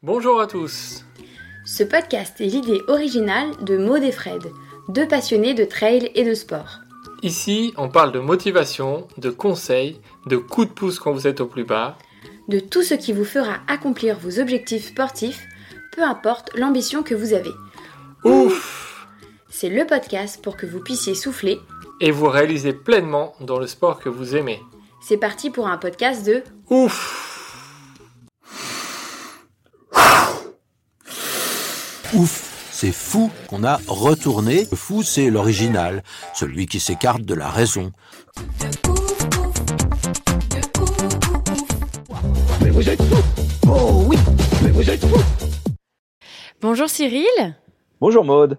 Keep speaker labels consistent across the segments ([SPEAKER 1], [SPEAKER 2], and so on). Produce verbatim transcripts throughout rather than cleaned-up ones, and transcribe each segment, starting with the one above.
[SPEAKER 1] Bonjour à tous.
[SPEAKER 2] Ce podcast est l'idée originale de Maud et Fred, deux passionnés de trail et de sport.
[SPEAKER 1] Ici, on parle de motivation, de conseils, de coups de pouce quand vous êtes au plus bas,
[SPEAKER 2] de tout ce qui vous fera accomplir vos objectifs sportifs, peu importe l'ambition que vous avez.
[SPEAKER 1] Ouf!
[SPEAKER 2] C'est le podcast pour que vous puissiez souffler
[SPEAKER 1] Et vous réaliser pleinement dans le sport que vous aimez.
[SPEAKER 2] C'est parti pour un podcast de
[SPEAKER 1] Ouf!
[SPEAKER 3] Ouf, c'est fou qu'on a retourné. Le fou, c'est l'original, celui qui s'écarte de la raison.
[SPEAKER 4] Mais vous êtes fou! Oh oui, mais vous êtes fou!
[SPEAKER 2] Bonjour Cyril.
[SPEAKER 4] Bonjour Maud.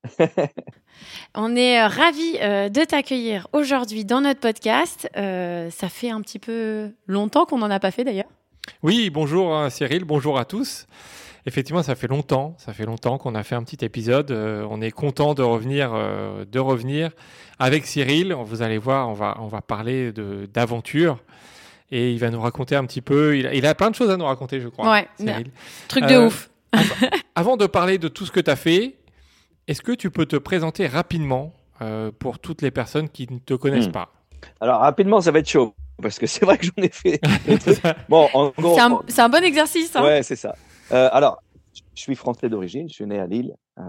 [SPEAKER 2] On est euh, ravis euh, de t'accueillir aujourd'hui dans notre podcast. Euh, ça fait un petit peu longtemps qu'on n'en a pas fait d'ailleurs.
[SPEAKER 1] Oui, bonjour hein, Cyril, bonjour à tous. Effectivement, ça fait longtemps, ça fait longtemps qu'on a fait un petit épisode. Euh, on est content de revenir, euh, de revenir avec Cyril. Vous allez voir, on va, on va parler de, d'aventure et il va nous raconter un petit peu. Il a, il a plein de choses à nous raconter, je crois.
[SPEAKER 2] Ouais,
[SPEAKER 1] Cyril.
[SPEAKER 2] Truc de
[SPEAKER 1] Euh,
[SPEAKER 2] ouf.
[SPEAKER 1] avant, avant de parler de tout ce que tu as fait, est-ce que tu peux te présenter rapidement euh, pour toutes les personnes qui ne te connaissent
[SPEAKER 4] Hmm.
[SPEAKER 1] pas?
[SPEAKER 4] Alors rapidement, ça va être chaud parce que c'est vrai que j'en ai fait des trucs. Bon, en gros,
[SPEAKER 2] C'est un, c'est un bon exercice. Hein.
[SPEAKER 4] ouais, c'est ça. Euh, alors, je suis français d'origine, je suis né à Lille euh,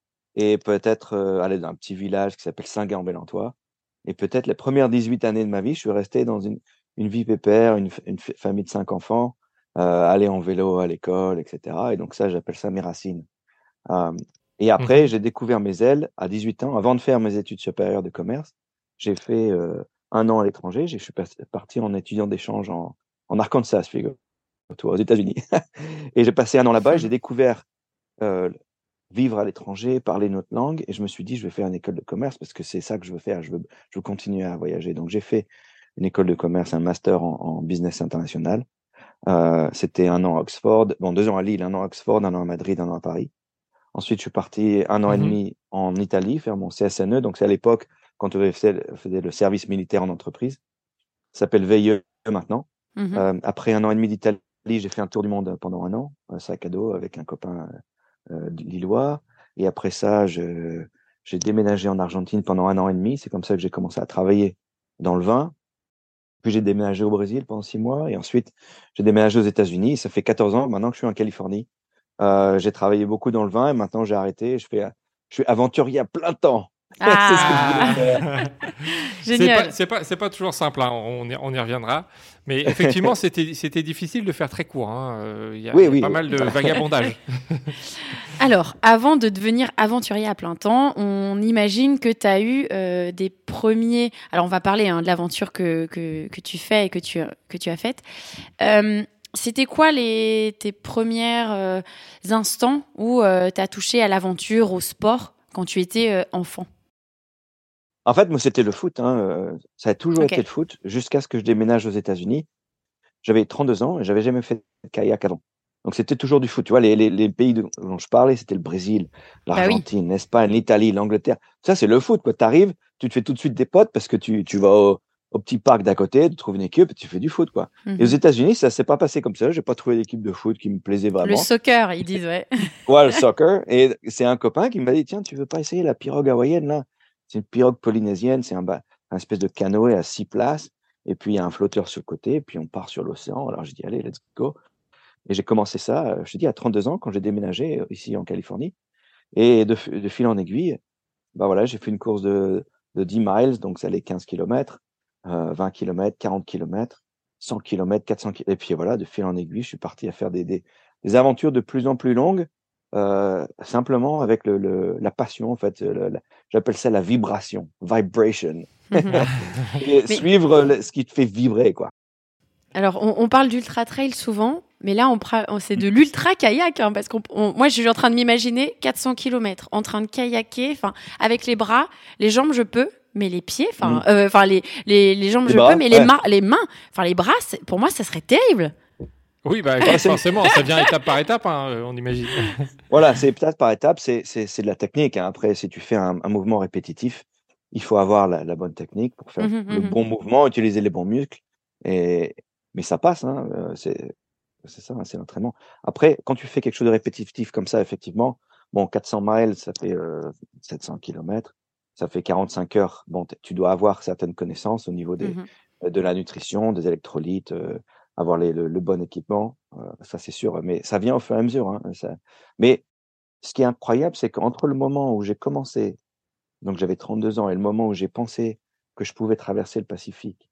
[SPEAKER 4] et peut-être euh, allé dans un petit village qui s'appelle Saint-Gand-Bellentois. Et peut-être les premières dix-huit années de ma vie, je suis resté dans une, une vie pépère, une, f- une f- famille de cinq enfants, euh, aller en vélo à l'école, et cetera. Et donc ça, j'appelle ça mes racines. Euh, et après,
[SPEAKER 1] Mhm.
[SPEAKER 4] j'ai découvert mes ailes à dix-huit ans. Avant de faire mes études supérieures de commerce, j'ai fait euh, un an à l'étranger. Je suis pas- parti en étudiant d'échange en, en Arkansas, figure-toi, aux États-Unis. Et j'ai passé un an là-bas et j'ai découvert euh, vivre à l'étranger, parler notre langue. Et je me suis dit, je vais faire une école de commerce parce que c'est ça que je veux faire. Je veux, je veux continuer à voyager. Donc, j'ai fait une école de commerce, un master en, en business international. Euh, c'était un an à Oxford, bon, deux ans à Lille, un an à Oxford, un an à Madrid, un an à Paris. Ensuite, je suis parti un an et
[SPEAKER 1] Mhm.
[SPEAKER 4] demi en Italie faire mon C S N E. Donc, c'est à l'époque quand on faisait, faisait le service militaire en entreprise. Ça s'appelle V I E maintenant.
[SPEAKER 2] Mhm.
[SPEAKER 4] Euh, après un an et demi d'Italie, j'ai fait un tour du monde pendant un an, un sac à dos avec un copain euh, lillois. Et après ça, je, j'ai déménagé en Argentine pendant un an et demi. C'est comme ça que j'ai commencé à travailler dans le vin. Puis j'ai déménagé au Brésil pendant six mois. Et ensuite, j'ai déménagé aux États-Unis. Ça fait quatorze ans maintenant que je suis en Californie. Euh, j'ai travaillé beaucoup dans le vin et maintenant j'ai arrêté. Je fais, je suis aventurier à plein temps. C'est ce que je voulais faire.
[SPEAKER 1] C'est
[SPEAKER 2] Génial.
[SPEAKER 1] pas, c'est pas, c'est pas toujours simple, hein, on, y, on y reviendra. Mais effectivement, c'était, c'était difficile de faire très court. hein. Euh, Il y a,
[SPEAKER 4] Oui,
[SPEAKER 1] il y a
[SPEAKER 4] oui.
[SPEAKER 1] pas mal de vagabondage.
[SPEAKER 2] Alors, avant de devenir aventurier à plein temps, on imagine que tu as eu euh, des premiers... Alors, on va parler hein, de l'aventure que, que, que tu fais et que tu, que tu as faite. Euh, c'était quoi les, tes premiers euh, instants où euh, tu as touché à l'aventure, au sport, quand tu étais euh, enfant?
[SPEAKER 4] En fait, moi, c'était le foot. Hein. euh, Ça a toujours
[SPEAKER 2] Ok.
[SPEAKER 4] été le foot jusqu'à ce que je déménage aux États-Unis. J'avais trente-deux ans et j'avais jamais fait de kayak avant. Donc, c'était toujours du foot. Tu vois, les, les, les pays de- dont je parlais, c'était le Brésil,
[SPEAKER 2] Bah oui.
[SPEAKER 4] l'Argentine, l'Espagne, l'Italie, l'Angleterre. Ça, c'est le foot. Tu arrives, tu te fais tout de suite des potes parce que tu, tu vas au, au petit parc d'à côté, tu trouves une équipe et tu fais du foot. Quoi. Et aux
[SPEAKER 2] Mhm.
[SPEAKER 4] États-Unis, ça s'est pas passé comme ça. J'ai pas trouvé d'équipe de foot qui me plaisait
[SPEAKER 2] Le
[SPEAKER 4] vraiment.
[SPEAKER 2] soccer, ils disent, ouais.
[SPEAKER 4] Ouais, le soccer. Et c'est un copain qui m'a dit, tiens, tu veux pas essayer la pirogue hawaïenne, là? C'est une pirogue polynésienne, c'est un, ba- un espèce de canoë à six places. Et puis, il y a un flotteur sur le côté, et puis on part sur l'océan. Alors, j'ai dit, allez, let's go. Et j'ai commencé ça, euh, je te dis, à trente-deux ans, quand j'ai déménagé euh, ici en Californie. Et de, f- de fil en aiguille, bah voilà, j'ai fait une course de, de dix miles, donc ça allait quinze kilomètres, euh, vingt kilomètres, quarante kilomètres, cent kilomètres, quatre cents kilomètres. Et puis voilà, de fil en aiguille, je suis parti à faire des, des, des aventures de plus en plus longues, euh, simplement avec le, le, la passion, en fait. le- la- j'appelle ça la vibration, vibration. Et
[SPEAKER 2] Mais
[SPEAKER 4] suivre le- ce qui te fait vibrer, quoi.
[SPEAKER 2] alors, on, on parle d'ultra trail souvent, mais là, on pra- on- c'est de l'ultra kayak, hein, parce qu'on, on- moi, je suis en train de m'imaginer quatre cents kilomètres en train de kayaker, enfin, avec les bras, les jambes, je peux, mais les pieds, enfin,
[SPEAKER 4] Mm.
[SPEAKER 2] euh, enfin, les, les, les jambes,
[SPEAKER 4] Les
[SPEAKER 2] je
[SPEAKER 4] bras,
[SPEAKER 2] peux, mais les,
[SPEAKER 4] ouais.
[SPEAKER 2] ma- les mains, enfin, les bras, c'est- pour moi, ça serait terrible.
[SPEAKER 1] Oui, bah,
[SPEAKER 4] Ouais, c'est-
[SPEAKER 1] forcément, ça vient étape par étape, hein, on imagine.
[SPEAKER 4] Voilà, c'est étape par étape, c'est, c'est, c'est de la technique. Hein. Après, si tu fais un, un mouvement répétitif, il faut avoir la, la bonne technique pour faire
[SPEAKER 2] Mhm,
[SPEAKER 4] le
[SPEAKER 2] mhm.
[SPEAKER 4] bon mouvement, utiliser les bons muscles. Et, mais ça passe, hein. euh, C'est, c'est ça, hein, c'est l'entraînement. Après, quand tu fais quelque chose de répétitif comme ça, effectivement, bon, quatre cents miles, ça fait euh, sept cents kilomètres, ça fait quarante-cinq heures. Bon, t- tu dois avoir certaines connaissances au niveau des,
[SPEAKER 2] Mhm.
[SPEAKER 4] euh, de la nutrition, des électrolytes, euh, avoir les, le, le bon équipement, euh, ça c'est sûr. Mais ça vient au fur et à mesure, hein, ça. Mais ce qui est incroyable, c'est qu'entre le moment où j'ai commencé, donc j'avais trente-deux ans, et le moment où j'ai pensé que je pouvais traverser le Pacifique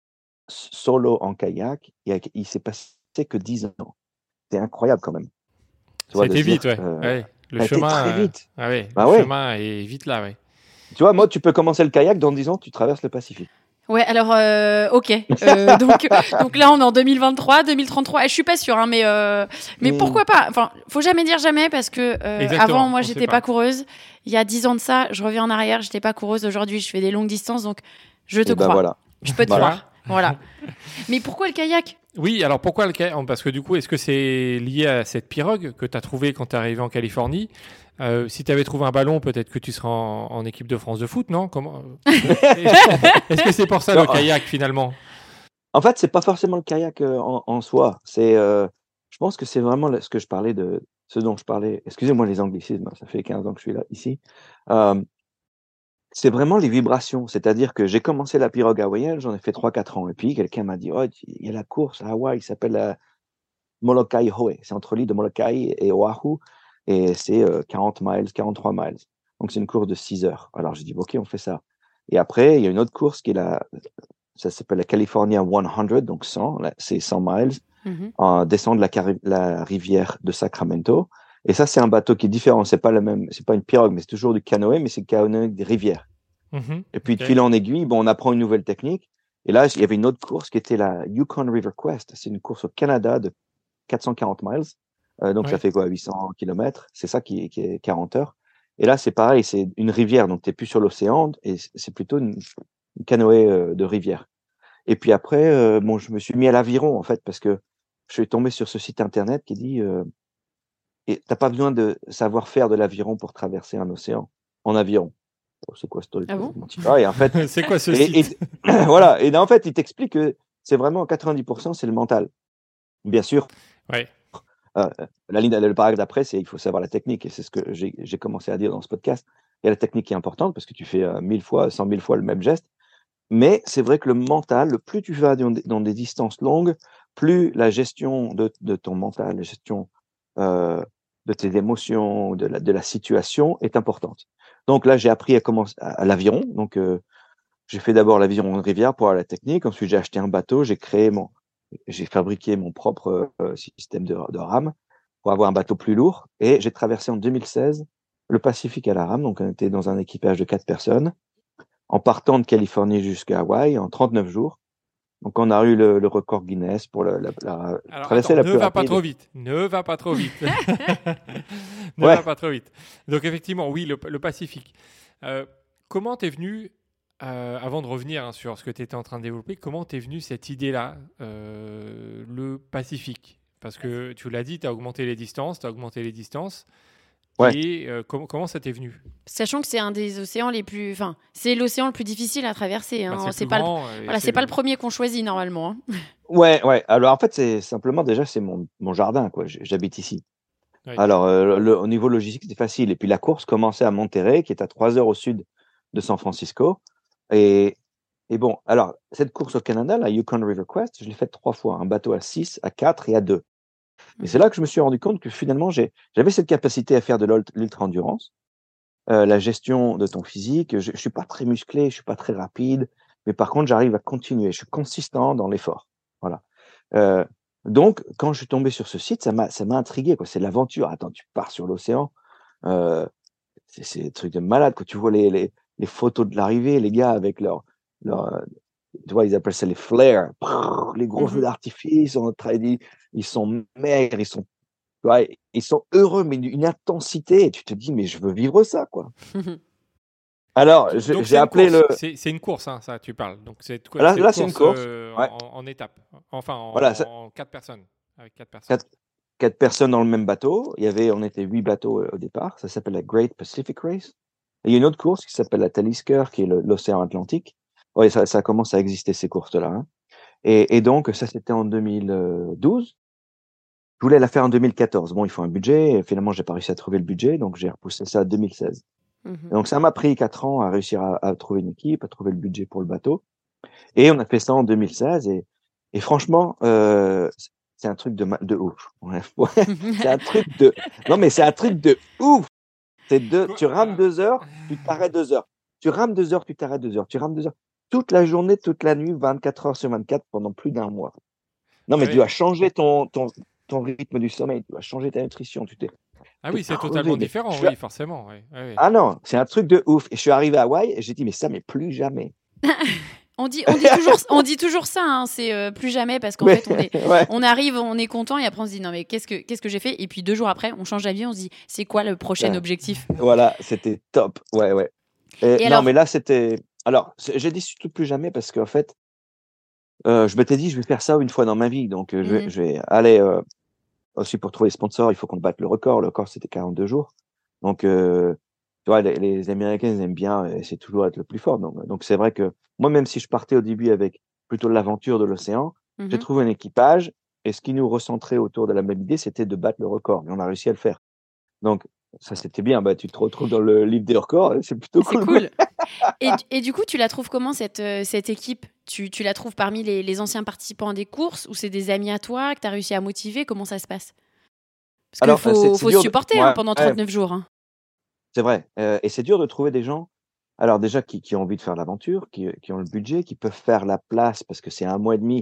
[SPEAKER 4] s- solo en kayak, il, y a- il s'est passé que dix ans. C'est incroyable quand même. Tu
[SPEAKER 1] Ça a
[SPEAKER 4] vois, de
[SPEAKER 1] été
[SPEAKER 4] se
[SPEAKER 1] vite,
[SPEAKER 4] dire,
[SPEAKER 1] ouais.
[SPEAKER 4] euh,
[SPEAKER 1] Ouais. Le
[SPEAKER 4] ça a été
[SPEAKER 1] chemin,
[SPEAKER 4] très
[SPEAKER 1] euh,
[SPEAKER 4] vite.
[SPEAKER 1] ah ouais, le
[SPEAKER 4] Bah ouais.
[SPEAKER 1] chemin est vite là, ouais.
[SPEAKER 4] Tu vois, moi, tu peux commencer le kayak dans dix ans, tu traverses le Pacifique.
[SPEAKER 2] Ouais, alors, euh, ok. Euh, donc, donc là, on est en deux mille vingt-trois, deux mille trente-trois. Je suis pas sûre, hein, mais, euh, mais
[SPEAKER 4] Mais
[SPEAKER 2] pourquoi pas? Enfin, faut jamais dire jamais parce que euh,
[SPEAKER 1] Exactement,
[SPEAKER 2] avant, moi,
[SPEAKER 1] on sait
[SPEAKER 2] j'étais
[SPEAKER 1] pas.
[SPEAKER 2] pas coureuse. Il y a dix ans de ça, je reviens en arrière, j'étais pas coureuse. Aujourd'hui, je fais des longues distances, donc je te
[SPEAKER 4] et ben
[SPEAKER 2] crois.
[SPEAKER 4] voilà.
[SPEAKER 2] Je peux te
[SPEAKER 4] Voilà.
[SPEAKER 2] croire. Voilà. Mais pourquoi le kayak?
[SPEAKER 1] Oui, alors pourquoi le kayak? Parce que du coup, est-ce que c'est lié à cette pirogue que tu as trouvée quand tu es arrivé en Californie? Euh, si tu avais trouvé un ballon, peut-être que tu serais en, en équipe de France de foot, non? Comment... Est-ce que c'est pour ça
[SPEAKER 4] Non,
[SPEAKER 1] le kayak finalement?
[SPEAKER 4] en fait, c'est pas forcément le kayak euh, en, en soi. C'est, euh, je pense que c'est vraiment le- ce que je parlais de, ce dont je parlais. Excusez-moi les anglicismes, hein, ça fait quinze ans que je suis là ici. Euh, c'est vraiment les vibrations. C'est-à-dire que j'ai commencé la pirogue hawaïenne, j'en ai fait trois quatre ans. Et puis quelqu'un m'a dit, oh, il y a la course à Hawaï, il s'appelle la Molokai Hoe. C'est entre l'île de Molokai et Oahu. Et c'est euh, quarante miles, quarante-trois miles. Donc c'est une course de six heures. Alors j'ai dit, ok, on fait ça. Et après, il y a une autre course qui est la, ça s'appelle la California cent, donc cent, là, c'est cent miles,
[SPEAKER 2] Mhm.
[SPEAKER 4] en descend de la, cari- la rivière de Sacramento. Et ça, c'est un bateau qui est différent. C'est pas le même, c'est pas une pirogue, mais c'est toujours du canoë, mais c'est le canoë des rivières.
[SPEAKER 1] Mhm,
[SPEAKER 4] Et puis, de
[SPEAKER 1] ok.
[SPEAKER 4] fil en aiguille, bon, on apprend une nouvelle technique. Et là, il y avait une autre course qui était la Yukon River Quest. C'est une course au Canada de quatre cent quarante miles. Euh, donc, ça
[SPEAKER 1] Ouais.
[SPEAKER 4] fait quoi, huit cents kilomètres? C'est ça qui est, qui est quarante heures. Et là, c'est pareil, c'est une rivière. Donc, tu n'es plus sur l'océan et c'est plutôt une, une canoë euh, de rivière. Et puis après, euh, bon, je me suis mis à l'aviron, en fait, parce que je suis tombé sur ce site internet qui dit euh, et t'as pas besoin de savoir faire de l'aviron pour traverser un océan en aviron. Oh, c'est quoi ce truc?
[SPEAKER 2] Ah bon?
[SPEAKER 4] Bon, tu vois, et en fait,
[SPEAKER 1] C'est quoi ce
[SPEAKER 4] et,
[SPEAKER 1] site?
[SPEAKER 4] et voilà. Et en fait, il t'explique que c'est vraiment quatre-vingt-dix pour cent, c'est le mental. Bien sûr,
[SPEAKER 1] Ouais.
[SPEAKER 4] euh, la ligne, le paragraphe d'après, c'est il faut savoir la technique. Et c'est ce que j'ai j'ai commencé à dire dans ce podcast. Il y a la technique qui est importante parce que tu fais euh, mille fois, cent mille fois le même geste. Mais c'est vrai que le mental, le plus tu vas dans des, dans des distances longues, plus la gestion de, de ton mental, la gestion euh, de tes émotions, de la, de la situation est importante. Donc là, j'ai appris à commencer à, à l'aviron. Donc euh, j'ai fait d'abord l'aviron de rivière pour avoir la technique. Ensuite, j'ai acheté un bateau, j'ai créé mon, j'ai fabriqué mon propre euh, système de, de rame pour avoir un bateau plus lourd. Et j'ai traversé en deux mille seize le Pacifique à la rame. Donc on était dans un équipage de quatre personnes en partant de Californie jusqu'à Hawaï en trente-neuf jours. Donc, on a eu le, le record Guinness pour la, la, la
[SPEAKER 1] Alors
[SPEAKER 4] traversée
[SPEAKER 1] attends,
[SPEAKER 4] la
[SPEAKER 1] ne
[SPEAKER 4] plus
[SPEAKER 1] va pas
[SPEAKER 4] rapide.
[SPEAKER 1] trop vite. Ne va pas trop vite. Ne
[SPEAKER 4] Ouais.
[SPEAKER 1] va pas trop vite. Donc effectivement, oui, le, le Pacifique. Euh, comment t'es venu, euh, avant de revenir hein, sur ce que tu étais en train de développer, comment t'es venu cette idée-là, euh, le Pacifique? Parce que tu l'as dit, tu as augmenté les distances, tu as augmenté les distances.
[SPEAKER 4] Ouais.
[SPEAKER 1] Et euh, com- comment ça t'est venu?
[SPEAKER 2] Sachant que c'est un des océans les plus, enfin, c'est l'océan le plus difficile à traverser. Hein.
[SPEAKER 1] Bah, c'est le
[SPEAKER 2] c'est
[SPEAKER 1] plus
[SPEAKER 2] pas, le...
[SPEAKER 1] grand. et
[SPEAKER 2] voilà, c'est pas le premier qu'on choisit normalement. Hein.
[SPEAKER 4] Ouais, ouais. Alors, en fait, c'est simplement, déjà, c'est mon, mon jardin, quoi. J- J'habite ici.
[SPEAKER 1] Oui.
[SPEAKER 4] Alors, euh, le, au niveau logistique, c'est facile. Et puis, la course commençait à Monterrey, qui est à trois heures au sud de San Francisco. Et, et bon, alors, cette course au Canada, la Yukon River Quest, je l'ai faite trois fois. Un bateau à six, à quatre et à deux. Et c'est là que je me suis rendu compte que finalement, j'ai, j'avais cette capacité à faire de l'ult- l'ultra-endurance. Euh, la gestion de ton physique. Je, je suis pas très musclé, je suis pas très rapide, mais par contre, j'arrive à continuer. Je suis consistant dans l'effort. Voilà. Euh, donc, quand je suis tombé sur ce site, ça m'a, ça m'a intrigué, quoi. C'est l'aventure. Attends, tu pars sur l'océan. Euh, c'est, c'est des trucs de malade, quand tu vois les, les, les photos de l'arrivée, les gars avec leur, leur, euh, tu vois, ils appellent ça les flares, Prrr, les gros feux
[SPEAKER 2] Mhm.
[SPEAKER 4] d'artifice, on tra- ils, ils sont maigres, ils sont, ouais, ils sont heureux, mais une intensité, et tu te dis, mais je veux vivre ça, quoi. Alors, je-
[SPEAKER 1] Donc
[SPEAKER 4] j'ai
[SPEAKER 1] c'est une
[SPEAKER 4] appelé
[SPEAKER 1] course,
[SPEAKER 4] le.
[SPEAKER 1] c'est c'est une course, hein, ça tu parles. Donc c'est quoi-
[SPEAKER 4] Là,
[SPEAKER 1] cette
[SPEAKER 4] là c'est une
[SPEAKER 1] course
[SPEAKER 4] course.
[SPEAKER 1] euh,
[SPEAKER 4] Ouais.
[SPEAKER 1] en, en étapes, enfin
[SPEAKER 4] Voilà, ça-
[SPEAKER 1] en, en quatre personnes, avec quatre personnes.
[SPEAKER 4] quatre, quatre personnes dans le même bateau. Il y avait, on était huit bateaux euh, au départ. Ça s'appelle la Great Pacific Race. Et il y a une autre course qui s'appelle la Talisker, qui est le- l'océan Atlantique. Oui, ça, ça commence à exister ces courses-là. Hein. Et, et donc, ça c'était en deux mille douze. Je voulais la faire en deux mille quatorze. Bon, il faut un budget. Et finalement, j'ai pas réussi à trouver le budget, donc j'ai repoussé ça à deux mille seize.
[SPEAKER 2] Mhm.
[SPEAKER 4] Et donc, ça m'a pris quatre ans à réussir à, à trouver une équipe, à trouver le budget pour le bateau. Et on a fait ça en deux mille seize. Et, et franchement, euh, c'est un truc de, ma- de ouf. Ouais, ouais. C'est un truc de, non, mais c'est un truc de ouf. C'est deux, tu rames deux heures, tu t'arrêtes deux heures. Tu rames deux heures, tu t'arrêtes deux heures. Tu rames deux heures. Toute la journée, toute la nuit, vingt-quatre heures sur vingt-quatre pendant plus d'un mois. Non, mais
[SPEAKER 1] Ouais.
[SPEAKER 4] tu dois changer ton, ton, ton rythme du sommeil, tu dois changer ta nutrition. Tu t'es,
[SPEAKER 1] Ah
[SPEAKER 4] t'es
[SPEAKER 1] oui, c'est
[SPEAKER 4] crevé,
[SPEAKER 1] totalement
[SPEAKER 4] mais
[SPEAKER 1] différent,
[SPEAKER 4] je suis-
[SPEAKER 1] oui, forcément. Oui, oui, oui.
[SPEAKER 4] Ah non, c'est un truc de ouf. Et je suis arrivé à Hawaï et j'ai dit, mais ça, mais plus jamais.
[SPEAKER 2] On dit, on dit toujours, on dit toujours ça, hein, c'est euh, plus jamais parce qu'en
[SPEAKER 4] Mais-
[SPEAKER 2] fait on est,
[SPEAKER 4] ouais.
[SPEAKER 2] on arrive, on est content et après on se dit non mais qu'est-ce que qu'est-ce que j'ai fait et puis deux jours après on change d'avis, on se dit c'est quoi le prochain
[SPEAKER 4] Ouais.
[SPEAKER 2] objectif.
[SPEAKER 4] Voilà, c'était top. Ouais, ouais. Et,
[SPEAKER 2] Et
[SPEAKER 4] non,
[SPEAKER 2] alors
[SPEAKER 4] mais là, c'était. Alors, c'est- j'ai dit surtout plus jamais parce qu'en fait, euh, je m'étais dit, je vais faire ça une fois dans ma vie. Donc, euh, je, vais,
[SPEAKER 2] Mhm.
[SPEAKER 4] je vais aller euh, aussi pour trouver les sponsors. Il faut qu'on batte le record. Le record, c'était quarante-deux jours. Donc, euh, tu vois, les, les Américains, ils aiment bien essayer toujours d'être le plus fort. Donc, donc, c'est vrai que moi, même si je partais au début avec plutôt l'aventure de l'océan, j'ai
[SPEAKER 2] Mhm.
[SPEAKER 4] trouvé un équipage et ce qui nous recentrait autour de la même idée, c'était de battre le record. Et on a réussi à le faire. Donc, ça, c'était bien. Bah, tu te retrouves dans le livre des records. C'est plutôt
[SPEAKER 2] C'est
[SPEAKER 4] cool.
[SPEAKER 2] cool. Et, et du coup, tu la trouves comment cette, euh, cette équipe tu, tu la trouves parmi les, les anciens participants des courses ou c'est des amis à toi que tu as réussi à motiver? Comment ça se passe? Parce qu'il
[SPEAKER 4] Alors,
[SPEAKER 2] faut,
[SPEAKER 4] c'est- c'est
[SPEAKER 2] faut se
[SPEAKER 4] dur de-
[SPEAKER 2] supporter hein,
[SPEAKER 4] ouais,
[SPEAKER 2] pendant
[SPEAKER 4] ouais.
[SPEAKER 2] trente-neuf jours. hein.
[SPEAKER 4] C'est vrai. Euh, et c'est dur de trouver des gens, alors déjà, qui, qui ont envie de faire l'aventure, qui, qui ont le budget, qui peuvent faire la place, parce que c'est un mois et demi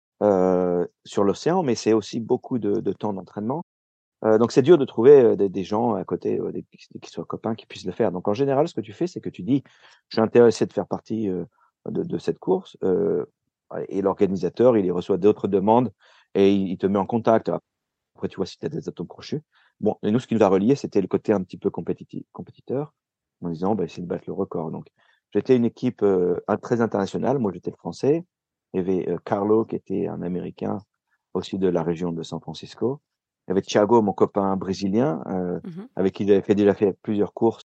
[SPEAKER 4] euh, sur l'océan, mais c'est aussi beaucoup de, de temps d'entraînement. Euh, donc c'est dur de trouver euh, des, des gens à côté, euh, des, qui qui soient copains, qui puissent le faire. Donc en général, ce que tu fais, c'est que tu dis, je suis intéressé de faire partie euh, de, de cette course, euh, et l'organisateur, il y reçoit d'autres demandes, et il, il te met en contact. Après, tu vois si tu as des atomes crochus. Bon, et nous, ce qui nous a reliés, c'était le côté un petit peu compétitif, compétiteur, en disant, bah, essayer de battre le record. Donc, j'étais une équipe euh, un- très internationale. Moi, j'étais le français. Il y avait euh, Carlo, qui était un Américain, aussi de la région de San Francisco. Il y avait Thiago, mon copain brésilien, euh,
[SPEAKER 2] Mhm.
[SPEAKER 4] avec qui j'avais fait, déjà fait plusieurs courses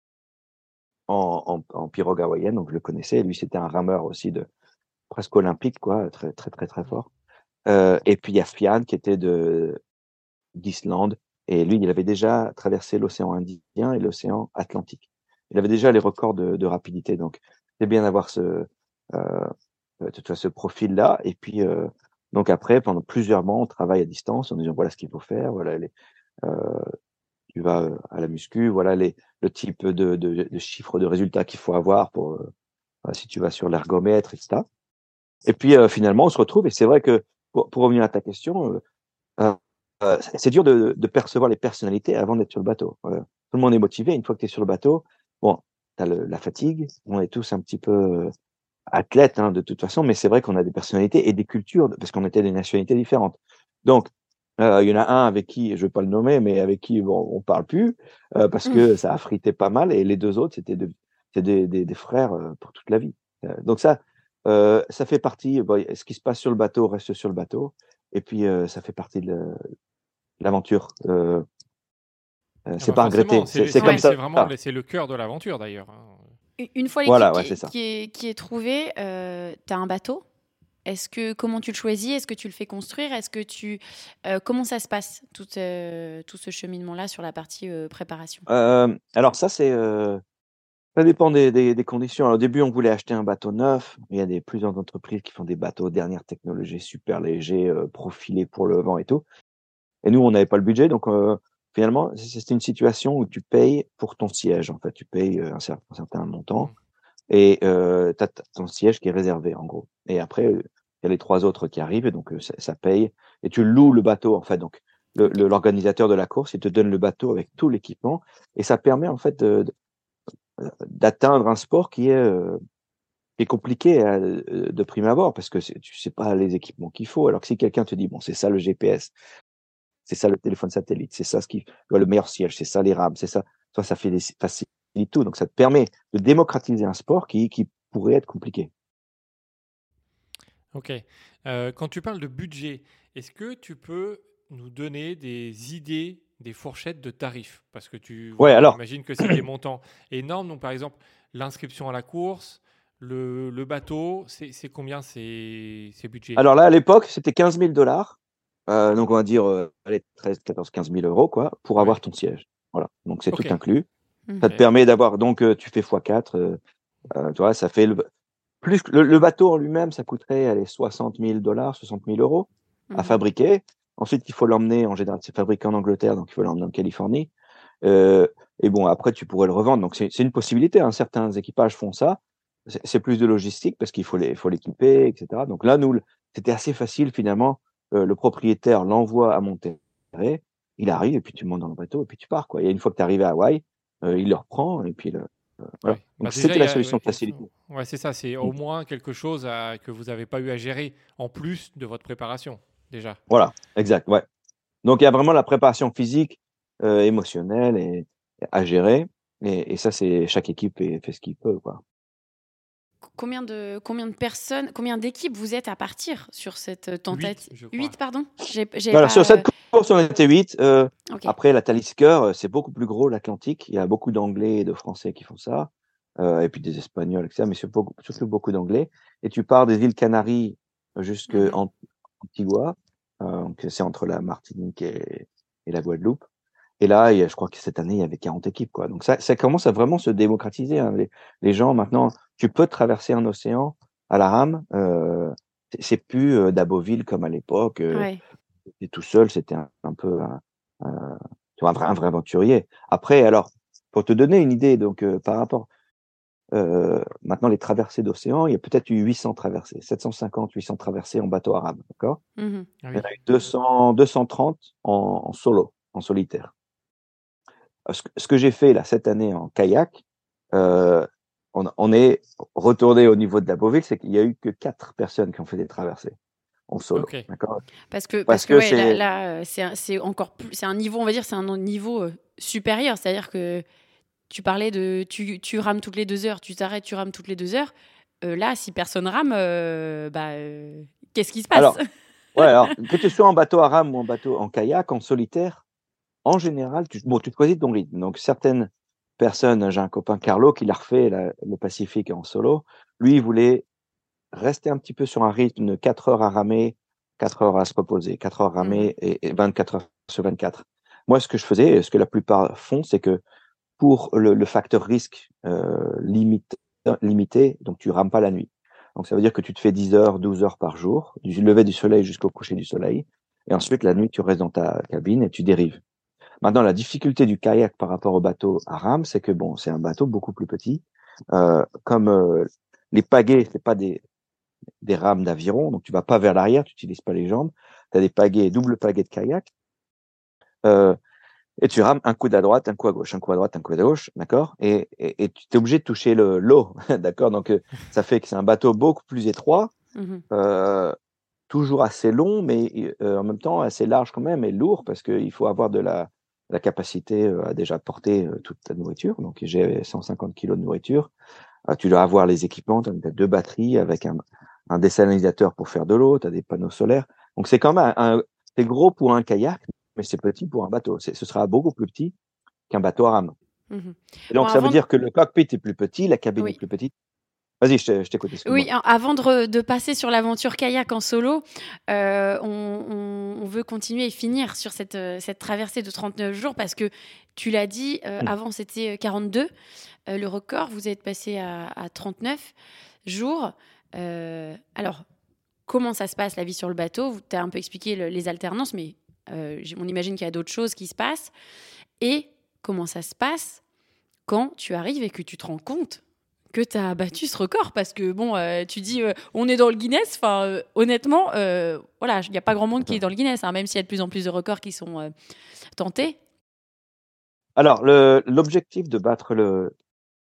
[SPEAKER 4] en, en, en pirogue hawaïenne, donc je le connaissais. Lui, c'était un rameur aussi de presque olympique, quoi, très, très, très, très fort. Euh, et puis, il y a Fian, qui était de, d'Islande. Et lui, il avait déjà traversé l'océan Indien et l'océan Atlantique. Il avait déjà les records de, de rapidité. Donc, c'est bien d'avoir ce, euh, tu vois, ce profil-là. Et puis, euh, donc après, pendant plusieurs mois, on travaille à distance en disant voilà ce qu'il faut faire, voilà les, euh, tu vas à la muscu, voilà les, le type de, de, de chiffres de résultats qu'il faut avoir pour, euh, si tu vas sur l'ergomètre, et cetera. Et puis, euh, finalement, on se retrouve. Et c'est vrai que, pour, pour revenir à ta question, euh, euh, c'est dur de, de percevoir les personnalités avant d'être sur le bateau. Voilà. Tout le monde est motivé. Une fois que tu es sur le bateau, bon, tu as la fatigue. On est tous un petit peu euh, athlètes hein, de toute façon, mais c'est vrai qu'on a des personnalités et des cultures parce qu'on était des nationalités différentes. Donc, euh, il y en a un avec qui, je ne vais pas le nommer, mais avec qui bon, on parle plus euh, parce que ça a frité pas mal. Et les deux autres, c'était de, des, des, des frères euh, pour toute la vie. Euh, donc ça, euh, ça fait partie. Bon, ce qui se passe sur le bateau reste sur le bateau. Et puis, euh, ça fait partie de l'aventure. Euh, euh,
[SPEAKER 1] Ah
[SPEAKER 4] c'est
[SPEAKER 1] bah
[SPEAKER 4] pas regretté.
[SPEAKER 1] forcément,
[SPEAKER 4] C'est
[SPEAKER 1] c'est
[SPEAKER 4] c'est
[SPEAKER 1] c'est-
[SPEAKER 4] comme
[SPEAKER 2] Ouais.
[SPEAKER 4] ça.
[SPEAKER 1] c'est vraiment le- c'est le cœur de l'aventure d'ailleurs. hein.
[SPEAKER 2] Une fois l'équipe
[SPEAKER 4] Voilà,
[SPEAKER 2] qui,
[SPEAKER 4] ouais,
[SPEAKER 2] est-
[SPEAKER 4] c'est ça.
[SPEAKER 2] qui est, qui est trouvée, euh, tu as un bateau. Est-ce que comment tu le choisis? Est-ce que tu le fais construire? Est-ce que tu euh, comment ça se passe tout, euh, tout ce cheminement-là sur la partie euh, préparation?
[SPEAKER 4] Euh, alors ça, c'est euh, ça dépend des, des, des conditions. Alors, au début, on voulait acheter un bateau neuf. Il y a des plusieurs entreprises qui font des bateaux dernière technologie, super légers, euh, profilés pour le vent et tout. Et nous, on n'avait pas le budget, donc euh, finalement, c'est- c'était une situation où tu payes pour ton siège. En fait, tu payes euh, un cer- un certain montant.
[SPEAKER 1] Mm.
[SPEAKER 4] Et euh, tu as ton siège qui est réservé, en gros. Et après, euh, il y a les trois autres qui arrivent, et donc euh, ça, ça paye. Et tu loues le bateau, en fait. Donc, le-
[SPEAKER 2] Ok.
[SPEAKER 4] le- l'organisateur de la course, il te donne le bateau avec tout l'équipement. Et ça permet, en fait, de- de- d'atteindre un sport qui est, euh, qui est compliqué à- de prime abord, parce que c'est- tu sais pas les équipements qu'il faut. Alors que si quelqu'un te dit, bon, c'est ça le G P S, c'est ça le téléphone satellite, c'est ça ce qui, le meilleur siège, c'est ça les rames, c'est ça, toi, ça fait des, facilite tout. Donc, ça te permet de démocratiser un sport qui, qui pourrait être compliqué.
[SPEAKER 1] Ok. Euh, quand tu parles de budget, est-ce que tu peux nous donner des idées, des fourchettes de tarifs? Parce que tu,
[SPEAKER 4] Ouais,
[SPEAKER 1] voilà, on
[SPEAKER 4] alors,
[SPEAKER 1] imagine que c'est des montants énormes. Donc, par exemple, l'inscription à la course, le, le bateau, c'est c'est combien ces, ces budgets?
[SPEAKER 4] alors là, à l'époque, c'était quinze mille dollars Euh, donc, on va dire, euh, allez, treize, quatorze, quinze mille euros, quoi, pour
[SPEAKER 1] Ouais.
[SPEAKER 4] avoir ton siège. Voilà. Donc, c'est
[SPEAKER 1] Ok.
[SPEAKER 4] tout inclus.
[SPEAKER 2] Mhm.
[SPEAKER 4] Ça te
[SPEAKER 1] Ok.
[SPEAKER 4] permet d'avoir, donc, euh, tu fais fois quatre, euh, euh, tu vois, ça fait le, plus que- le, le bateau en lui-même, ça coûterait, allez, soixante mille dollars, soixante mille euros à
[SPEAKER 2] Mhm.
[SPEAKER 4] fabriquer. Ensuite, il faut l'emmener, en général, c'est fabriqué en Angleterre, donc il faut l'emmener en Californie. Euh, et bon, après, tu pourrais le revendre. Donc, c'est c'est une possibilité, hein. Certains équipages font ça. C'est c'est plus de logistique parce qu'il faut les, faut l'équiper, et cetera. Donc là, nous, le- c'était assez facile finalement. Euh, le propriétaire l'envoie à Monterrey, il arrive et puis tu montes dans le bateau et puis tu pars, quoi. Et une fois que tu es arrivé à Hawaï, euh, il le reprend et puis le, euh, voilà.
[SPEAKER 1] Ouais. Bah
[SPEAKER 4] Donc
[SPEAKER 1] déjà,
[SPEAKER 4] c'était
[SPEAKER 1] il y
[SPEAKER 4] la
[SPEAKER 1] a,
[SPEAKER 4] solution
[SPEAKER 1] ouais,
[SPEAKER 4] de facilité.
[SPEAKER 1] ouais, c'est ça. C'est
[SPEAKER 4] Mm.
[SPEAKER 1] au moins quelque chose à- que vous n'avez pas eu à gérer en plus de votre préparation, déjà.
[SPEAKER 4] Voilà, exact, ouais. Donc il y a vraiment la préparation physique, euh, émotionnelle et, à gérer. Et, et ça, c'est chaque équipe fait, fait ce qu'il peut, quoi.
[SPEAKER 2] Combien de, combien de personnes, combien d'équipes vous êtes à partir sur cette euh,
[SPEAKER 1] Huit,
[SPEAKER 2] tentative?
[SPEAKER 1] je crois.
[SPEAKER 2] Huit, pardon? J'ai j'ai
[SPEAKER 4] Voilà, sur
[SPEAKER 2] pas.
[SPEAKER 4] cette course, on était huit. Euh,
[SPEAKER 2] Ok.
[SPEAKER 4] après, la Talisker, euh, c'est beaucoup plus gros, l'Atlantique. Il y a beaucoup d'Anglais et de Français qui font ça, euh, et puis des Espagnols, et cetera. Mais c'est beaucoup- surtout beaucoup d'Anglais. Et tu pars des îles Canaries
[SPEAKER 2] Mhm.
[SPEAKER 4] jusqu'en Antigua, euh, donc c'est entre la Martinique et, et la Guadeloupe. Et là, il y a- je crois que cette année, il y avait quarante équipes, quoi. Donc ça, ça commence à vraiment se démocratiser, hein. Les, les gens, maintenant, tu peux traverser un océan à la rame. Euh, c'est c'est plus euh, d'Aboville comme à l'époque. Euh,
[SPEAKER 2] Ouais.
[SPEAKER 4] et tout seul, c'était un, un peu un, un- tu vois, un vrai, un vrai aventurier. Après, alors, pour te donner une idée, donc euh, par rapport euh, maintenant les traversées d'océan, il y a peut-être eu huit cents traversées, sept cent cinquante, huit cents traversées en bateau arabe, d'accord?
[SPEAKER 2] Mhm.
[SPEAKER 1] Ah
[SPEAKER 4] Il y
[SPEAKER 1] oui.
[SPEAKER 4] en a eu deux cents, deux cent trente en, en solo, en solitaire. Euh, Ce, que ce que j'ai fait là cette année en kayak, euh, on, on est retourné au niveau de la Beauville, c'est qu'il y a eu que quatre personnes qui ont fait des traversées en solo,
[SPEAKER 1] Ok.
[SPEAKER 4] d'accord?
[SPEAKER 2] Parce que, parce
[SPEAKER 4] Parce
[SPEAKER 2] que
[SPEAKER 4] que
[SPEAKER 2] ouais, là,
[SPEAKER 4] c'est
[SPEAKER 2] là euh, c'est un- c'est encore plus, c'est un niveau, on va dire, c'est un niveau euh, supérieur. C'est-à-dire que tu parlais de, tu, tu rames toutes les deux heures, tu t'arrêtes, tu rames toutes les deux heures. Euh, là, si personne rame, euh, bah, euh, qu'est-ce qui se passe?
[SPEAKER 4] alors ouais, alors que tu sois en bateau à rame ou en bateau en kayak, en solitaire, en général, tu, bon, tu choisis ton rythme. Donc certaines personnes, j'ai un copain Carlo qui l'a refait la- le Pacifique en solo. Lui, il voulait rester un petit peu sur un rythme de quatre heures à ramer, quatre heures à se reposer, quatre heures à
[SPEAKER 2] Mhm.
[SPEAKER 4] ramer et, et vingt-quatre heures sur vingt-quatre. Moi, ce que je faisais, et ce que la plupart font, c'est que pour le, le facteur risque euh, limite, limité, donc tu rames pas la nuit. Donc ça veut dire que tu te fais dix heures, douze heures par jour, du lever du soleil jusqu'au coucher du soleil. Et ensuite, la nuit, tu restes dans ta cabine et tu dérives. Maintenant, la difficulté du kayak par rapport au bateau à rame, c'est que bon, c'est un bateau beaucoup plus petit. Euh, comme euh, les pagaies, c'est pas des, des rames d'aviron, donc tu vas pas vers l'arrière, tu n'utilises pas les jambes. Tu as des pagaies, double pagaie de kayak. Euh, et tu rames un coup à droite, un coup à gauche, un coup à droite, un coup à gauche, d'accord? Et, et, et tu es obligé de toucher le l'eau, d'accord? Donc euh, ça fait que c'est un bateau beaucoup plus étroit,
[SPEAKER 2] Mhm.
[SPEAKER 4] euh, toujours assez long, mais euh, en même temps assez large quand même et lourd parce qu'il faut avoir de la, la capacité euh, à déjà porter euh, toute ta nourriture. Donc j'ai cent cinquante kilos de nourriture. Euh, tu dois avoir les équipements, tu as deux batteries avec un, un désalinisateur pour faire de l'eau, tu as des panneaux solaires. Donc c'est quand même un, un- c'est gros pour un kayak, mais c'est petit pour un bateau. C'est- Ce sera beaucoup plus petit qu'un bateau à rame.
[SPEAKER 2] Mhm.
[SPEAKER 4] Et
[SPEAKER 2] Bon,
[SPEAKER 4] donc ça veut
[SPEAKER 2] avant, de-
[SPEAKER 4] dire que le cockpit est plus petit, la cabine est
[SPEAKER 2] oui.
[SPEAKER 4] plus petite. Vas-y, je t'ai- je t'écoute,
[SPEAKER 2] Oui,
[SPEAKER 4] excuse-moi.
[SPEAKER 2] a- avant de, re- de passer sur l'aventure kayak en solo, euh, on, on- on veut continuer et finir sur cette, euh, cette traversée de trente-neuf jours parce que tu l'as dit, euh,
[SPEAKER 4] Hmm.
[SPEAKER 2] avant c'était quarante-deux, euh, le record, vous êtes passé à, à trente-neuf jours. Euh, alors, comment ça se passe la vie sur le bateau? Tu as un peu expliqué le- les alternances, mais euh, j'ai- on imagine qu'il y a d'autres choses qui se passent. Et comment ça se passe quand tu arrives et que tu te rends compte que tu as battu ce record? Parce que, bon, euh, tu dis, euh, on est dans le Guinness. Enfin, euh, honnêtement, euh, voilà, il n'y a pas grand monde qui est dans le Guinness, hein, même s'il y a de plus en plus de records qui sont euh, tentés.
[SPEAKER 4] Alors, le- l'objectif de battre le,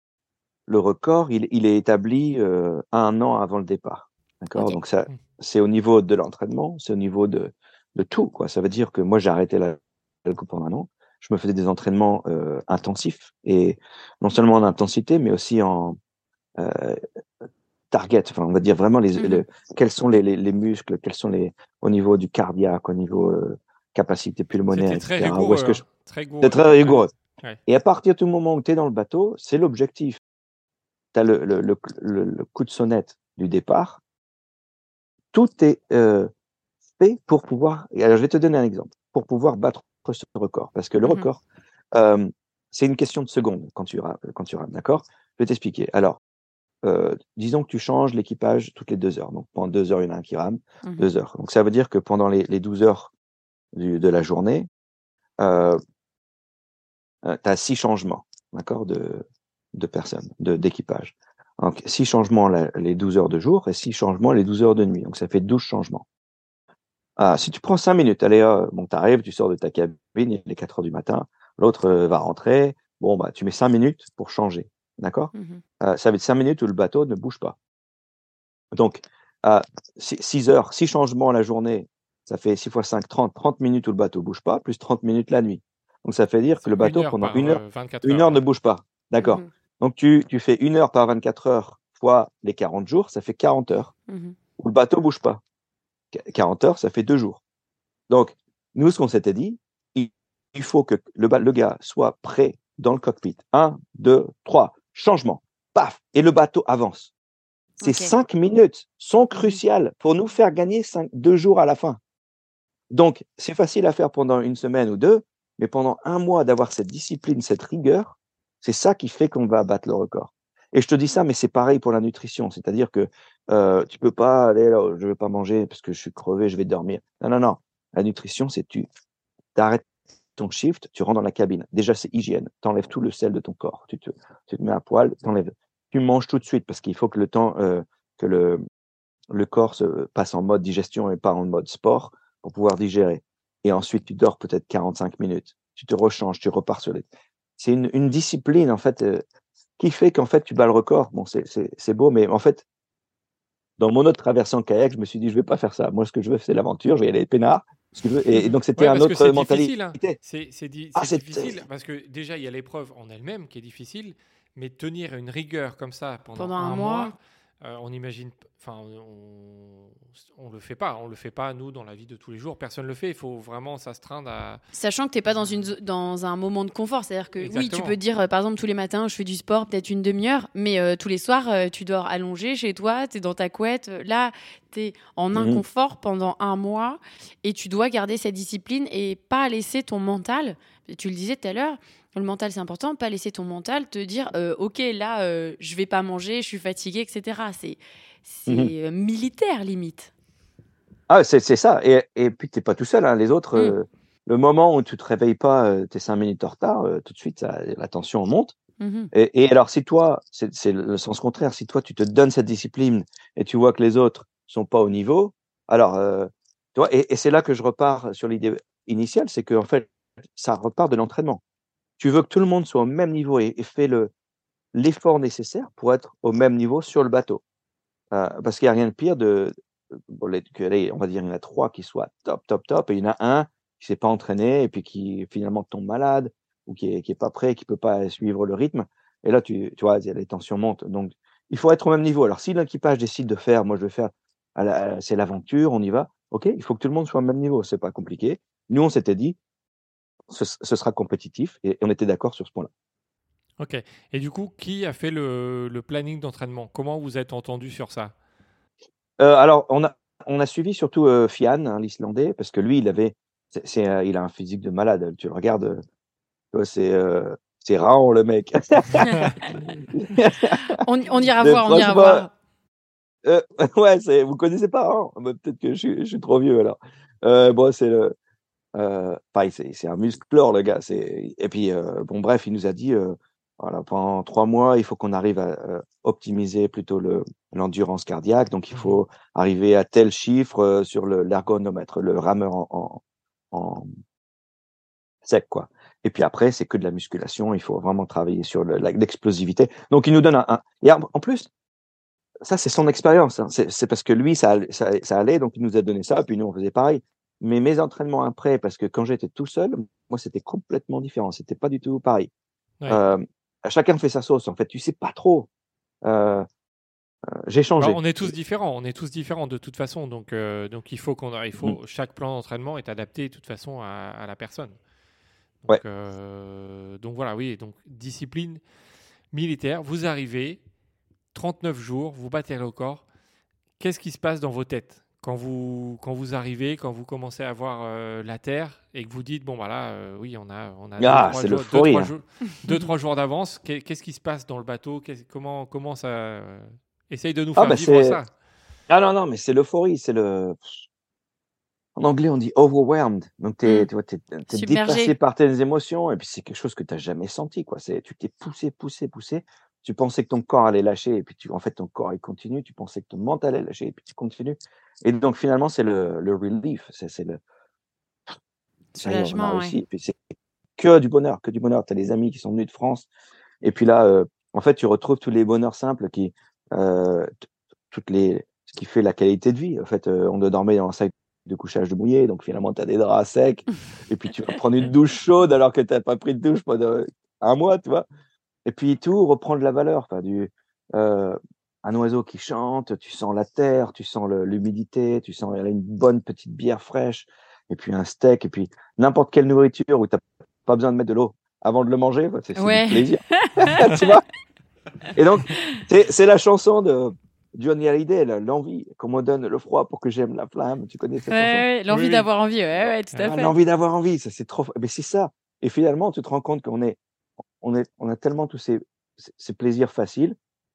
[SPEAKER 4] le record, il, il est établi euh, un an avant le départ. D'accord?
[SPEAKER 2] Ok.
[SPEAKER 4] Donc ça,
[SPEAKER 1] Hmm.
[SPEAKER 4] c'est au niveau de l'entraînement, c'est au niveau de, de tout, quoi. Ça veut dire que moi, j'ai arrêté la- l'alcool pendant un an. Je me faisais des entraînements euh, intensifs et non seulement en intensité, mais aussi en euh, target. Enfin, on va dire vraiment les,
[SPEAKER 2] Mhm.
[SPEAKER 4] le- quels sont les, les, les muscles, quels sont les au niveau du cardiaque, au niveau euh, capacité pulmonaire,
[SPEAKER 1] C'était très
[SPEAKER 4] et cetera. Où est-ce
[SPEAKER 1] rigoureux,
[SPEAKER 4] que
[SPEAKER 1] hein.
[SPEAKER 4] je...
[SPEAKER 1] Très
[SPEAKER 4] C'est
[SPEAKER 1] rigoureux.
[SPEAKER 4] très
[SPEAKER 1] Ouais.
[SPEAKER 4] rigoureux.
[SPEAKER 1] Ouais.
[SPEAKER 4] Et à partir du moment où tu es dans le bateau, c'est l'objectif. Tu as le, le, le, le, le coup de sonnette du départ. Tout est, euh, fait pour pouvoir, et alors je vais te donner un exemple, pour pouvoir battre ce record. Parce que le
[SPEAKER 2] Mhm.
[SPEAKER 4] record, euh, c'est une question de secondes quand tu rames, quand tu rames, d'accord? Je vais t'expliquer. Alors, euh, disons que tu changes l'équipage toutes les deux heures. Donc, pendant deux heures, il y en a un qui rame,
[SPEAKER 2] Mhm.
[SPEAKER 4] deux heures. Donc, ça veut dire que pendant les, les douze heures du, de la journée, euh, euh, tu as six changements, d'accord, de, de personnes, de, d'équipage. Donc, six changements la- les douze heures de jour et six changements les douze heures de nuit. Donc, ça fait douze changements. Ah, si tu prends cinq minutes, allez, euh, bon, t'arrives, tu sors de ta cabine, il est quatre heures du matin, l'autre euh, va rentrer, bon, bah, tu mets cinq minutes pour changer, d'accord?
[SPEAKER 2] Mhm.
[SPEAKER 4] Euh, ça va être cinq minutes où le bateau ne bouge pas. Donc, à six heures, six changements la journée, ça fait six fois cinq, trente, trente minutes où le bateau bouge pas, plus trente minutes la nuit. Donc, ça fait dire que
[SPEAKER 1] C'est
[SPEAKER 4] le
[SPEAKER 1] une
[SPEAKER 4] bateau,
[SPEAKER 1] heure
[SPEAKER 4] pendant
[SPEAKER 1] par
[SPEAKER 4] une heure,
[SPEAKER 1] euh, vingt-quatre
[SPEAKER 4] une
[SPEAKER 1] heures.
[SPEAKER 4] heure
[SPEAKER 1] Ouais.
[SPEAKER 4] ne bouge pas. D'accord.
[SPEAKER 2] Mhm.
[SPEAKER 4] Donc, tu, tu fais une heure par vingt-quatre heures fois les quarante jours, ça fait quarante heures
[SPEAKER 2] Mhm.
[SPEAKER 4] où le bateau bouge pas. Qu- quarante heures, ça fait deux jours. Donc, nous, ce qu'on s'était dit, il, il faut que le, ba- le gars soit prêt dans le cockpit. Un, deux, trois, changement. Paf! Et le bateau avance. Ces
[SPEAKER 2] Ok.
[SPEAKER 4] cinq minutes sont
[SPEAKER 2] Mhm.
[SPEAKER 4] cruciales pour nous faire gagner cinq, deux jours à la fin. Donc, c'est facile à faire pendant une semaine ou deux, mais pendant un mois d'avoir cette discipline, cette rigueur, c'est ça qui fait qu'on va battre le record. Et je te dis ça, mais c'est pareil pour la nutrition. C'est-à-dire que euh, tu peux pas aller là, je vais pas manger parce que je suis crevé, je vais dormir. Non, non, non. La nutrition, c'est tu arrêtes ton shift, tu rentres dans la cabine. Déjà, c'est hygiène. Tu enlèves tout le sel de ton corps. Tu te, tu te mets à poil, t'enlèves. Tu manges tout de suite parce qu'il faut que le temps, euh, que le, le corps se passe en mode digestion et pas en mode sport pour pouvoir digérer. Et ensuite, tu dors peut-être quarante-cinq minutes. Tu te rechanges, tu repars sur les. C'est une, une discipline, en fait, euh, qui fait qu'en fait, tu bats le record. Bon, c'est, c'est, c'est beau, mais en fait, dans mon autre traversée en kayak, je me suis dit, je vais pas faire ça. Moi, ce que je veux, c'est l'aventure. Je vais y aller peinard. Ce que je veux. Et, et donc, c'était
[SPEAKER 1] Ouais,
[SPEAKER 4] un
[SPEAKER 1] parce que
[SPEAKER 4] autre
[SPEAKER 1] c'est difficile. Hein.
[SPEAKER 4] mentalité.
[SPEAKER 1] C'est, c'est, di-
[SPEAKER 4] Ah,
[SPEAKER 1] c'est
[SPEAKER 4] c'est,
[SPEAKER 1] difficile parce que déjà, il y a l'épreuve en elle-même qui est difficile, mais tenir une rigueur comme ça pendant
[SPEAKER 2] Pendant un
[SPEAKER 1] un
[SPEAKER 2] mois.
[SPEAKER 1] mois, euh, on imagine. Enfin, on, on le fait pas. On le fait pas, nous, dans la vie de tous les jours. Personne le fait. Il faut vraiment s'astreindre à.
[SPEAKER 2] Sachant que tu n'es pas dans, une, zo- dans un moment de confort. C'est-à-dire que oui, tu
[SPEAKER 1] Exactement.
[SPEAKER 2] peux te dire, euh, par exemple, tous les matins, je fais du sport, peut-être une demi-heure, mais euh, tous les soirs, euh, tu dors allongé chez toi, tu es dans ta couette. Euh, Là, tu es en
[SPEAKER 4] Mhm.
[SPEAKER 2] inconfort pendant un mois et tu dois garder cette discipline et pas laisser ton mental, tu le disais tout à l'heure, le mental c'est important, pas laisser ton mental te dire, euh, ok, là, euh, je vais pas manger, je suis fatigué, et cetera. C'est, c'est
[SPEAKER 4] Mhm.
[SPEAKER 2] euh, militaire limite.
[SPEAKER 4] Ah, c'est, c'est ça. Et, et puis, t'es pas tout seul, hein. Les autres,
[SPEAKER 2] Mm.
[SPEAKER 4] euh, le moment où tu te réveilles pas, euh, t'es cinq minutes en retard, euh, tout de suite, ça, la tension monte.
[SPEAKER 2] Mhm.
[SPEAKER 4] Et, et alors, si toi, c'est, c'est le sens contraire, si toi, tu te donnes cette discipline et tu vois que les autres sont pas au niveau, alors, euh, tu vois, et, et c'est là que je repars sur l'idée initiale, c'est que, en fait, ça repart de l'entraînement. Tu veux que tout le monde soit au même niveau et, et fait le, l'effort nécessaire pour être au même niveau sur le bateau. Euh, parce qu'il n'y a rien de pire de, bon, les- que, allez, on va dire, il y en a trois qui soient top, top, top, et il y en a un qui s'est pas entraîné et puis qui finalement tombe malade ou qui est, qui est pas prêt, qui peut pas suivre le rythme. Et là, tu, tu vois, les tensions montent. Donc, il faut être au même niveau. Alors, si l'équipage décide de faire, moi, je vais faire, à la- c'est l'aventure, on y va. OK, il faut que tout le monde soit au même niveau. C'est pas compliqué. Nous, on s'était dit, ce, ce sera compétitif et on était d'accord sur ce point-là.
[SPEAKER 1] Ok. Et du coup, qui a fait le, le planning d'entraînement? Comment vous êtes entendu sur ça?
[SPEAKER 4] Euh, alors, on a, on a suivi surtout euh, Fian, hein, l'Islandais, parce que lui, il avait, c'est, c'est, euh, il a un physique de malade. Tu le regardes, euh, tu vois, c'est, euh, c'est rare le mec.
[SPEAKER 2] on, on ira
[SPEAKER 4] Mais
[SPEAKER 2] voir, on ira
[SPEAKER 4] franchement,
[SPEAKER 2] voir.
[SPEAKER 4] euh, ouais, c'est, vous connaissez pas, hein? Bah, peut-être que je suis, je suis trop vieux alors. Euh, bon, c'est le, euh, pareil, c'est, c'est un musclore le gars. C'est, et puis, euh, bon, bref, il nous a dit, euh, voilà, pendant trois mois, il faut qu'on arrive à euh, optimiser plutôt le, l'endurance cardiaque. Donc, il
[SPEAKER 1] Mhm.
[SPEAKER 4] faut arriver à tel chiffre euh, sur le, l'ergonomètre, le rameur en, en, en sec, quoi. Et puis après, c'est que de la musculation. Il faut vraiment travailler sur le- la- l'explosivité. Donc, il nous donne un, un- et en en plus, ça, c'est son expérience, hein. C'est, c'est parce que lui, ça, all- ça, ça allait, donc il nous a donné ça, puis nous, on faisait pareil. Mais mes entraînements après, parce que quand j'étais tout seul, moi, c'était complètement différent. C'était pas du tout pareil.
[SPEAKER 1] Ouais.
[SPEAKER 4] Euh, chacun fait sa sauce, en fait. Tu sais pas trop. Euh, j'ai
[SPEAKER 1] Bah,
[SPEAKER 4] changé.
[SPEAKER 1] on est tous différents, on est tous différents de toute façon, donc, euh, donc il faut qu'on a- il
[SPEAKER 4] Mhm.
[SPEAKER 1] faut chaque plan d'entraînement est adapté de toute façon à, à la personne.
[SPEAKER 4] Ouais.
[SPEAKER 1] Donc, euh, donc voilà, oui, donc discipline militaire. Vous arrivez, trente-neuf jours, vous battez le record. Qu'est-ce qui se passe dans vos têtes quand vous, quand vous arrivez, quand vous commencez à voir euh, la Terre et que vous dites, bon, voilà, euh, oui, on a, on a
[SPEAKER 4] Ah,
[SPEAKER 1] deux, trois
[SPEAKER 4] c'est
[SPEAKER 1] jours, deux,
[SPEAKER 4] l'euphorie.
[SPEAKER 1] trois
[SPEAKER 4] hein.
[SPEAKER 1] jours, deux, trois jours d'avance. Qu'est- Qu'est-ce qui se passe dans le bateau? Qu'est-ce- comment, comment ça... euh, Essaye de nous
[SPEAKER 4] Ah,
[SPEAKER 1] faire
[SPEAKER 4] bah,
[SPEAKER 1] vivre
[SPEAKER 4] c'est.
[SPEAKER 1] ça.
[SPEAKER 4] Ah non, non, mais c'est l'euphorie. C'est le. En anglais, on dit overwhelmed. Donc, t'es,
[SPEAKER 2] Mm.
[SPEAKER 4] tu vois, t'es, t'es
[SPEAKER 2] Submergé.
[SPEAKER 4] dépassé par tes émotions. Et puis, c'est quelque chose que tu n'as jamais senti, quoi. C'est, tu t'es poussé, poussé, poussé. Tu pensais que ton corps allait lâcher. Et puis, tu, en fait, ton corps, il continue. Tu pensais que ton mental allait lâcher. Et puis, tu continues. Et donc, finalement, c'est le, le relief. C'est, c'est le. Ça y est, on a
[SPEAKER 2] Soulagement,
[SPEAKER 4] réussi.
[SPEAKER 2] ouais.
[SPEAKER 4] Et puis, c'est que du bonheur, que du bonheur. Tu as des amis qui sont venus de France. Et puis là, euh, en fait, tu retrouves tous les bonheurs simples qui. Euh, t- toutes les. Ce qui fait la qualité de vie. En fait, euh, on doit dormir dans un sac de couchage de mouillé, donc finalement tu as des draps secs, et puis tu vas prendre une douche chaude alors que tu n'as pas pris de douche pendant un mois, tu vois. Et puis tout reprend de la valeur. Enfin, du, euh, un oiseau qui chante, tu sens la terre, tu sens le, l'humidité, tu sens une bonne petite bière fraîche, et puis un steak, et puis n'importe quelle nourriture où tu n'as pas besoin de mettre de l'eau avant de le manger, c'est, c'est
[SPEAKER 2] Ouais.
[SPEAKER 4] du plaisir. Tu vois. Et donc, c'est, c'est la chanson de Johnny Hallyday, là, l'envie qu'on me donne le froid pour que j'aime la flamme. Tu connais cette
[SPEAKER 2] Ouais,
[SPEAKER 4] chanson?
[SPEAKER 2] ouais, l'envie
[SPEAKER 1] Oui.
[SPEAKER 2] d'avoir envie, ouais, ouais, tout à
[SPEAKER 1] Ah,
[SPEAKER 4] Ah,
[SPEAKER 2] fait.
[SPEAKER 4] l'envie d'avoir envie, ça c'est trop. Mais c'est ça. Et finalement, tu te rends compte qu'on est, on est, on a tellement tous ces, ces, ces plaisirs faciles,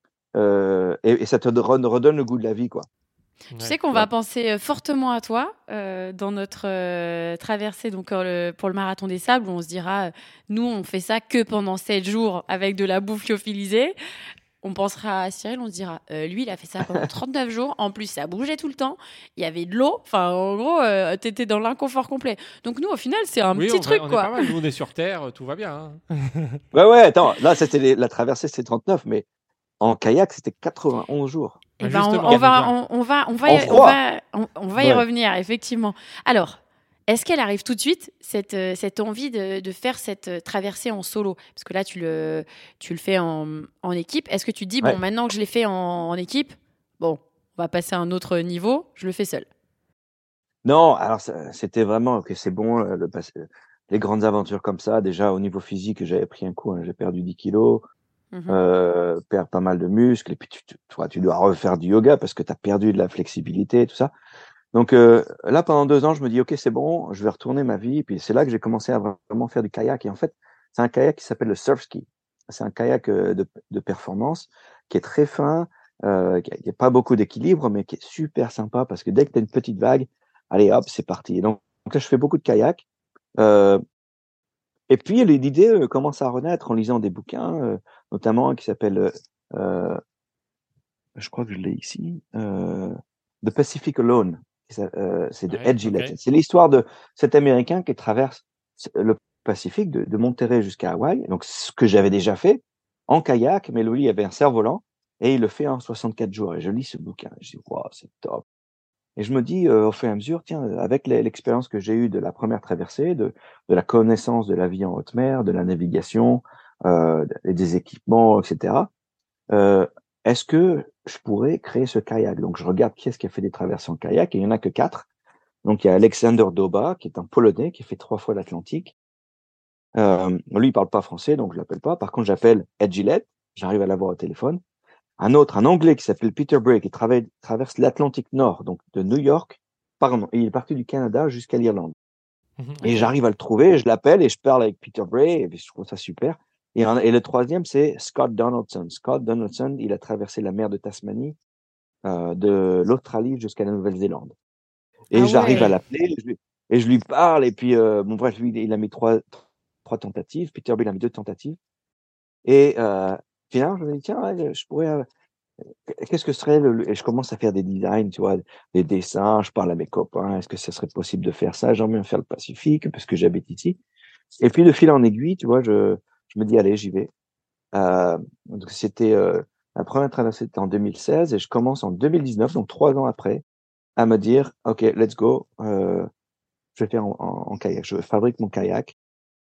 [SPEAKER 4] euh, et, et ça te redonne, redonne le goût de la vie, quoi.
[SPEAKER 2] Tu
[SPEAKER 1] Ouais.
[SPEAKER 2] sais qu'on
[SPEAKER 4] Tu
[SPEAKER 2] va
[SPEAKER 4] vois.
[SPEAKER 2] penser euh, fortement à toi euh, dans notre euh, traversée donc, euh, le- pour le Marathon des Sables, où on se dira, euh, nous, on fait ça que pendant sept jours avec de la bouffe lyophilisée. On pensera à Cyril, on se dira, euh, lui, il a fait ça pendant trente-neuf jours. En plus, ça bougeait tout le temps. Il y avait de l'eau. Enfin, en gros, euh, t'étais dans l'inconfort complet. Donc nous, au final, c'est un
[SPEAKER 1] Oui,
[SPEAKER 2] petit
[SPEAKER 1] on,
[SPEAKER 2] truc,
[SPEAKER 1] on est
[SPEAKER 2] quoi.
[SPEAKER 1] pas mal. Nous, on est sur Terre, tout va bien. hein.
[SPEAKER 4] Ouais, ouais, attends, là, c'était les- la traversée, c'était trente-neuf, mais en kayak, c'était quatre-vingt-onze jours.
[SPEAKER 2] Eh
[SPEAKER 1] Bah,
[SPEAKER 2] ben, on,
[SPEAKER 1] justement,
[SPEAKER 2] on va,
[SPEAKER 1] déjà.
[SPEAKER 2] on, on va, on va,
[SPEAKER 4] En
[SPEAKER 2] y, on
[SPEAKER 4] froid.
[SPEAKER 2] va, on, on va y
[SPEAKER 4] Ouais.
[SPEAKER 2] revenir, effectivement. Alors, est-ce qu'elle arrive tout de suite, cette, euh, cette envie de, de faire cette euh, traversée en solo? Parce que là, tu le, tu le fais en, en équipe. Est-ce que tu te dis,
[SPEAKER 4] Ouais.
[SPEAKER 2] bon, maintenant que je l'ai fait en, en équipe, bon, on va passer à un autre niveau, je le fais seul.
[SPEAKER 4] Non, alors ça- c'était vraiment que c'est bon, euh, le, pass- les grandes aventures comme ça. Déjà, au niveau physique, j'avais pris un coup, hein, j'ai perdu dix kilos.
[SPEAKER 2] Mhm.
[SPEAKER 4] euh, perdre pas mal de muscles, et puis tu, tu, toi, tu dois refaire du yoga parce que tu as perdu de la flexibilité et tout ça. Donc euh, là, pendant deux ans, je me dis, OK, c'est bon, je vais retourner ma vie. Et puis c'est là que j'ai commencé à vraiment faire du kayak. Et en fait, c'est un kayak qui s'appelle le surf ski. C'est un kayak euh, de, de performance qui est très fin, euh, qui n'a pas beaucoup d'équilibre, mais qui est super sympa parce que dès que tu as une petite vague, allez hop, c'est parti. Et donc, donc là, je fais beaucoup de kayak. Euh, et puis l'idée euh, commence à renaître en lisant des bouquins, euh, notamment un qui s'appelle, euh, euh, je crois que je l'ai ici, euh, The Pacific Alone. Ça, euh, c'est de
[SPEAKER 1] Ouais,
[SPEAKER 4] Ed Gillett.
[SPEAKER 1] ok.
[SPEAKER 4] C'est l'histoire de cet Américain qui traverse le Pacifique de, de Monterrey jusqu'à Hawaï. Donc ce que j'avais déjà fait en kayak, mais lui il avait un cerf-volant et il le fait en soixante-quatre jours. Et je lis ce bouquin, je dis waouh, c'est top. Et je me dis euh, au fur et à mesure, tiens, avec les- l'expérience que j'ai eue de la première traversée, de, de la connaissance de la vie en haute mer, de la navigation, euh, et des équipements, et cetera. Euh, est-ce que je pourrais créer ce kayak? Donc je regarde qui est-ce qui a fait des traversées en kayak, et il y en a que quatre. Donc il y a Alexander Doba, qui est un Polonais qui a fait trois fois l'Atlantique. Euh, lui, il parle pas français, donc je l'appelle pas. Par contre, j'appelle Ed Gillett, j'arrive à l'avoir au téléphone. Un autre, un Anglais qui s'appelle Peter Bray, qui travaille, traverse l'Atlantique Nord, donc de New York, pardon, il est parti du Canada jusqu'à l'Irlande.
[SPEAKER 1] Mhm,
[SPEAKER 4] Et
[SPEAKER 1] ok.
[SPEAKER 4] j'arrive à le trouver, je l'appelle et je parle avec Peter Bray, et je trouve ça super. Et, un- et le troisième, c'est Scott Donaldson. Scott Donaldson, il a traversé la mer de Tasmanie, euh, de l'Australie jusqu'à la Nouvelle-Zélande. Et
[SPEAKER 2] Ah
[SPEAKER 4] j'arrive à
[SPEAKER 2] ouais.
[SPEAKER 4] l'appeler, et je lui, et je lui parle, et puis, euh, bon, bref, lui, il a mis trois, trois tentatives, Peter Bray, il a mis deux tentatives. Et euh, finalement, je me dis, tiens, ouais, je pourrais, euh, qu'est-ce que serait le, et je commence à faire des designs, tu vois, des dessins, je parle à mes copains, est-ce que ce serait possible de faire ça? J'aimerais bien faire le Pacifique parce que j'habite ici. Et puis de fil en aiguille, tu vois, je, je me dis, allez, j'y vais. Euh, donc c'était, euh, la première traversée était en deux mille seize et je commence en deux mille dix-neuf, donc trois ans après, à me dire, OK, let's go, euh, je vais faire en, en, en kayak, je fabrique mon kayak.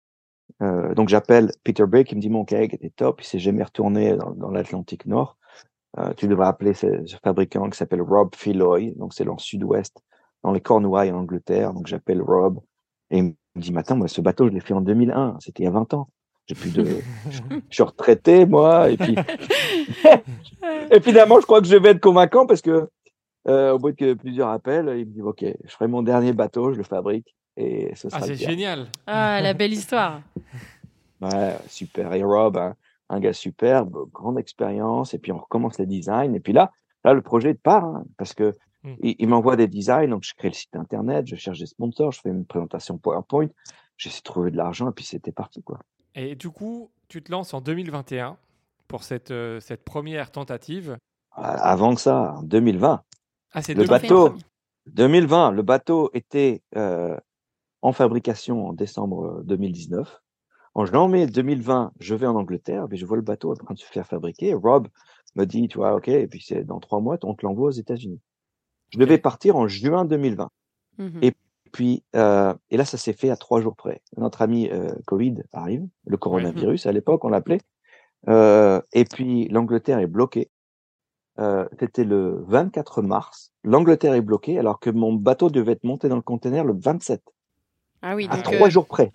[SPEAKER 4] Euh, donc j'appelle Peter Bray qui me dit mon kayak était top, il s'est jamais retourné dans, dans l'Atlantique Nord. Euh, tu devrais appeler ce, ce fabricant qui s'appelle Rob Filloy, donc c'est dans le sud-ouest, dans les Cornouailles en Angleterre. Donc j'appelle Rob et il me dit, mais attends, moi ce bateau je l'ai fait en deux mille un, c'était il y a vingt ans. J'ai plus de, je, je suis retraité moi, et puis et finalement je crois que je vais être convaincant parce que Euh, au bout de plusieurs appels, il me dit ok, je ferai mon dernier bateau, je le fabrique et ce
[SPEAKER 1] Ah,
[SPEAKER 4] sera
[SPEAKER 1] c'est
[SPEAKER 4] le tien.
[SPEAKER 1] génial.
[SPEAKER 2] Ah, la belle histoire.
[SPEAKER 4] Ouais, super. Et Rob, un, un gars superbe, grande expérience. Et puis on recommence les designs. Et puis là, là le projet part hein, parce que
[SPEAKER 1] Hmm.
[SPEAKER 4] il, il m'envoie des designs. Donc je crée le site internet, je cherche des sponsors, je fais une présentation PowerPoint, j'essaie de trouver de l'argent et puis c'était parti quoi.
[SPEAKER 1] Et du coup, tu te lances en deux mille vingt et un pour cette, euh, cette première tentative.
[SPEAKER 4] Avant que ça, en deux mille vingt,
[SPEAKER 1] Ah, c'est
[SPEAKER 4] le
[SPEAKER 2] T'en fais un
[SPEAKER 4] bateau,
[SPEAKER 2] premier.
[SPEAKER 4] deux mille vingt, le bateau était euh, en fabrication en décembre deux mille dix-neuf. En janvier deux mille vingt, je vais en Angleterre, mais je vois le bateau en train de se faire fabriquer. Rob me dit, tu vois, ok, et puis c'est dans trois mois, on te l'envoie aux États-Unis. Je
[SPEAKER 1] Ok.
[SPEAKER 4] devais partir en juin deux mille vingt.
[SPEAKER 2] Mhm.
[SPEAKER 4] Et puis, euh, et là, ça s'est fait à trois jours près. Notre ami euh, Covid arrive, le coronavirus à l'époque, on l'appelait. Euh, et puis, l'Angleterre est bloquée. Euh, C'était le vingt-quatre mars. L'Angleterre est bloquée alors que mon bateau devait être monté dans le conteneur le vingt-sept,
[SPEAKER 2] Ah oui,
[SPEAKER 4] à
[SPEAKER 2] donc.
[SPEAKER 4] trois
[SPEAKER 2] euh,
[SPEAKER 4] jours près.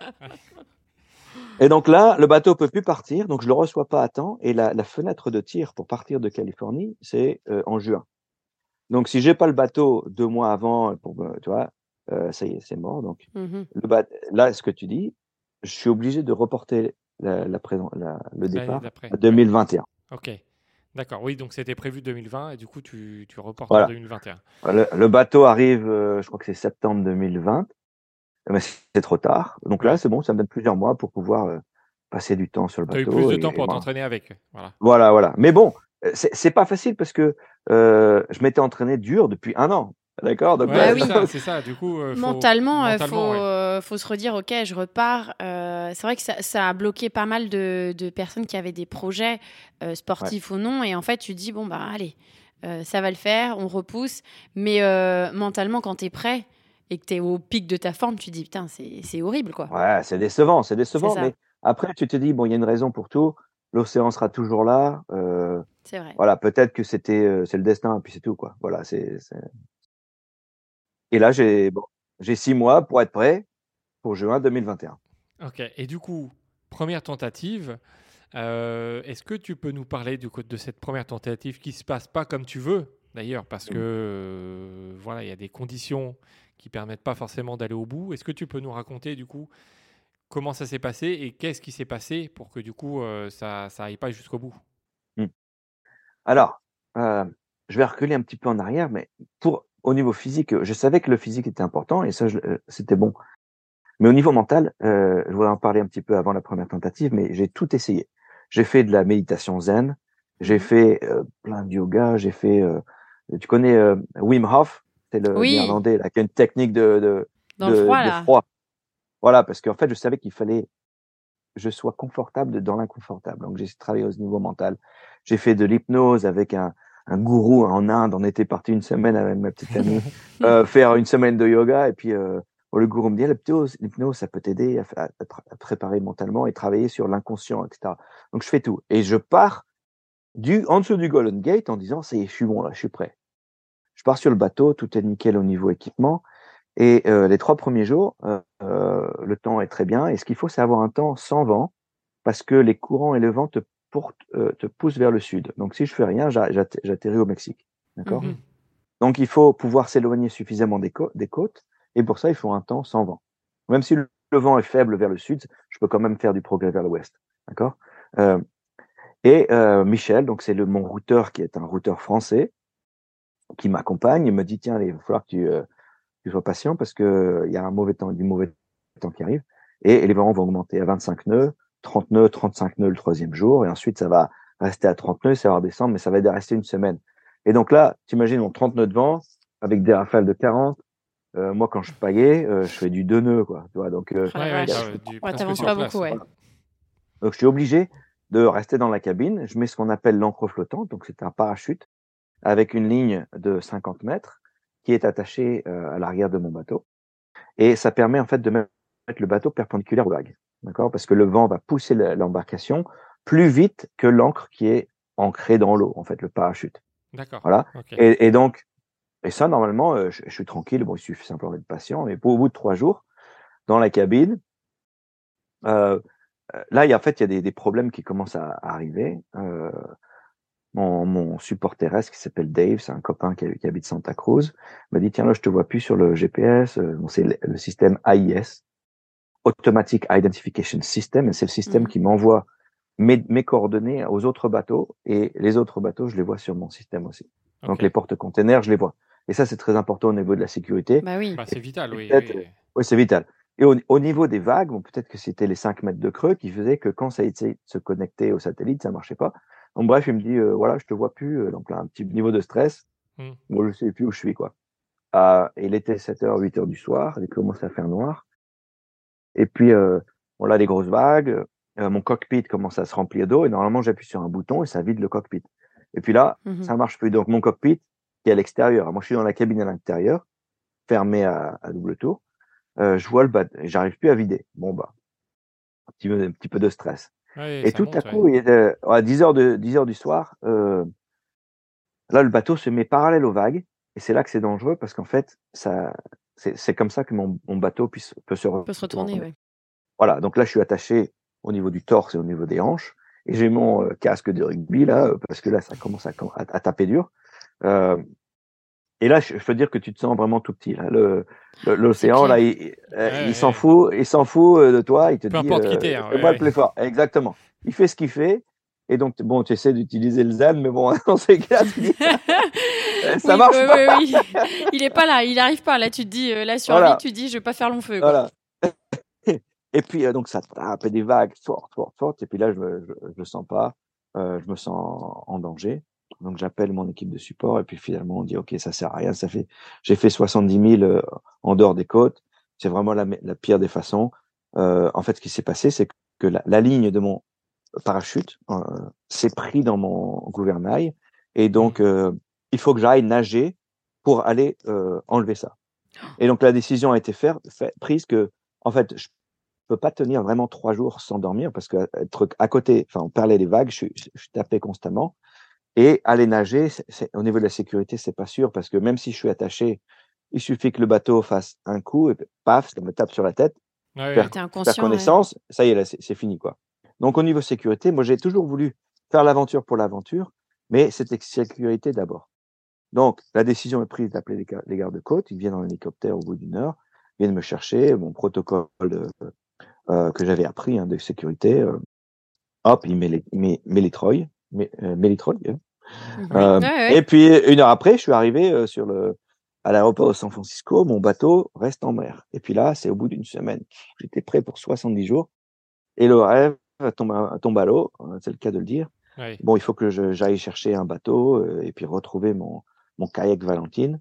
[SPEAKER 4] Et donc là, le bateau peut plus partir, donc je le reçois pas à temps. Et la, la fenêtre de tir pour partir de Californie, c'est euh, en juin. Donc si j'ai pas le bateau deux mois avant, pour, me- tu vois, euh, ça y est, c'est mort. Donc
[SPEAKER 2] mhm.
[SPEAKER 4] le bat- là, ce que tu dis, je suis obligé de reporter la, la présent- la- le
[SPEAKER 1] L'année
[SPEAKER 4] départ
[SPEAKER 1] d'après.
[SPEAKER 4] à
[SPEAKER 1] Ouais.
[SPEAKER 4] deux mille vingt et un.
[SPEAKER 1] Ok. D'accord. Oui, donc c'était prévu deux mille vingt et du coup, tu, tu reportes en
[SPEAKER 4] Voilà.
[SPEAKER 1] deux mille vingt et un.
[SPEAKER 4] Le, le bateau arrive, euh, je crois que c'est septembre deux mille vingt, mais c'est trop tard. Donc là,
[SPEAKER 1] Ouais.
[SPEAKER 4] c'est bon, ça me donne plusieurs mois pour pouvoir euh, passer du temps sur le
[SPEAKER 1] Tu as eu plus
[SPEAKER 4] bateau.
[SPEAKER 1] de
[SPEAKER 4] Et,
[SPEAKER 1] temps
[SPEAKER 4] et
[SPEAKER 1] pour
[SPEAKER 4] voilà.
[SPEAKER 1] t'entraîner avec. Voilà.
[SPEAKER 4] Voilà, voilà. Mais bon, euh, c'est c'est pas facile parce que euh, je m'étais entraîné dur depuis un an. D'accord? Donc
[SPEAKER 1] Ouais,
[SPEAKER 2] Bah
[SPEAKER 4] là,
[SPEAKER 1] c'est
[SPEAKER 2] oui.
[SPEAKER 1] ça, c'est ça. Du coup, euh, faut...
[SPEAKER 2] Mentalement, il
[SPEAKER 1] mentalement,
[SPEAKER 2] faut,
[SPEAKER 1] ouais.
[SPEAKER 2] euh, faut se redire, ok, je repars. Euh, c'est vrai que ça, ça a bloqué pas mal de, de personnes qui avaient des projets, euh, sportifs ou non. Et en fait, tu te dis, bon, bah allez, euh, ça va le faire, on repousse. Mais euh, mentalement, quand tu es prêt et que tu es au pic de ta forme, tu te dis, putain, c'est c'est horrible, quoi.
[SPEAKER 4] ouais, c'est décevant, c'est
[SPEAKER 2] C'est
[SPEAKER 4] décevant.
[SPEAKER 2] ça,
[SPEAKER 4] Mais après, tu te dis, bon, il y a une raison pour tout. L'océan sera toujours là. Euh,
[SPEAKER 2] c'est vrai.
[SPEAKER 4] voilà, peut-être que c'était, euh, c'est le destin, et puis c'est tout, quoi. Voilà, c'est, c'est... Et là, j'ai, bon, j'ai six mois pour être prêt pour juin deux mille vingt et un.
[SPEAKER 1] Ok. Et du coup, première tentative. Euh, Est-ce que tu peux nous parler du coup de cette première tentative qui se passe pas comme tu veux, d'ailleurs, parce que euh, voilà, il y a des conditions qui permettent pas forcément d'aller au bout. Est-ce que tu peux nous raconter du coup comment ça s'est passé et qu'est-ce qui s'est passé pour que du coup euh, ça ça aille pas jusqu'au bout?
[SPEAKER 4] Hmm. Alors, euh, je vais reculer un petit peu en arrière, mais pour au niveau physique, je savais que le physique était important et ça, je- euh, c'était bon. Mais au niveau mental, euh, je voudrais en parler un petit peu avant la première tentative, mais j'ai tout essayé. J'ai fait de la méditation zen, j'ai
[SPEAKER 2] Mhm.
[SPEAKER 4] fait euh, plein de yoga, j'ai fait. Euh, tu connais euh, Wim Hof, c'est le
[SPEAKER 2] Oui,
[SPEAKER 4] néerlandais là, qui a une technique de de,
[SPEAKER 2] dans le
[SPEAKER 4] de,
[SPEAKER 2] froid,
[SPEAKER 4] de
[SPEAKER 2] là.
[SPEAKER 4] froid. Voilà, parce qu'en fait, je savais qu'il fallait que je sois confortable dans l'inconfortable. Donc, j'ai travaillé au niveau mental. J'ai fait de l'hypnose avec un, un gourou en Inde. On était parti une semaine avec ma petite amie euh, faire une semaine de yoga et puis euh, bon, le gourou me dit l'hypnose, l'hypnose, ça peut t'aider à, à, à préparer mentalement et travailler sur l'inconscient, et cetera. Donc, je fais tout. Et je pars du, en dessous du Golden Gate en disant, c'est, je suis bon là, je suis prêt. Je pars sur le bateau, tout est nickel au niveau équipement. Et euh, les trois premiers jours, euh, euh, le temps est très bien. Et ce qu'il faut, c'est avoir un temps sans vent, parce que les courants et le vent te, portent, euh, te poussent vers le sud. Donc, si je fais rien, j'a- j'atter- j'atterris au Mexique. D'accord?
[SPEAKER 2] Mhm.
[SPEAKER 4] Donc, il faut pouvoir s'éloigner suffisamment des, cô- des côtes. Et pour ça, il faut un temps sans vent. Même si le, le vent est faible vers le sud, je peux quand même faire du progrès vers l'ouest. D'accord? Euh, et euh, Michel, donc c'est le mon routeur qui est un routeur français, qui m'accompagne et me dit tiens, il va falloir que tu, euh, tu sois patient parce que euh, il y a un mauvais temps, du mauvais temps qui arrive. Et, et les vents vont augmenter à vingt-cinq nœuds, trente nœuds, trente-cinq nœuds le troisième jour, et ensuite ça va rester à trente nœuds, ça va redescendre, mais ça va rester une semaine. Et donc là, tu imagines mon trente nœuds de vent avec des rafales de quarante. Euh, moi, quand je paillais, euh, je fais du deux nœuds, quoi. Tu vois, donc, euh,
[SPEAKER 2] Oh la
[SPEAKER 1] Ouais, ouais,
[SPEAKER 4] y a-
[SPEAKER 2] vache.
[SPEAKER 1] ça, euh, du,
[SPEAKER 2] Ouais,
[SPEAKER 1] presque
[SPEAKER 2] t'avances
[SPEAKER 1] sur
[SPEAKER 2] pas
[SPEAKER 1] place.
[SPEAKER 2] beaucoup, ouais.
[SPEAKER 4] donc je suis obligé de rester dans la cabine. Je mets ce qu'on appelle l'ancre flottante, donc c'est un parachute avec une ligne de cinquante mètres qui est attachée euh, à l'arrière de mon bateau. Et ça permet en fait de mettre le bateau perpendiculaire aux vagues. D'accord? Parce que le vent va pousser l'embarcation plus vite que l'ancre qui est ancrée dans l'eau, en fait, le parachute.
[SPEAKER 1] D'accord.
[SPEAKER 4] Voilà.
[SPEAKER 1] Ok.
[SPEAKER 4] Et, et donc, et ça, normalement, euh, je, je suis tranquille. Bon, il suffit simplement d'être patient. Mais pour, au bout de trois jours, dans la cabine, euh, là, il y a, en fait, il y a des, des problèmes qui commencent à, à arriver. Euh, mon, mon support terrestre qui s'appelle Dave, c'est un copain qui, qui habite Santa Cruz, m'a dit, tiens, là, je te vois plus sur le G P S. Bon, c'est le, le système A I S, Automatic Identification System, et c'est le système
[SPEAKER 2] Mhm.
[SPEAKER 4] qui m'envoie mes, mes coordonnées aux autres bateaux, et les autres bateaux, je les vois sur mon système aussi. Donc,
[SPEAKER 1] Ok.
[SPEAKER 4] les porte-containers, je les vois. Et ça, c'est très important au niveau de la sécurité.
[SPEAKER 2] Bah oui.
[SPEAKER 1] Bah, c'est vital, oui.
[SPEAKER 4] Peut-être,
[SPEAKER 1] oui.
[SPEAKER 4] oui, c'est vital. Et au, au niveau des vagues, bon, peut-être que c'était les cinq mètres de creux qui faisaient que quand ça essayait de se connecter au satellite, ça marchait pas. Donc, bref, il me dit, euh, voilà, je te vois plus. euh, Donc là, un petit niveau de stress.
[SPEAKER 1] Hmm.
[SPEAKER 4] Moi, je sais plus où je suis, quoi. Euh, et il était sept heures, huit heures du soir. Il commençait à faire noir. Et puis, euh, on a des grosses vagues. Euh, mon cockpit commence à se remplir d'eau. Et normalement, j'appuie sur un bouton et ça vide le cockpit. Et puis là,
[SPEAKER 2] Mhm.
[SPEAKER 4] ça marche plus. Donc, mon cockpit qui est à l'extérieur. Moi, je suis dans la cabine à l'intérieur, fermée à, à double tour. Euh, je vois le bateau, j'arrive plus à vider. Bon, bah, un petit peu, un petit peu de stress.
[SPEAKER 1] Ouais,
[SPEAKER 4] Et
[SPEAKER 1] ça
[SPEAKER 4] tout
[SPEAKER 1] monte,
[SPEAKER 4] à
[SPEAKER 1] ouais.
[SPEAKER 4] coup, il est à dix heures de, dix heures du soir, euh, là, le bateau se met parallèle aux vagues. Et c'est là que c'est dangereux parce qu'en fait, ça, c'est, c'est comme ça que mon, mon bateau puisse, peut se
[SPEAKER 2] On peut se retourner,
[SPEAKER 4] retourner.
[SPEAKER 2] ouais.
[SPEAKER 4] Voilà. Donc là, je suis attaché au niveau du torse et au niveau des hanches. Et j'ai mon euh, casque de rugby, là, euh, parce que là, ça commence à, à, à taper dur. Euh, Et là, je, je peux dire que tu te sens vraiment tout petit. Là. Le, le-
[SPEAKER 2] C'est
[SPEAKER 4] l'océan, là,
[SPEAKER 2] clair.
[SPEAKER 4] il, euh,
[SPEAKER 1] Ouais,
[SPEAKER 4] il s'en
[SPEAKER 1] ouais.
[SPEAKER 4] fout, il s'en fout euh, de toi. Il te
[SPEAKER 1] Peu
[SPEAKER 4] dit,
[SPEAKER 1] importe qui
[SPEAKER 4] euh,
[SPEAKER 1] t'es, hein,
[SPEAKER 4] fais-moi
[SPEAKER 1] ouais,
[SPEAKER 4] le plus fort. Exactement. Il fait ce qu'il fait. Et donc, bon, tu essaies d'utiliser le zen, mais bon, dans ces cas, tu dis, euh, ça
[SPEAKER 2] Oui,
[SPEAKER 4] marche
[SPEAKER 2] oui,
[SPEAKER 4] pas.
[SPEAKER 2] oui, oui. Il est pas là, il arrive pas. Là, tu te dis, euh, la survie,
[SPEAKER 4] Voilà,
[SPEAKER 2] tu te dis, je vais pas faire long feu, quoi.
[SPEAKER 4] voilà. Et puis, euh, donc, ça tape et des vagues fortes, fortes, fortes. Et puis là, je me, je, je le sens pas. Euh, je me sens en danger. Donc, j'appelle mon équipe de support. Et puis, finalement, on dit, OK, ça sert à rien. Ça fait, j'ai fait soixante-dix mille euh, en dehors des côtes. C'est vraiment la, la pire des façons. Euh, en fait, ce qui s'est passé, c'est que la, la ligne de mon parachute euh, s'est pris dans mon gouvernail. Et donc, euh, il faut que j'aille nager pour aller euh, enlever ça. Et donc, la décision a été faire, fait, prise que, en fait, je peux pas tenir vraiment trois jours sans dormir parce que être à côté, enfin, on parlait des vagues, je, je, je tapais constamment. Et aller nager, c'est, c'est, au niveau de la sécurité, c'est pas sûr parce que même si je suis attaché, il suffit que le bateau fasse un coup et paf, ça me tape sur la tête,
[SPEAKER 1] Ouais,
[SPEAKER 4] faire,
[SPEAKER 2] T'es
[SPEAKER 4] faire
[SPEAKER 2] inconscient, ouais.
[SPEAKER 4] connaissance, ça y est, là, c'est, c'est fini, quoi. Donc, au niveau sécurité, moi, j'ai toujours voulu faire l'aventure pour l'aventure, mais c'était sécurité d'abord. Donc, la décision est prise d'appeler les, gar- les gardes-côtes. Ils viennent en hélicoptère au bout d'une heure, viennent me chercher, mon protocole de, euh, que j'avais appris hein, de sécurité. Euh, hop, il met les, il met, met les troilles, met, euh, met les troilles, hein.
[SPEAKER 2] Mhm.
[SPEAKER 4] Euh,
[SPEAKER 2] Ouais, ouais.
[SPEAKER 4] Et puis, une heure après, je suis arrivé euh, sur le, à l'aéroport de San Francisco. Mon bateau reste en mer. Et puis là, c'est au bout d'une semaine. J'étais prêt pour soixante-dix jours. Et le rêve tombe à, tombe à l'eau, hein, c'est le cas de le dire.
[SPEAKER 1] ouais.
[SPEAKER 4] Bon, il faut que je, j'aille chercher un bateau euh, et puis retrouver mon, mon kayak Valentine.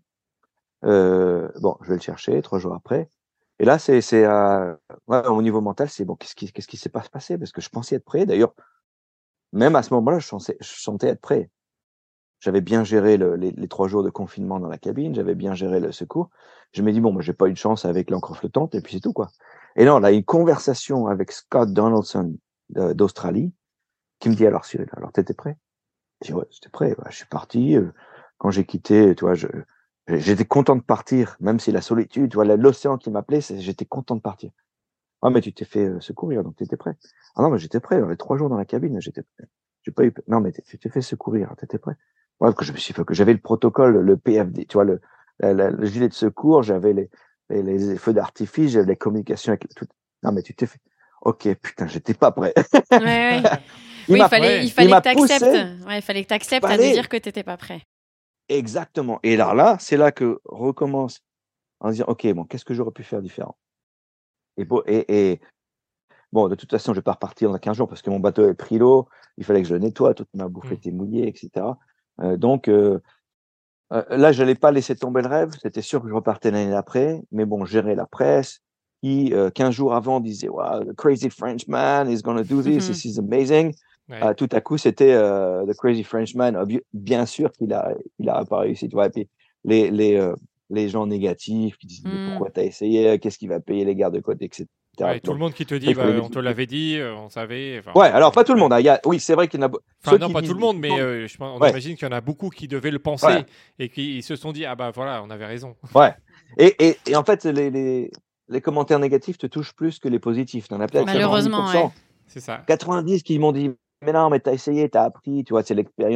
[SPEAKER 4] Euh, bon, je vais le chercher trois jours après. Et là, c'est, c'est euh, ouais, au niveau mental, c'est bon, qu'est-ce qui, qu'est-ce qui s'est pas passé? Parce que je pensais être prêt. D'ailleurs, même à ce moment-là, je sentais, je sentais être prêt. J'avais bien géré le, les, les trois jours de confinement dans la cabine, j'avais bien géré le secours. Je me dis, bon, moi, j'ai pas eu de chance avec l'encre flottante, et puis c'est tout, quoi. Et non, là, une conversation avec Scott Donaldson de- d'Australie, qui me dit, alors, Cyril, alors, t'étais prêt? Je dis, ouais, j'étais prêt. Ouais, je suis parti. euh, Quand j'ai quitté, tu vois, je, j'étais content de partir, même si la solitude, tu vois, l'océan qui m'appelait, c'est- j'étais content de partir. Ah, mais tu t'es fait euh, secourir, donc t'étais prêt. Ah non, mais j'étais prêt. J'avais trois jours dans la cabine, j'étais prêt. J'ai pas eu, non, mais tu t'es fait secourir, t'étais prêt. Ouais, que je me suis fait, que j'avais le protocole, le P F D, tu vois, le, la- la- le gilet de secours, j'avais les, les, les feux d'artifice, j'avais les communications avec tout. Non, mais tu t'es fait. Ok, putain, j'étais pas prêt.
[SPEAKER 2] Ouais, ouais.
[SPEAKER 4] Il
[SPEAKER 2] Oui,
[SPEAKER 4] m'a,
[SPEAKER 2] il fallait,
[SPEAKER 1] ouais.
[SPEAKER 2] il
[SPEAKER 4] il
[SPEAKER 2] fallait
[SPEAKER 4] m'a
[SPEAKER 2] que t'acceptes.
[SPEAKER 4] poussé.
[SPEAKER 2] Ouais, il fallait que t'acceptes à nous
[SPEAKER 4] Fallait.
[SPEAKER 2] dire que t'étais pas prêt.
[SPEAKER 4] Exactement. Et alors là, c'est là que recommence en disant, ok, bon, qu'est-ce que j'aurais pu faire différent? Et, bon, et, et bon, de toute façon, je vais pas repartir dans quinze jours parce que mon bateau est pris l'eau. Il fallait que je le nettoie, toute ma bouffe
[SPEAKER 1] Mm.
[SPEAKER 4] était mouillée, et cetera. Euh, donc euh, euh, là, je n'allais pas laisser tomber le rêve. C'était sûr que je repartais l'année d'après. Mais bon, gérer la presse qui, euh, quinze jours avant, disait, wow, the crazy Frenchman is going to do this.
[SPEAKER 2] Mhm.
[SPEAKER 4] This is amazing.
[SPEAKER 1] Ouais.
[SPEAKER 4] Euh, tout à coup, c'était euh, the crazy Frenchman. Euh, bien sûr qu'il a, il a pas réussi. Tu vois. Et puis les, les, euh, les gens négatifs qui disent, mais
[SPEAKER 2] Mm.
[SPEAKER 4] pourquoi t'as essayé? Qu'est-ce qui va payer les gardes-côtes, et cetera.
[SPEAKER 1] Ouais, tout
[SPEAKER 4] Donc,
[SPEAKER 1] le monde qui te
[SPEAKER 4] il
[SPEAKER 1] dit,
[SPEAKER 4] fallait
[SPEAKER 1] bah,
[SPEAKER 4] vite-
[SPEAKER 1] on te l'avait dit, euh, on savait. enfin,
[SPEAKER 4] Ouais,
[SPEAKER 1] bon,
[SPEAKER 4] alors pas tout le
[SPEAKER 1] ouais.
[SPEAKER 4] monde. Hein. Il y a, oui, c'est vrai qu'il y en a.
[SPEAKER 1] Enfin,
[SPEAKER 4] ceux
[SPEAKER 1] non,
[SPEAKER 4] qui
[SPEAKER 1] pas
[SPEAKER 4] disent-
[SPEAKER 1] tout le monde, mais euh, je pense- on
[SPEAKER 4] Ouais.
[SPEAKER 1] imagine qu'il y en a beaucoup qui devaient le penser
[SPEAKER 4] Ouais.
[SPEAKER 1] et qui ils se sont dit, ah bah voilà, on avait raison.
[SPEAKER 4] Ouais. Et, et, et en fait, les, les, les commentaires négatifs te touchent plus que les positifs. T'en as peut-être
[SPEAKER 2] Malheureusement,
[SPEAKER 4] quatre-vingt-dix pour cent.
[SPEAKER 2] ouais.
[SPEAKER 1] C'est ça.
[SPEAKER 4] quatre-vingt-dix qui m'ont dit, mais non, mais t'as essayé, t'as appris, tu vois, c'est l'expérience.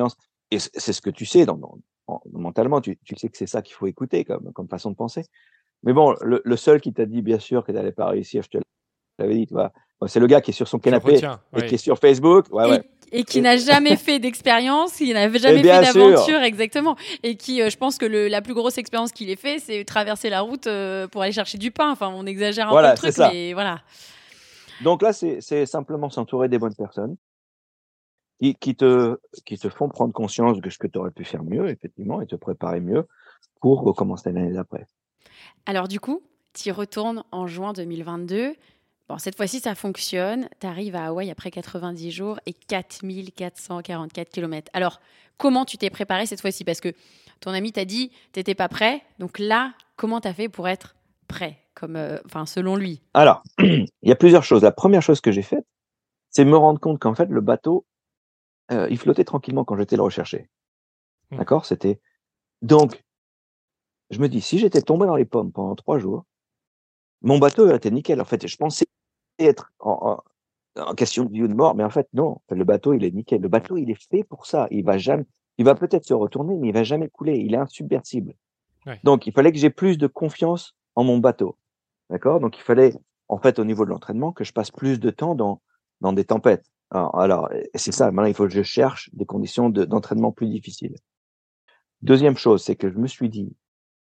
[SPEAKER 4] et c'est, c'est ce que tu sais dans, dans, en- mentalement, tu, tu sais que c'est ça qu'il faut écouter comme, comme façon de penser. Mais bon, le, le seul qui t'a dit, bien sûr, que t'allais pas réussir, je te l'avais dit, tu vois, bon, c'est le gars qui est sur son
[SPEAKER 1] Je
[SPEAKER 4] canapé
[SPEAKER 1] retiens,
[SPEAKER 4] et qui
[SPEAKER 1] oui.
[SPEAKER 4] est sur Facebook. Ouais,
[SPEAKER 2] Et,
[SPEAKER 4] ouais.
[SPEAKER 2] et qui
[SPEAKER 4] Et,
[SPEAKER 2] n'a jamais fait d'expérience, qui n'a
[SPEAKER 4] et
[SPEAKER 2] jamais fait
[SPEAKER 4] bien sûr,
[SPEAKER 2] d'aventure, exactement. Et qui, euh, je pense que le, la plus grosse expérience qu'il ait fait, c'est traverser la route euh, pour aller chercher du pain. Enfin, on exagère un peu le
[SPEAKER 4] voilà, c'est
[SPEAKER 2] truc,
[SPEAKER 4] ça.
[SPEAKER 2] mais voilà.
[SPEAKER 4] Donc là, c'est, c'est simplement s'entourer des bonnes personnes qui, qui te, qui te font prendre conscience de ce que tu aurais pu faire mieux, effectivement, et te préparer mieux pour recommencer l'année d'après.
[SPEAKER 2] Alors du coup, tu y retournes en juin deux mille vingt-deux. Bon, cette fois-ci, ça fonctionne. Tu arrives à Hawaï après quatre-vingt-dix jours et quatre mille quatre cent quarante-quatre kilomètres. Alors, comment tu t'es préparé cette fois-ci? Parce que ton ami t'a dit tu n'étais pas prêt. Donc là, comment tu as fait pour être prêt, comme, euh, enfin, selon lui?
[SPEAKER 4] Alors, il y a plusieurs choses. La première chose que j'ai faite, c'est me rendre compte qu'en fait, le bateau, euh, il flottait tranquillement quand j'étais le rechercher.
[SPEAKER 1] Hmm.
[SPEAKER 4] D'accord? C'était, donc, je me dis, si j'étais tombé dans les pommes pendant trois jours, mon bateau aurait été nickel. En fait, je pensais être en, en, en question de vie ou de mort, mais en fait, non. Le bateau, il est nickel. Le bateau, il est fait pour ça. Il va jamais, il va peut-être se retourner, mais il va jamais couler. Il est insubmersible.
[SPEAKER 1] Ouais.
[SPEAKER 4] Donc, il fallait que j'ai plus de confiance en mon bateau. D'accord? Donc, il fallait, en fait, au niveau de l'entraînement, que je passe plus de temps dans, dans des tempêtes. Alors, alors, c'est ça. Maintenant, il faut que je cherche des conditions de, d'entraînement plus difficiles. Deuxième chose, c'est que je me suis dit,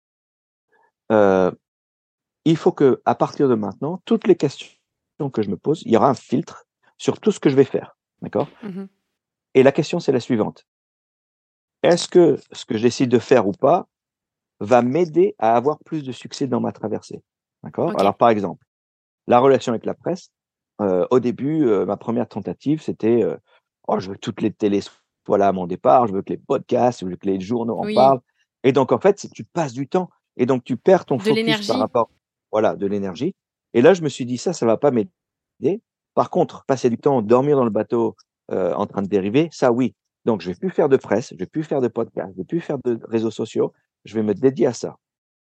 [SPEAKER 4] euh, il faut que, à partir de maintenant, toutes les questions que je me pose, il y aura un filtre sur tout ce que je vais faire. D'accord?
[SPEAKER 2] Mhm.
[SPEAKER 4] Et la question, c'est la suivante. Est-ce que ce que je décide de faire ou pas va m'aider à avoir plus de succès dans ma traversée? D'accord?
[SPEAKER 2] Ok.
[SPEAKER 4] Alors, par exemple, la relation avec la presse, euh, au début, euh, ma première tentative, c'était euh, oh, je veux que toutes les télés soient là à mon départ, je veux que les podcasts, je veux que les journaux en
[SPEAKER 2] Oui,
[SPEAKER 4] parlent. Et donc, en fait, c'est- tu passes du temps et donc tu perds ton
[SPEAKER 2] de
[SPEAKER 4] focus par
[SPEAKER 2] l'énergie.
[SPEAKER 4] rapport, voilà, de l'énergie. Et là, je me suis dit, ça, ça va pas m'aider. Par contre, passer du temps, dormir dans le bateau euh, en train de dériver, ça, oui. Donc, je vais plus faire de presse, je vais plus faire de podcasts, je vais plus faire de réseaux sociaux, je vais me dédier à ça.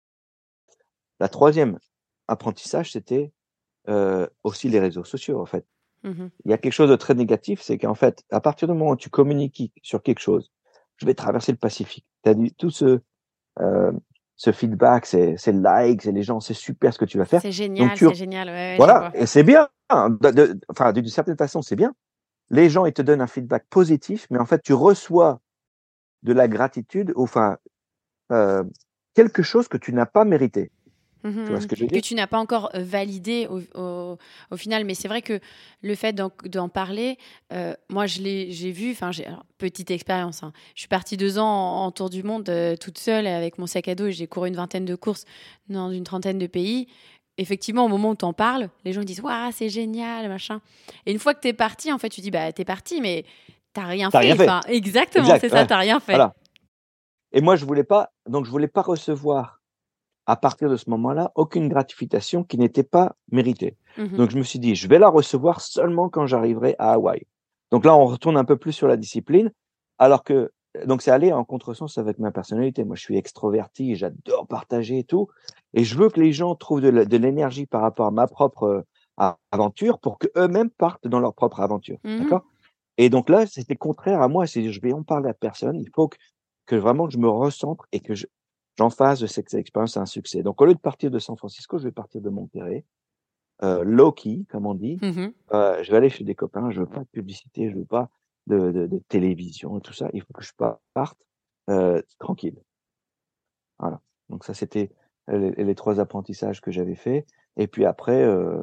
[SPEAKER 4] La troisième apprentissage, c'était euh, aussi les réseaux sociaux, en fait.
[SPEAKER 2] Mhm.
[SPEAKER 4] Il y a quelque chose de très négatif, c'est qu'en fait, à partir du moment où tu communiques sur quelque chose, je vais traverser le Pacifique. Tu as du, tout ce, euh, ce feedback, ces, ces likes, et les gens, c'est super ce que tu vas faire.
[SPEAKER 2] C'est
[SPEAKER 4] Donc,
[SPEAKER 2] génial,
[SPEAKER 4] tu,
[SPEAKER 2] c'est génial. Ouais, ouais, je
[SPEAKER 4] voilà,
[SPEAKER 2] vois.
[SPEAKER 4] et c'est bien. hein, de- de- Enfin, d'une certaine façon, c'est bien. Les gens, ils te donnent un feedback positif, mais en fait, tu reçois de la gratitude, enfin, euh, quelque chose que tu n'as pas mérité.
[SPEAKER 2] Mhm,
[SPEAKER 4] Tu vois ce
[SPEAKER 2] mhm.
[SPEAKER 4] que je veux
[SPEAKER 2] Que
[SPEAKER 4] dire?
[SPEAKER 2] tu n'as pas encore euh, validé au, au- au final. Mais c'est vrai que le fait d'en, d'en parler, euh, moi, je l'ai, j'ai vu, enfin, j'ai, alors, petite expérience, hein. Je suis partie deux ans en, en tour du monde euh, toute seule avec mon sac à dos et j'ai couru une vingtaine de courses dans une trentaine de pays. Effectivement, au moment où tu en parles, les gens disent waouh, c'est génial, machin. Et une fois que tu es parti, en fait, tu dis bah, t'es parti, mais t'as rien
[SPEAKER 4] T'as
[SPEAKER 2] fait.
[SPEAKER 4] rien fait.
[SPEAKER 2] Enfin, exactement,
[SPEAKER 4] Exact.
[SPEAKER 2] c'est ça,
[SPEAKER 4] Ouais.
[SPEAKER 2] t'as rien fait.
[SPEAKER 4] Voilà. Et moi, je voulais pas, donc je voulais pas recevoir à partir de ce moment-là, aucune gratification qui n'était pas méritée.
[SPEAKER 2] Mhm.
[SPEAKER 4] Donc, je me suis dit, je vais la recevoir seulement quand j'arriverai à Hawaï. Donc là, on retourne un peu plus sur la discipline, alors que, donc c'est aller en contresens avec ma personnalité. Moi, je suis extroverti, j'adore partager et tout, et je veux que les gens trouvent de, la- de l'énergie par rapport à ma propre euh, aventure pour qu'eux-mêmes partent dans leur propre aventure.
[SPEAKER 2] Mhm.
[SPEAKER 4] D'accord? Et donc là, c'était contraire à moi. C'est, je vais en parler à personne. Il faut que, que vraiment je me recentre et que je, j'en fasse de cette expérience un succès. Donc, au lieu de partir de San Francisco, je vais partir de Monterrey, euh, low-key, comme on dit.
[SPEAKER 2] Mhm.
[SPEAKER 4] Euh, je vais aller chez des copains. Je veux pas de publicité, je veux pas de, de, de télévision et tout ça. Il faut que je parte euh, tranquille. Voilà. Donc ça, c'était les, les trois apprentissages que j'avais faits. Et puis après, euh,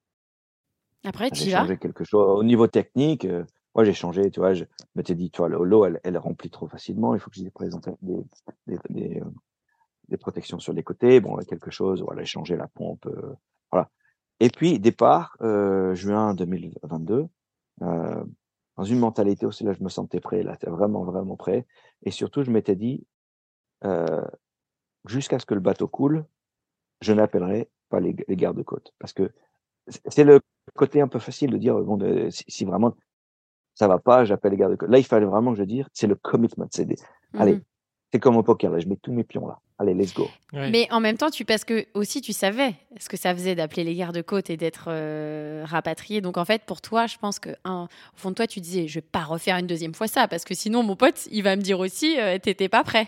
[SPEAKER 2] Après, tu
[SPEAKER 4] j'ai
[SPEAKER 2] y vas.
[SPEAKER 4] changé quelque chose au niveau technique. Euh, moi, j'ai changé. Tu vois, je m'étais dit, tu vois, l'eau, elle, elle remplit trop facilement. Il faut que j'ai présenté des, des, des, euh, des protections sur les côtés. Bon, quelque chose. Voilà, j'ai changé la pompe. Euh, voilà. Et puis, départ, euh, juin deux mille vingt-deux, euh, dans une mentalité aussi, là, je me sentais prêt. Là, c'était vraiment, vraiment prêt. Et surtout, je m'étais dit, euh, jusqu'à ce que le bateau coule, je n'appellerai pas les, les gardes-côtes. Parce que c'est le côté un peu facile de dire, bon, de, si, si vraiment ça va pas, j'appelle les gardes-côtes. Là, il fallait vraiment que je dise, c'est le commitment. C'est des, allez,
[SPEAKER 2] Mhm.
[SPEAKER 4] c'est comme au poker, là, je mets tous mes pions là. allez, let's go.
[SPEAKER 1] Ouais.
[SPEAKER 2] Mais en même temps, tu, parce que aussi tu savais ce que ça faisait d'appeler les gardes-côtes et d'être euh, rapatrié. Donc en fait, pour toi, je pense que un, au fond de toi, tu disais, je vais pas refaire une deuxième fois ça, parce que sinon, mon pote, il va me dire aussi, euh, t'étais pas prêt.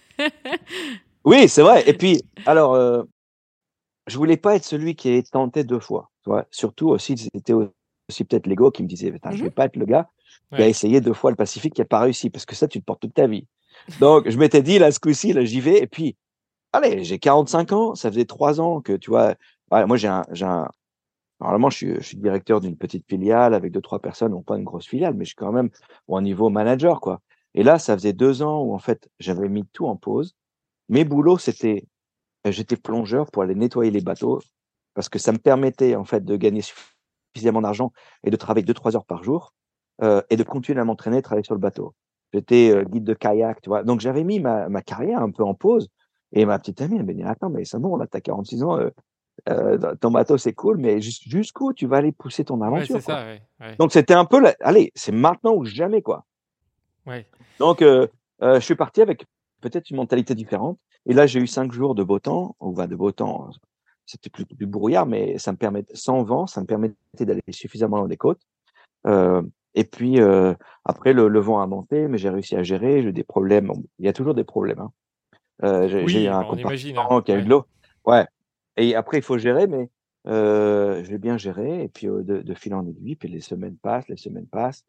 [SPEAKER 4] Oui, c'est vrai. Et puis, alors, euh, je voulais pas être celui qui est tenté deux fois. Tu vois. Surtout aussi, c'était aussi peut-être l'ego qui me disait, putain, je vais pas être le gars qui a
[SPEAKER 1] Ouais.
[SPEAKER 4] essayé deux fois le Pacifique qui a pas réussi, parce que ça, tu te portes toute ta vie. Donc, je m'étais dit, là, ce coup-ci, là, j'y vais. Et puis, allez, j'ai quarante-cinq ans, ça faisait trois ans que, tu vois, ouais, moi, j'ai un, j'ai un, normalement, je suis, je suis directeur d'une petite filiale avec deux, trois personnes, non pas une grosse filiale, mais je suis quand même au niveau manager, quoi. Et là, ça faisait deux ans où, en fait, j'avais mis tout en pause. Mes boulots, c'était, euh, j'étais plongeur pour aller nettoyer les bateaux parce que ça me permettait, en fait, de gagner suffisamment d'argent et de travailler deux, trois heures par jour, euh, et de continuer à m'entraîner, travailler sur le bateau. J'étais euh, guide de kayak, tu vois. Donc, j'avais mis ma, ma carrière un peu en pause. Et ma petite amie, elle me dit, attends, mais c'est bon, là, t'as quarante-six ans, euh, euh, ton bateau, c'est cool, mais jus- jusqu'où tu vas aller pousser ton
[SPEAKER 1] Ouais,
[SPEAKER 4] aventure,
[SPEAKER 1] c'est
[SPEAKER 4] quoi.
[SPEAKER 1] ça, ouais. Ouais.
[SPEAKER 4] Donc, c'était un peu, la- allez, c'est maintenant ou jamais, quoi.
[SPEAKER 1] Ouais.
[SPEAKER 4] Donc, euh, euh, je suis parti avec peut-être une mentalité différente. Et là, j'ai eu cinq jours de beau temps, ou ben, de beau temps, c'était plus du brouillard, mais ça me permet, sans vent, ça me permettait d'aller suffisamment dans les côtes. Euh, et puis, euh, après, le, le vent a monté, mais j'ai réussi à gérer. J'ai eu des problèmes. Bon, il y a toujours des problèmes, hein. Euh, j'ai, j'ai eu
[SPEAKER 1] Oui,
[SPEAKER 4] un
[SPEAKER 1] bah, on imagine. Hein.
[SPEAKER 4] compartiment qui a eu
[SPEAKER 1] Ouais.
[SPEAKER 4] de l'eau. Ouais. Et après, il faut gérer, mais euh, j'ai bien géré. Et puis, euh, de, de fil en aiguille, puis les semaines passent, les semaines passent.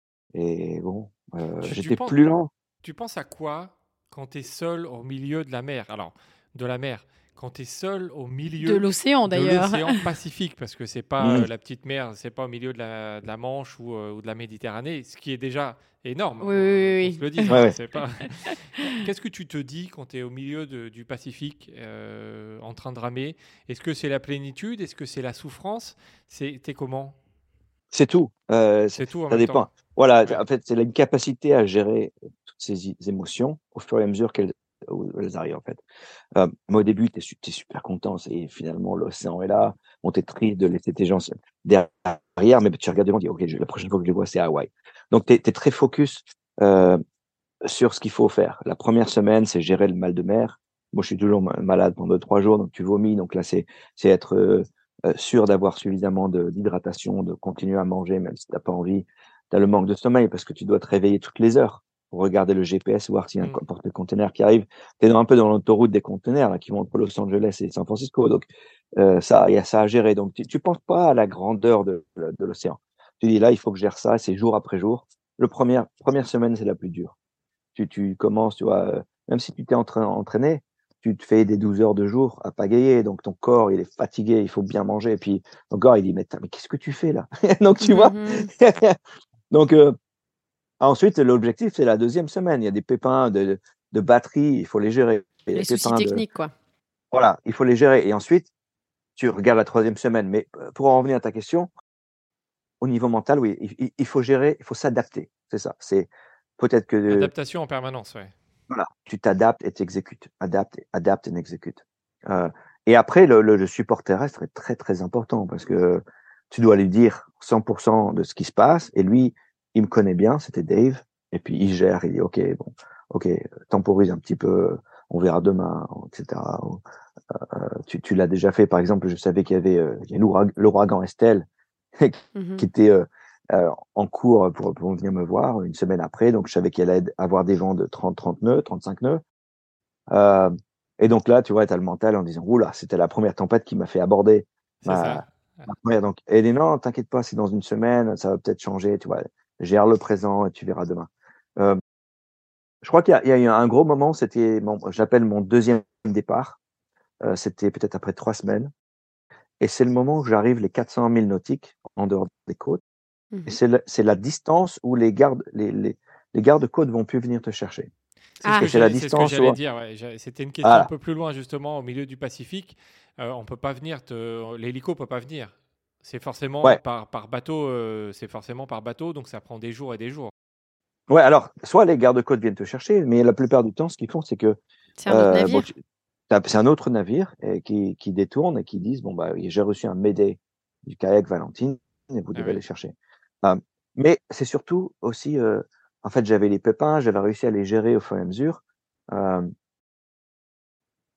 [SPEAKER 4] Et bon, euh,
[SPEAKER 1] Tu, tu
[SPEAKER 4] j'étais
[SPEAKER 1] penses,
[SPEAKER 4] plus lent.
[SPEAKER 1] tu penses à quoi quand tu es seul au milieu de la mer? Alors, de la mer, quand tu es seul au
[SPEAKER 2] De
[SPEAKER 1] milieu
[SPEAKER 2] l'océan,
[SPEAKER 1] de
[SPEAKER 2] d'ailleurs.
[SPEAKER 1] l'océan Pacifique, parce que c'est pas
[SPEAKER 4] Mmh.
[SPEAKER 1] euh, la petite mer, c'est pas au milieu de la, de la Manche ou, euh, ou de la Méditerranée, ce qui est déjà énorme,
[SPEAKER 2] Oui,
[SPEAKER 1] euh,
[SPEAKER 2] oui,
[SPEAKER 1] qu'on se
[SPEAKER 2] oui,
[SPEAKER 1] le dise.
[SPEAKER 2] oui.
[SPEAKER 1] Hein,
[SPEAKER 4] Ouais, ouais.
[SPEAKER 1] c'est pas... Qu'est-ce que tu te dis quand tu es au milieu de- du Pacifique euh, en train de ramer? Est-ce que c'est la plénitude? Est-ce que c'est la souffrance? C'est, t'es comment?
[SPEAKER 4] C'est tout. Euh, c'est-
[SPEAKER 1] C'est tout en
[SPEAKER 4] ça
[SPEAKER 1] même temps.
[SPEAKER 4] dépend. Voilà,
[SPEAKER 1] Ouais.
[SPEAKER 4] en fait, c'est une capacité à gérer toutes ces i- émotions au fur et à mesure qu'elles où elles arrivent, en fait. Euh, moi, au début, tu es, super content. C'est finalement l'océan est là. On t'est triste de laisser tes gens se- derrière, mais tu regardes devant, tu dis, OK, je- la prochaine fois que je les vois, c'est Hawaï. Donc, tu es, très focus euh, sur ce qu'il faut faire. La première semaine, c'est gérer le mal de mer. Moi, je suis toujours ma- malade pendant deux, trois jours, donc tu vomis. Donc là, c'est c'est être euh, euh, sûr d'avoir suffisamment de- d'hydratation, de continuer à manger, même si tu n'as pas envie. Tu as le manque de sommeil parce que tu dois te réveiller toutes les heures pour regarder le G P S, voir s'il y a un
[SPEAKER 1] Mm.
[SPEAKER 4] co- porte-conteneur qui arrive. Tu es un peu dans l'autoroute des conteneurs là, qui vont entre Los Angeles et San Francisco. Donc, euh, ça, il y a ça à gérer. Donc, tu, tu penses pas à la grandeur de, de l'océan. Tu dis là, il faut que je gère ça. C'est jour après jour. Le première, première semaine, c'est la plus dure. Tu, tu commences, tu vois, euh, même si tu t'es entra- entraîné, tu te fais des douze heures de jour à pagayer, donc ton corps, il est fatigué, il faut bien manger, et puis ton corps, il dit, mais, mais qu'est-ce que tu fais là? Donc, tu vois,
[SPEAKER 2] Mhm.
[SPEAKER 4] donc euh, ensuite, l'objectif, c'est la deuxième semaine. Il y a des pépins de, de batterie, il faut les gérer. Il y a
[SPEAKER 2] Les
[SPEAKER 4] des
[SPEAKER 2] soucis
[SPEAKER 4] pépins de,
[SPEAKER 2] techniques, quoi.
[SPEAKER 4] voilà, il faut les gérer. Et ensuite, tu regardes la troisième semaine. Mais euh, pour en revenir à ta question, au niveau mental, oui, il, il- il faut gérer, il faut s'adapter. C'est ça. C'est peut-être que
[SPEAKER 1] Adaptation en permanence, ouais.
[SPEAKER 4] voilà, tu t'adaptes et tu exécutes. Adapte, adapte et exécute. Euh, et après, le, le, le support terrestre est très, très important parce que tu dois lui dire cent pour cent de ce qui se passe. Et lui, il me connaît bien, c'était Dave. Et puis, il gère, il dit, OK, bon, OK, temporise un petit peu, on verra demain, et cetera. Euh, tu tu l'as déjà fait, par exemple, je savais qu'il y avait euh, il y a l'ouragan, l'ouragan Estelle
[SPEAKER 2] Mhm.
[SPEAKER 4] qui était euh, euh, en cours pour, pour venir me voir une semaine après. Donc, je savais qu'il allait avoir des vents de trente, trente nœuds, trente-cinq nœuds. Euh, et donc là, tu vois, tu as le mental en disant, oula, c'était la première tempête qui m'a fait aborder
[SPEAKER 1] C'est ça.
[SPEAKER 4] ma, ma première. Donc, et dit, non, t'inquiète pas, c'est dans une semaine, ça va peut-être changer, tu vois, gère le présent et tu verras demain. Euh, je crois qu'il y a, il y a eu un gros moment, c'était, mon, j'appelle mon deuxième départ. Euh, c'était peut-être après trois semaines. Et c'est le moment où j'arrive les quatre cents milles nautiques en dehors des côtes. Et
[SPEAKER 2] Mhm.
[SPEAKER 4] c'est, le, c'est la distance où les gardes, les, les, les gardes-côtes vont plus venir te chercher.
[SPEAKER 1] C'est ce
[SPEAKER 2] Ah,
[SPEAKER 1] que
[SPEAKER 4] Et c'est la
[SPEAKER 1] j'allais, c'est ce que
[SPEAKER 4] distance
[SPEAKER 1] j'allais
[SPEAKER 4] où,
[SPEAKER 1] dire. Ouais. J'ai- C'était une question un
[SPEAKER 4] voilà.
[SPEAKER 1] peu plus loin, justement, au milieu du Pacifique. Euh, on peut pas venir, te... l'hélico peut pas venir. C'est forcément
[SPEAKER 4] Ouais.
[SPEAKER 1] par, par bateau, euh, c'est forcément par bateau, donc ça prend des jours et des jours.
[SPEAKER 4] Ouais, alors, soit les gardes-côtes viennent te chercher, mais la plupart du temps, ce qu'ils font, c'est que,
[SPEAKER 2] c'est un autre
[SPEAKER 4] euh, bon,
[SPEAKER 2] navire.
[SPEAKER 4] tu- t'as- c'est un autre navire euh, qui, qui détourne et qui disent, bon, bah, j'ai reçu un Mayday du kayak Valentine et vous
[SPEAKER 1] Ah
[SPEAKER 4] devez
[SPEAKER 1] ouais.
[SPEAKER 4] les chercher. Euh, mais c'est surtout aussi, euh, en fait, j'avais les pépins, j'avais réussi à les gérer au fur et à mesure. Euh,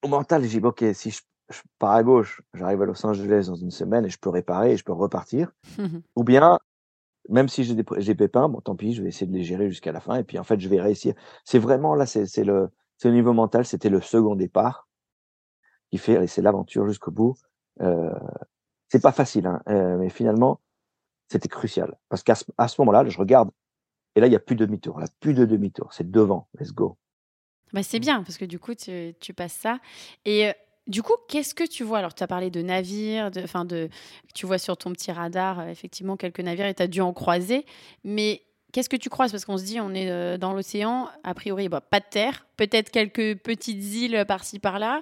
[SPEAKER 4] au mental, j'ai dit, ok, si je, je pars à gauche, j'arrive à Los Angeles dans une semaine et je peux réparer et je peux repartir. Ou bien, même si j'ai des, j'ai pépins, bon, tant pis, je vais essayer de les gérer jusqu'à la fin. Et puis, en fait, je vais réussir. C'est vraiment là, c'est, c'est le, c'est au niveau mental, c'était le second départ qui fait laisser l'aventure jusqu'au bout. Euh, c'est pas facile, hein, euh, mais finalement, c'était crucial. Parce qu'à ce, à ce moment-là, je regarde, et là, il n'y a plus de demi-tour. Là, plus de demi-tour. C'est devant. Let's go.
[SPEAKER 2] Bah, c'est bien, parce que du coup, tu, tu passes ça. Et euh, du coup, qu'est-ce que tu vois? Alors, tu as parlé de navires, de, enfin de, tu vois sur ton petit radar, euh, effectivement, quelques navires et tu as dû en croiser. Mais qu'est-ce que tu croises? Parce qu'on se dit, on est euh, dans l'océan, a priori, bah, pas de terre, peut-être quelques petites îles par-ci, par-là,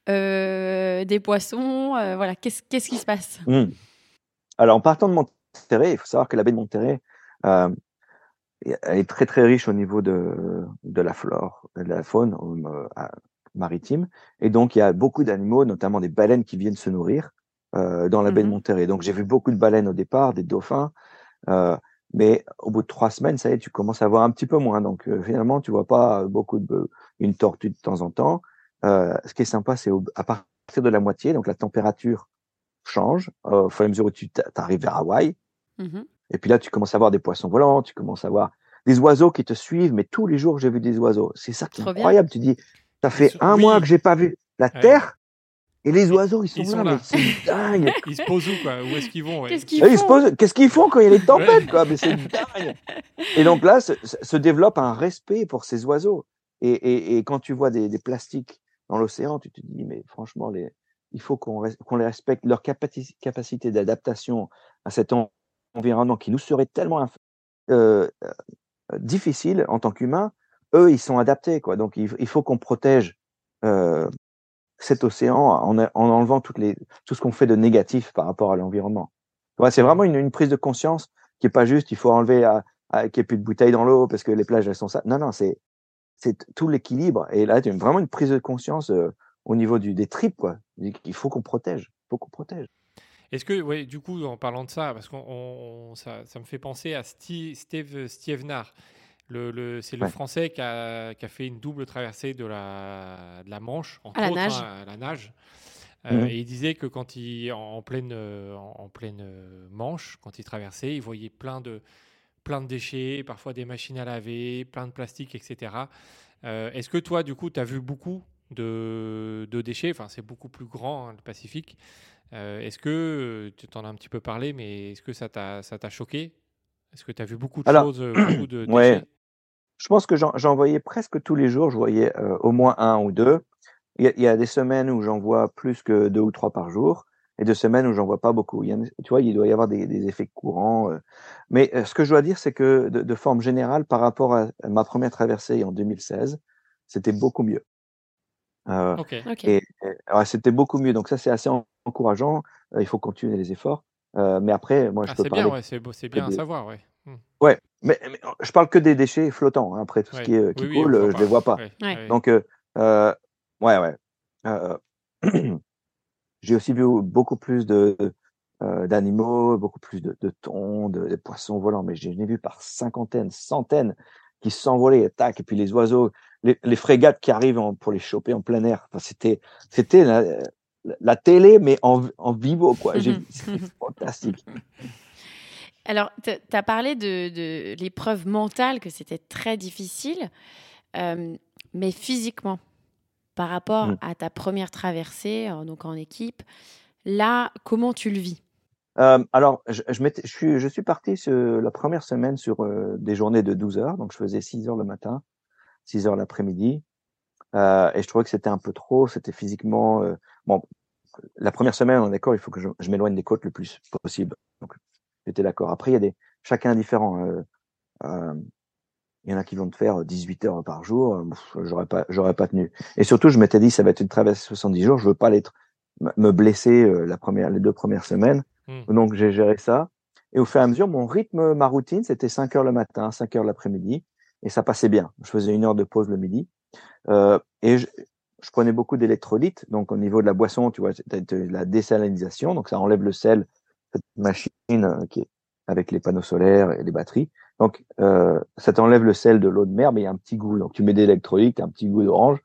[SPEAKER 2] euh, des poissons, euh, voilà. Qu'est-ce, qu'est-ce qui se passe?
[SPEAKER 4] Mmh. Alors, en partant de Monterrey, il faut savoir que la baie de Monterrey, euh, elle est très très riche au niveau de, de la flore, de la faune euh, maritime. Et donc, il y a beaucoup d'animaux, notamment des baleines qui viennent se nourrir euh, dans la baie de
[SPEAKER 2] Mhm.
[SPEAKER 4] Monterrey. Donc, j'ai vu beaucoup de baleines au départ, des dauphins. Euh, mais au bout de trois semaines, ça y est, tu commences à voir un petit peu moins. Donc, euh, finalement, tu vois pas beaucoup de une tortue de temps en temps. Euh, ce qui est sympa, c'est au, à partir de la moitié, donc la température change euh, au fur et à mesure où tu arrives vers Hawaï.
[SPEAKER 2] Mhm.
[SPEAKER 4] Et puis là, tu commences à voir des poissons volants, tu commences à voir des oiseaux qui te suivent, mais tous les jours, j'ai vu des oiseaux. C'est ça qui est
[SPEAKER 2] Trop bien.
[SPEAKER 4] incroyable. Tu dis, ça fait
[SPEAKER 1] Ils-
[SPEAKER 4] un
[SPEAKER 1] oui.
[SPEAKER 4] mois que j'ai pas vu la
[SPEAKER 1] Ouais.
[SPEAKER 4] Terre et les
[SPEAKER 1] Et-
[SPEAKER 4] oiseaux, ils sont,
[SPEAKER 1] ils
[SPEAKER 4] là,
[SPEAKER 1] sont là.
[SPEAKER 4] mais c'est dingue.
[SPEAKER 1] Ils se posent où, quoi? Où est-ce qu'ils vont? Ouais.
[SPEAKER 2] Qu'est-ce qu'ils
[SPEAKER 4] Et ils se
[SPEAKER 2] font?
[SPEAKER 4] posent, qu'est-ce qu'ils font quand il y a les tempêtes,
[SPEAKER 1] Ouais.
[SPEAKER 4] quoi? Mais c'est dingue. Et donc là, se, se développe un respect pour ces oiseaux. Et, et, et quand tu vois des, des plastiques dans l'océan, tu te dis, mais franchement, les, il faut qu'on, res- qu'on les respecte, leur capacité, capacité d'adaptation à cet en- environnement qui nous serait tellement inf- euh, euh, difficile en tant qu'humains. Eux, ils sont adaptés, quoi. Donc, il, il faut qu'on protège euh, cet océan en, en enlevant toutes les, tout ce qu'on fait de négatif par rapport à l'environnement. Ouais, c'est vraiment une, une prise de conscience qui est pas juste, il faut enlever à, à, qu'il n'y ait plus de bouteilles dans l'eau parce que les plages, elles sont ça. Non, non, c'est, c'est tout l'équilibre. Et là, tu as vraiment une prise de conscience euh, au niveau du, des tripes, quoi. Il faut qu'on protège. Il faut qu'on protège.
[SPEAKER 1] Est-ce que, ouais, du coup, en parlant de ça, parce que ça, ça me fait penser à Steve, Steve Stievenard. Le, le, c'est le
[SPEAKER 4] Ouais.
[SPEAKER 1] Français qui a, qui a fait une double traversée de la, de la Manche, entre
[SPEAKER 2] À la
[SPEAKER 1] autres,
[SPEAKER 2] nage.
[SPEAKER 1] hein, à la nage. Euh,
[SPEAKER 4] Mhm.
[SPEAKER 1] Et il disait que quand il, en, en pleine, euh, en, en pleine euh, Manche, quand il traversait, il voyait plein de, plein de déchets, parfois des machines à laver, plein de plastique, et cetera. Euh, est-ce que toi, du coup, tu as vu beaucoup de, de déchets? Enfin, c'est beaucoup plus grand, hein, le Pacifique. Euh, est-ce que, tu t'en as un petit peu parlé, mais est-ce que ça t'a, ça t'a choqué? Est-ce que tu as vu beaucoup de
[SPEAKER 4] Alors,
[SPEAKER 1] choses, euh, beaucoup de
[SPEAKER 4] ouais,
[SPEAKER 1] déchets?
[SPEAKER 4] je pense que j'en, j'en voyais presque tous les jours. Je voyais euh, au moins un ou deux. Il y, a, il y a des semaines où j'en vois plus que deux ou trois par jour et des semaines où j'en vois pas beaucoup. Il y a, tu vois, il doit y avoir des, des effets courants. Euh. Mais euh, ce que je dois dire, c'est que de, de forme générale, par rapport à ma première traversée en deux mille seize, c'était beaucoup mieux. Euh,
[SPEAKER 1] Ok.
[SPEAKER 2] Ok.
[SPEAKER 4] et, et ouais, c'était beaucoup mieux. Donc ça, c'est assez en- encourageant. Euh, il faut continuer les efforts. Euh, mais après, moi, je
[SPEAKER 1] Ah,
[SPEAKER 4] peux
[SPEAKER 1] c'est bien,
[SPEAKER 4] parler
[SPEAKER 1] ouais, c'est, beau- c'est
[SPEAKER 4] que
[SPEAKER 1] bien à
[SPEAKER 4] des...
[SPEAKER 1] savoir, ouais. Hmm.
[SPEAKER 4] Ouais, mais, mais je parle que des déchets flottants. Hein. Après, tout ce
[SPEAKER 1] Ouais.
[SPEAKER 4] qui, est,
[SPEAKER 1] Oui,
[SPEAKER 4] qui
[SPEAKER 1] oui, on
[SPEAKER 4] coule,
[SPEAKER 1] voit
[SPEAKER 4] euh, je
[SPEAKER 1] pas.
[SPEAKER 4] les vois pas.
[SPEAKER 1] Ouais.
[SPEAKER 2] Ouais.
[SPEAKER 1] Ouais.
[SPEAKER 4] Donc, euh, euh, ouais, ouais. Euh, j'ai aussi vu beaucoup plus de euh, d'animaux, beaucoup plus de, de thons, de, de poissons volants, mais j'en ai vu par cinquantaines, centaines qui s'envolaient, tac, et puis les oiseaux, les, les frégates qui arrivent en- pour les choper en plein air. Enfin, c'était, c'était la, la télé, mais en, en vivo, quoi. J'ai, c'était fantastique.
[SPEAKER 2] Alors, tu as parlé de, de l'épreuve mentale, que c'était très difficile, euh, mais physiquement, par rapport
[SPEAKER 4] Mm.
[SPEAKER 2] à ta première traversée, euh, donc en équipe, là, comment tu le vis?
[SPEAKER 4] Euh, alors, je, je, m'étais- je, suis, je suis parti sur la première semaine sur euh, des journées de douze heures, donc je faisais six heures le matin, six heures l'après-midi, euh, et je trouvais que c'était un peu trop, c'était physiquement... Euh, bon, la première semaine, on est d'accord, il faut que je, je m'éloigne des côtes le plus possible. Donc, j'étais d'accord. Après, il y a des, chacun est différent. Euh, euh, il y en a qui vont te faire dix-huit heures par jour. Euh, pff, j'aurais pas, j'aurais pas tenu. Et surtout, je m'étais dit, ça va être une traversée soixante-dix jours. Je veux pas l'être, me blesser euh, la première, les deux premières semaines.
[SPEAKER 1] Hmm.
[SPEAKER 4] Donc, j'ai géré ça. Et au fur et à mesure, mon rythme, ma routine, c'était cinq heures le matin, cinq heures l'après-midi. Et ça passait bien. Je faisais une heure de pause le midi. Euh, et je, je prenais beaucoup d'électrolytes. Donc, au niveau de la boisson, tu vois, t'as de la désalinisation. Donc, ça enlève le sel, cette machine euh, qui est avec les panneaux solaires et les batteries. Donc, euh, ça t'enlève le sel de l'eau de mer, mais il y a un petit goût. Donc, tu mets des électrolytes, un petit goût d'orange.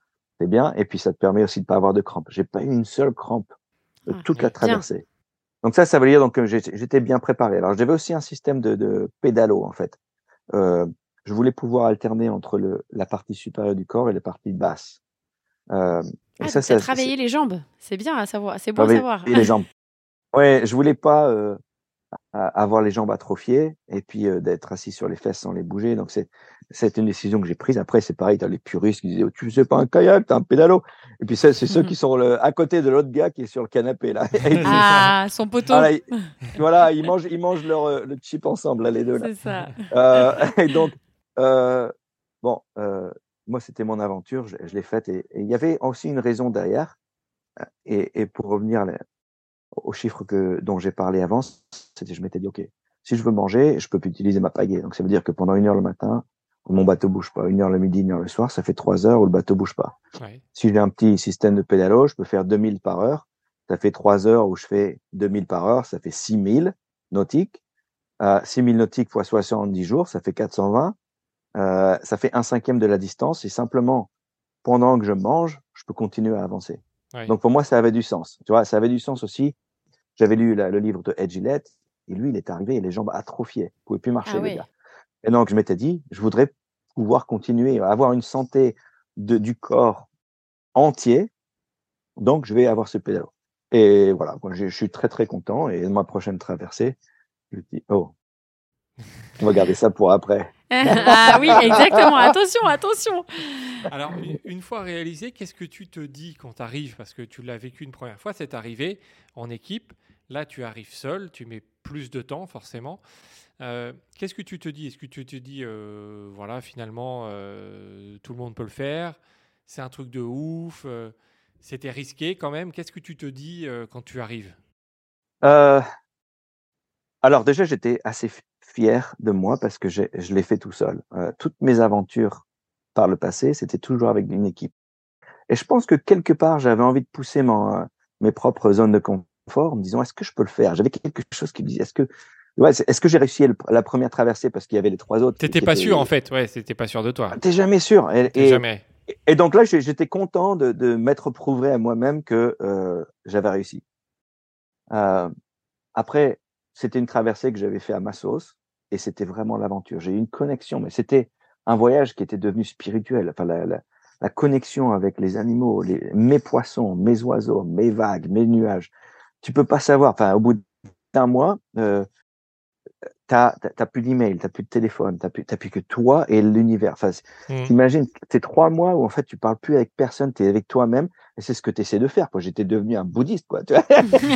[SPEAKER 4] c'est bien. Et puis, ça te permet aussi de pas avoir de crampes. J'ai pas eu une seule crampe de
[SPEAKER 2] Ah,
[SPEAKER 4] toute
[SPEAKER 2] mais
[SPEAKER 4] la
[SPEAKER 2] bien.
[SPEAKER 4] traversée. Donc ça, ça veut dire donc que j'ai- j'étais bien préparé. Alors, j'avais aussi un système de, de pédalo, en fait. Euh, je voulais pouvoir alterner entre le, la partie supérieure du corps et la partie basse. Euh, et
[SPEAKER 2] Ah,
[SPEAKER 4] ça,
[SPEAKER 2] donc tu as
[SPEAKER 4] ça, c'est
[SPEAKER 2] travaillé les jambes. C'est bien à savoir. C'est bon à
[SPEAKER 4] travailler
[SPEAKER 2] savoir.
[SPEAKER 4] les jambes. Ouais, je voulais pas euh, a- avoir les jambes atrophiées et puis euh, d'être assis sur les fesses sans les bouger. Donc c'est c'est une décision que j'ai prise. Après, c'est pareil, t'as les puristes qui disaient, oh, tu sais pas un kayak, t'as un pédalo. Et puis ça, c'est ceux qui sont le- à côté de l'autre gars qui est sur le canapé là. Et puis,
[SPEAKER 1] C'est ça.
[SPEAKER 2] Ah, son poteau.
[SPEAKER 4] voilà, ils, voilà, ils mangent, ils mangent leur euh, le chip ensemble là, les deux là.
[SPEAKER 2] C'est ça.
[SPEAKER 4] Euh, et donc, euh, bon, euh, moi, c'était mon aventure, je, je l'ai faite. Et et il y avait aussi une raison derrière. Et, et pour revenir là, aux chiffres que, dont j'ai parlé avant, c'était, je m'étais dit, OK, si je veux manger, je peux plus utiliser ma pagaie. Donc, ça veut dire que pendant une heure le matin, mon bateau bouge pas. Une heure le midi, une heure le soir, ça fait trois heures où le bateau bouge pas.
[SPEAKER 1] Ouais.
[SPEAKER 4] Si j'ai un petit système de pédalo, je peux faire deux mille par heure. Ça fait trois heures où je fais deux mille par heure, ça fait six mille nautiques. Euh, six mille nautiques fois soixante-dix jours, ça fait quatre cent vingt. Euh, ça fait un cinquième de la distance. Et simplement, pendant que je mange, je peux continuer à avancer.
[SPEAKER 1] Ouais.
[SPEAKER 4] Donc, pour moi, ça avait du sens. Tu vois, ça avait du sens aussi. J'avais lu la- le livre de Ed Gillette, et lui, il est arrivé et les jambes atrophiées. Il pouvait plus marcher,
[SPEAKER 2] Ah
[SPEAKER 4] le
[SPEAKER 2] ouais.
[SPEAKER 4] gars. Et donc, je m'étais dit, je voudrais pouvoir continuer à avoir une santé de, du corps entier. Donc, je vais avoir ce pédalo. Et voilà, moi, je, je suis très, très content. Et ma prochaine traversée, je me dis, oh, on va garder ça pour après.
[SPEAKER 2] Ah oui, exactement. Attention, attention.
[SPEAKER 1] Alors, une, une fois réalisé, qu'est-ce que tu te dis quand tu arrives? Parce que tu l'as vécu une première fois, c'est arrivé en équipe. Là, tu arrives seul, tu mets plus de temps, forcément. Euh, qu'est-ce que tu te dis? Est-ce que tu te dis, euh, voilà, finalement, euh, tout le monde peut le faire? C'est un truc de ouf. euh, C'était risqué quand même. Qu'est-ce que tu te dis euh, quand tu arrives?
[SPEAKER 4] Euh, alors, déjà, j'étais assez f- fier de moi parce que j'ai- je l'ai fait tout seul. Euh, toutes mes aventures par le passé, c'était toujours avec une équipe. Et je pense que quelque part, j'avais envie de pousser mon, euh, mes propres zones de confort en me disant, est-ce que je peux le faire? J'avais quelque chose qui me disait, est-ce que, ouais, c'est- est-ce que j'ai réussi le- la première traversée parce qu'il y avait les trois autres qui,
[SPEAKER 1] T'étais
[SPEAKER 4] qui
[SPEAKER 1] pas sûr en
[SPEAKER 4] étaient,
[SPEAKER 1] fait, ouais, t'étais pas sûr de toi.
[SPEAKER 4] t'es jamais sûr. Et,
[SPEAKER 1] T'es
[SPEAKER 4] et,
[SPEAKER 1] jamais.
[SPEAKER 4] et donc là, j'ai- j'étais content de, de m'être prouvé à moi-même que euh, j'avais réussi. Euh, après, c'était une traversée que j'avais fait à ma sauce et c'était vraiment l'aventure. J'ai eu une connexion, mais c'était un voyage qui était devenu spirituel. Enfin, la, la, la connexion avec les animaux, les, mes poissons, mes oiseaux, mes vagues, mes nuages. Tu peux pas savoir. Enfin, au bout d'un mois, euh, t'as, t'as, t'as plus d'email, t'as plus de téléphone, t'as plus, t'as plus que toi et l'univers. Enfin,
[SPEAKER 1] Hmm.
[SPEAKER 4] t'imagines, t'es trois mois où en fait tu parles plus avec personne, t'es avec toi-même et c'est ce que t'essaies de faire. Quoi, j'étais devenu un bouddhiste, quoi. Tu vois.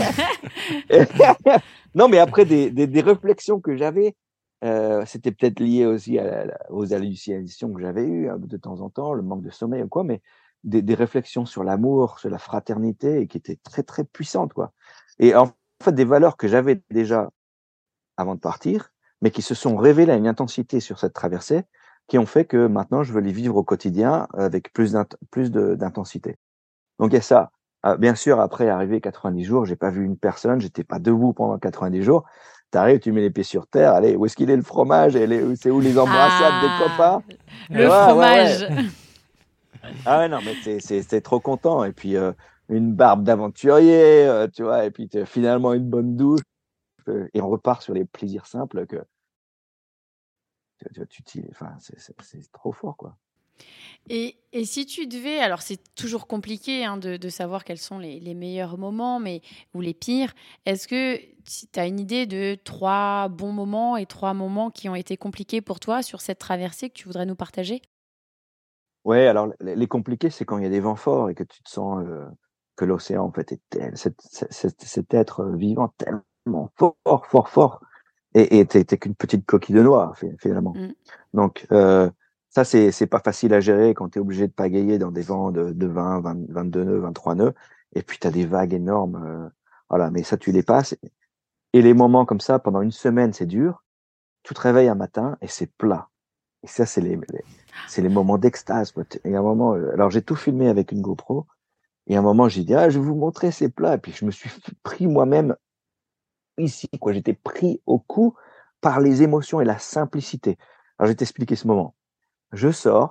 [SPEAKER 4] Non, mais après des, des, des réflexions que j'avais, euh, c'était peut-être lié aussi à la- la- aux hallucinations que j'avais eues hein, de temps en temps, le manque de sommeil ou quoi, mais des, des réflexions sur l'amour, sur la fraternité, et qui étaient très très puissantes, quoi. Et en fait, des valeurs que j'avais déjà avant de partir, mais qui se sont révélées à une intensité sur cette traversée, qui ont fait que maintenant je veux les vivre au quotidien avec plus d'int- plus de- d'intensité. Donc il y a ça. Ah, bien sûr, après arrivé quatre-vingt-dix jours, j'ai pas vu une personne, j'étais pas debout pendant quatre-vingt-dix jours. T'arrives, tu mets les pieds sur terre, allez, où est-ce qu'il est le fromage? Et les- c'est où les embrassades des
[SPEAKER 2] Ah,
[SPEAKER 4] copains?
[SPEAKER 2] le
[SPEAKER 4] Ouais, ouais, ouais.
[SPEAKER 2] fromage.
[SPEAKER 4] Ah ouais, non, mais c'est, c'est, c'est trop content. Et puis, euh, une barbe d'aventurier, euh, tu vois, et puis t'as finalement une bonne douche, euh, et on repart sur les plaisirs simples que tu, tu, tu t'y- enfin, c'est, c'est, c'est trop fort, quoi.
[SPEAKER 2] Et, et si tu devais, alors c'est toujours compliqué hein, de, de savoir quels sont les, les meilleurs moments mais, ou les pires, est-ce que tu as une idée de trois bons moments et trois moments qui ont été compliqués pour toi sur cette traversée que tu voudrais nous partager?
[SPEAKER 4] Ouais, alors les, les compliqués, c'est quand il y a des vents forts et que tu te sens euh, que l'océan, en fait, est tel, cet, cet, cet- cet être vivant tellement fort, fort, fort, et et t'es, t'es qu'une petite coquille de noix, fi- finalement.
[SPEAKER 2] Mm.
[SPEAKER 4] Donc, euh, ça, c'est, c'est pas facile à gérer quand tu es obligé de pagayer dans des vents de, de vingt, vingt, vingt-deux nœuds, vingt-trois nœuds, et puis tu as des vagues énormes. euh, voilà, mais ça, tu les passes. Et les moments comme ça, pendant une semaine, c'est dur. Tu te réveilles un matin et c'est plat. Et ça, c'est les, les- c'est les moments d'extase, quoi. Et à un moment, euh, alors j'ai tout filmé avec une GoPro, et à un moment, j'ai dit, ah, je vais vous montrer ces plats. Et puis, je me suis f- pris moi-même ici, quoi. J'étais pris au cou par les émotions et la simplicité. Alors, je vais t'expliquer ce moment. Je sors,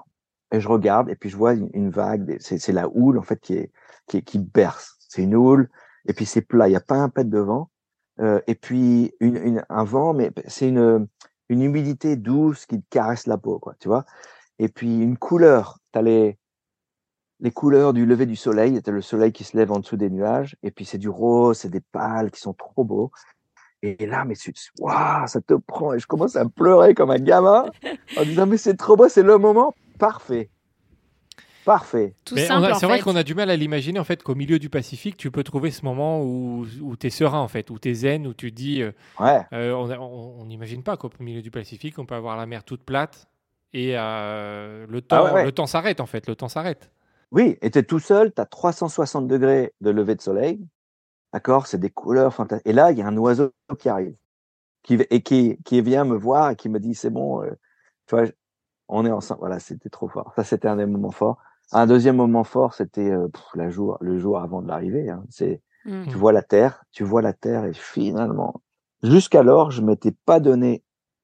[SPEAKER 4] et je regarde, et puis je vois une, une vague, c'est, c'est la houle, en fait, qui est, qui est, qui berce. C'est une houle, et puis c'est plat, il n'y a pas un pet de vent, euh, et puis une, une, un vent, mais c'est une, une humidité douce qui te caresse la peau, quoi, tu vois. Et puis une couleur, t'as les, les couleurs du lever du soleil, t'as le soleil qui se lève en dessous des nuages, et puis c'est du rose, c'est des pâles qui sont trop beaux. Et là, mais waouh, ça te prend, et je commence à pleurer comme un gamin en disant mais c'est trop beau, c'est le moment parfait, parfait.
[SPEAKER 2] Tout
[SPEAKER 1] Mais on
[SPEAKER 2] simple,
[SPEAKER 1] a-
[SPEAKER 2] en
[SPEAKER 1] c'est vrai
[SPEAKER 2] fait.
[SPEAKER 1] qu'on a du mal à l'imaginer en fait qu'au milieu du Pacifique, tu peux trouver ce moment où, où tu es serein en fait, où tu es zen, où tu te dis, euh,
[SPEAKER 4] Ouais.
[SPEAKER 1] euh, on a- on on n'imagine pas qu'au milieu du Pacifique, on peut avoir la mer toute plate et euh, le
[SPEAKER 4] Ah ouais,
[SPEAKER 1] temps,
[SPEAKER 4] ouais.
[SPEAKER 1] le temps s'arrête en fait, le temps s'arrête.
[SPEAKER 4] Oui, et t'es tout seul, t'as trois cent soixante degrés de lever de soleil, d'accord, c'est des couleurs fantastiques. Et là, il y a un oiseau qui arrive, qui et qui qui vient me voir et qui me dit c'est bon, euh, tu vois, on est ensemble. Voilà, c'était trop fort. Ça, c'était un des moments forts. Un deuxième moment fort, c'était euh, pff, la jour, le jour avant de l'arrivée. Hein. C'est,
[SPEAKER 2] Mm.
[SPEAKER 4] tu
[SPEAKER 1] Mm.
[SPEAKER 4] vois la terre, tu vois la terre, et finalement, jusqu'alors, je m'étais pas donné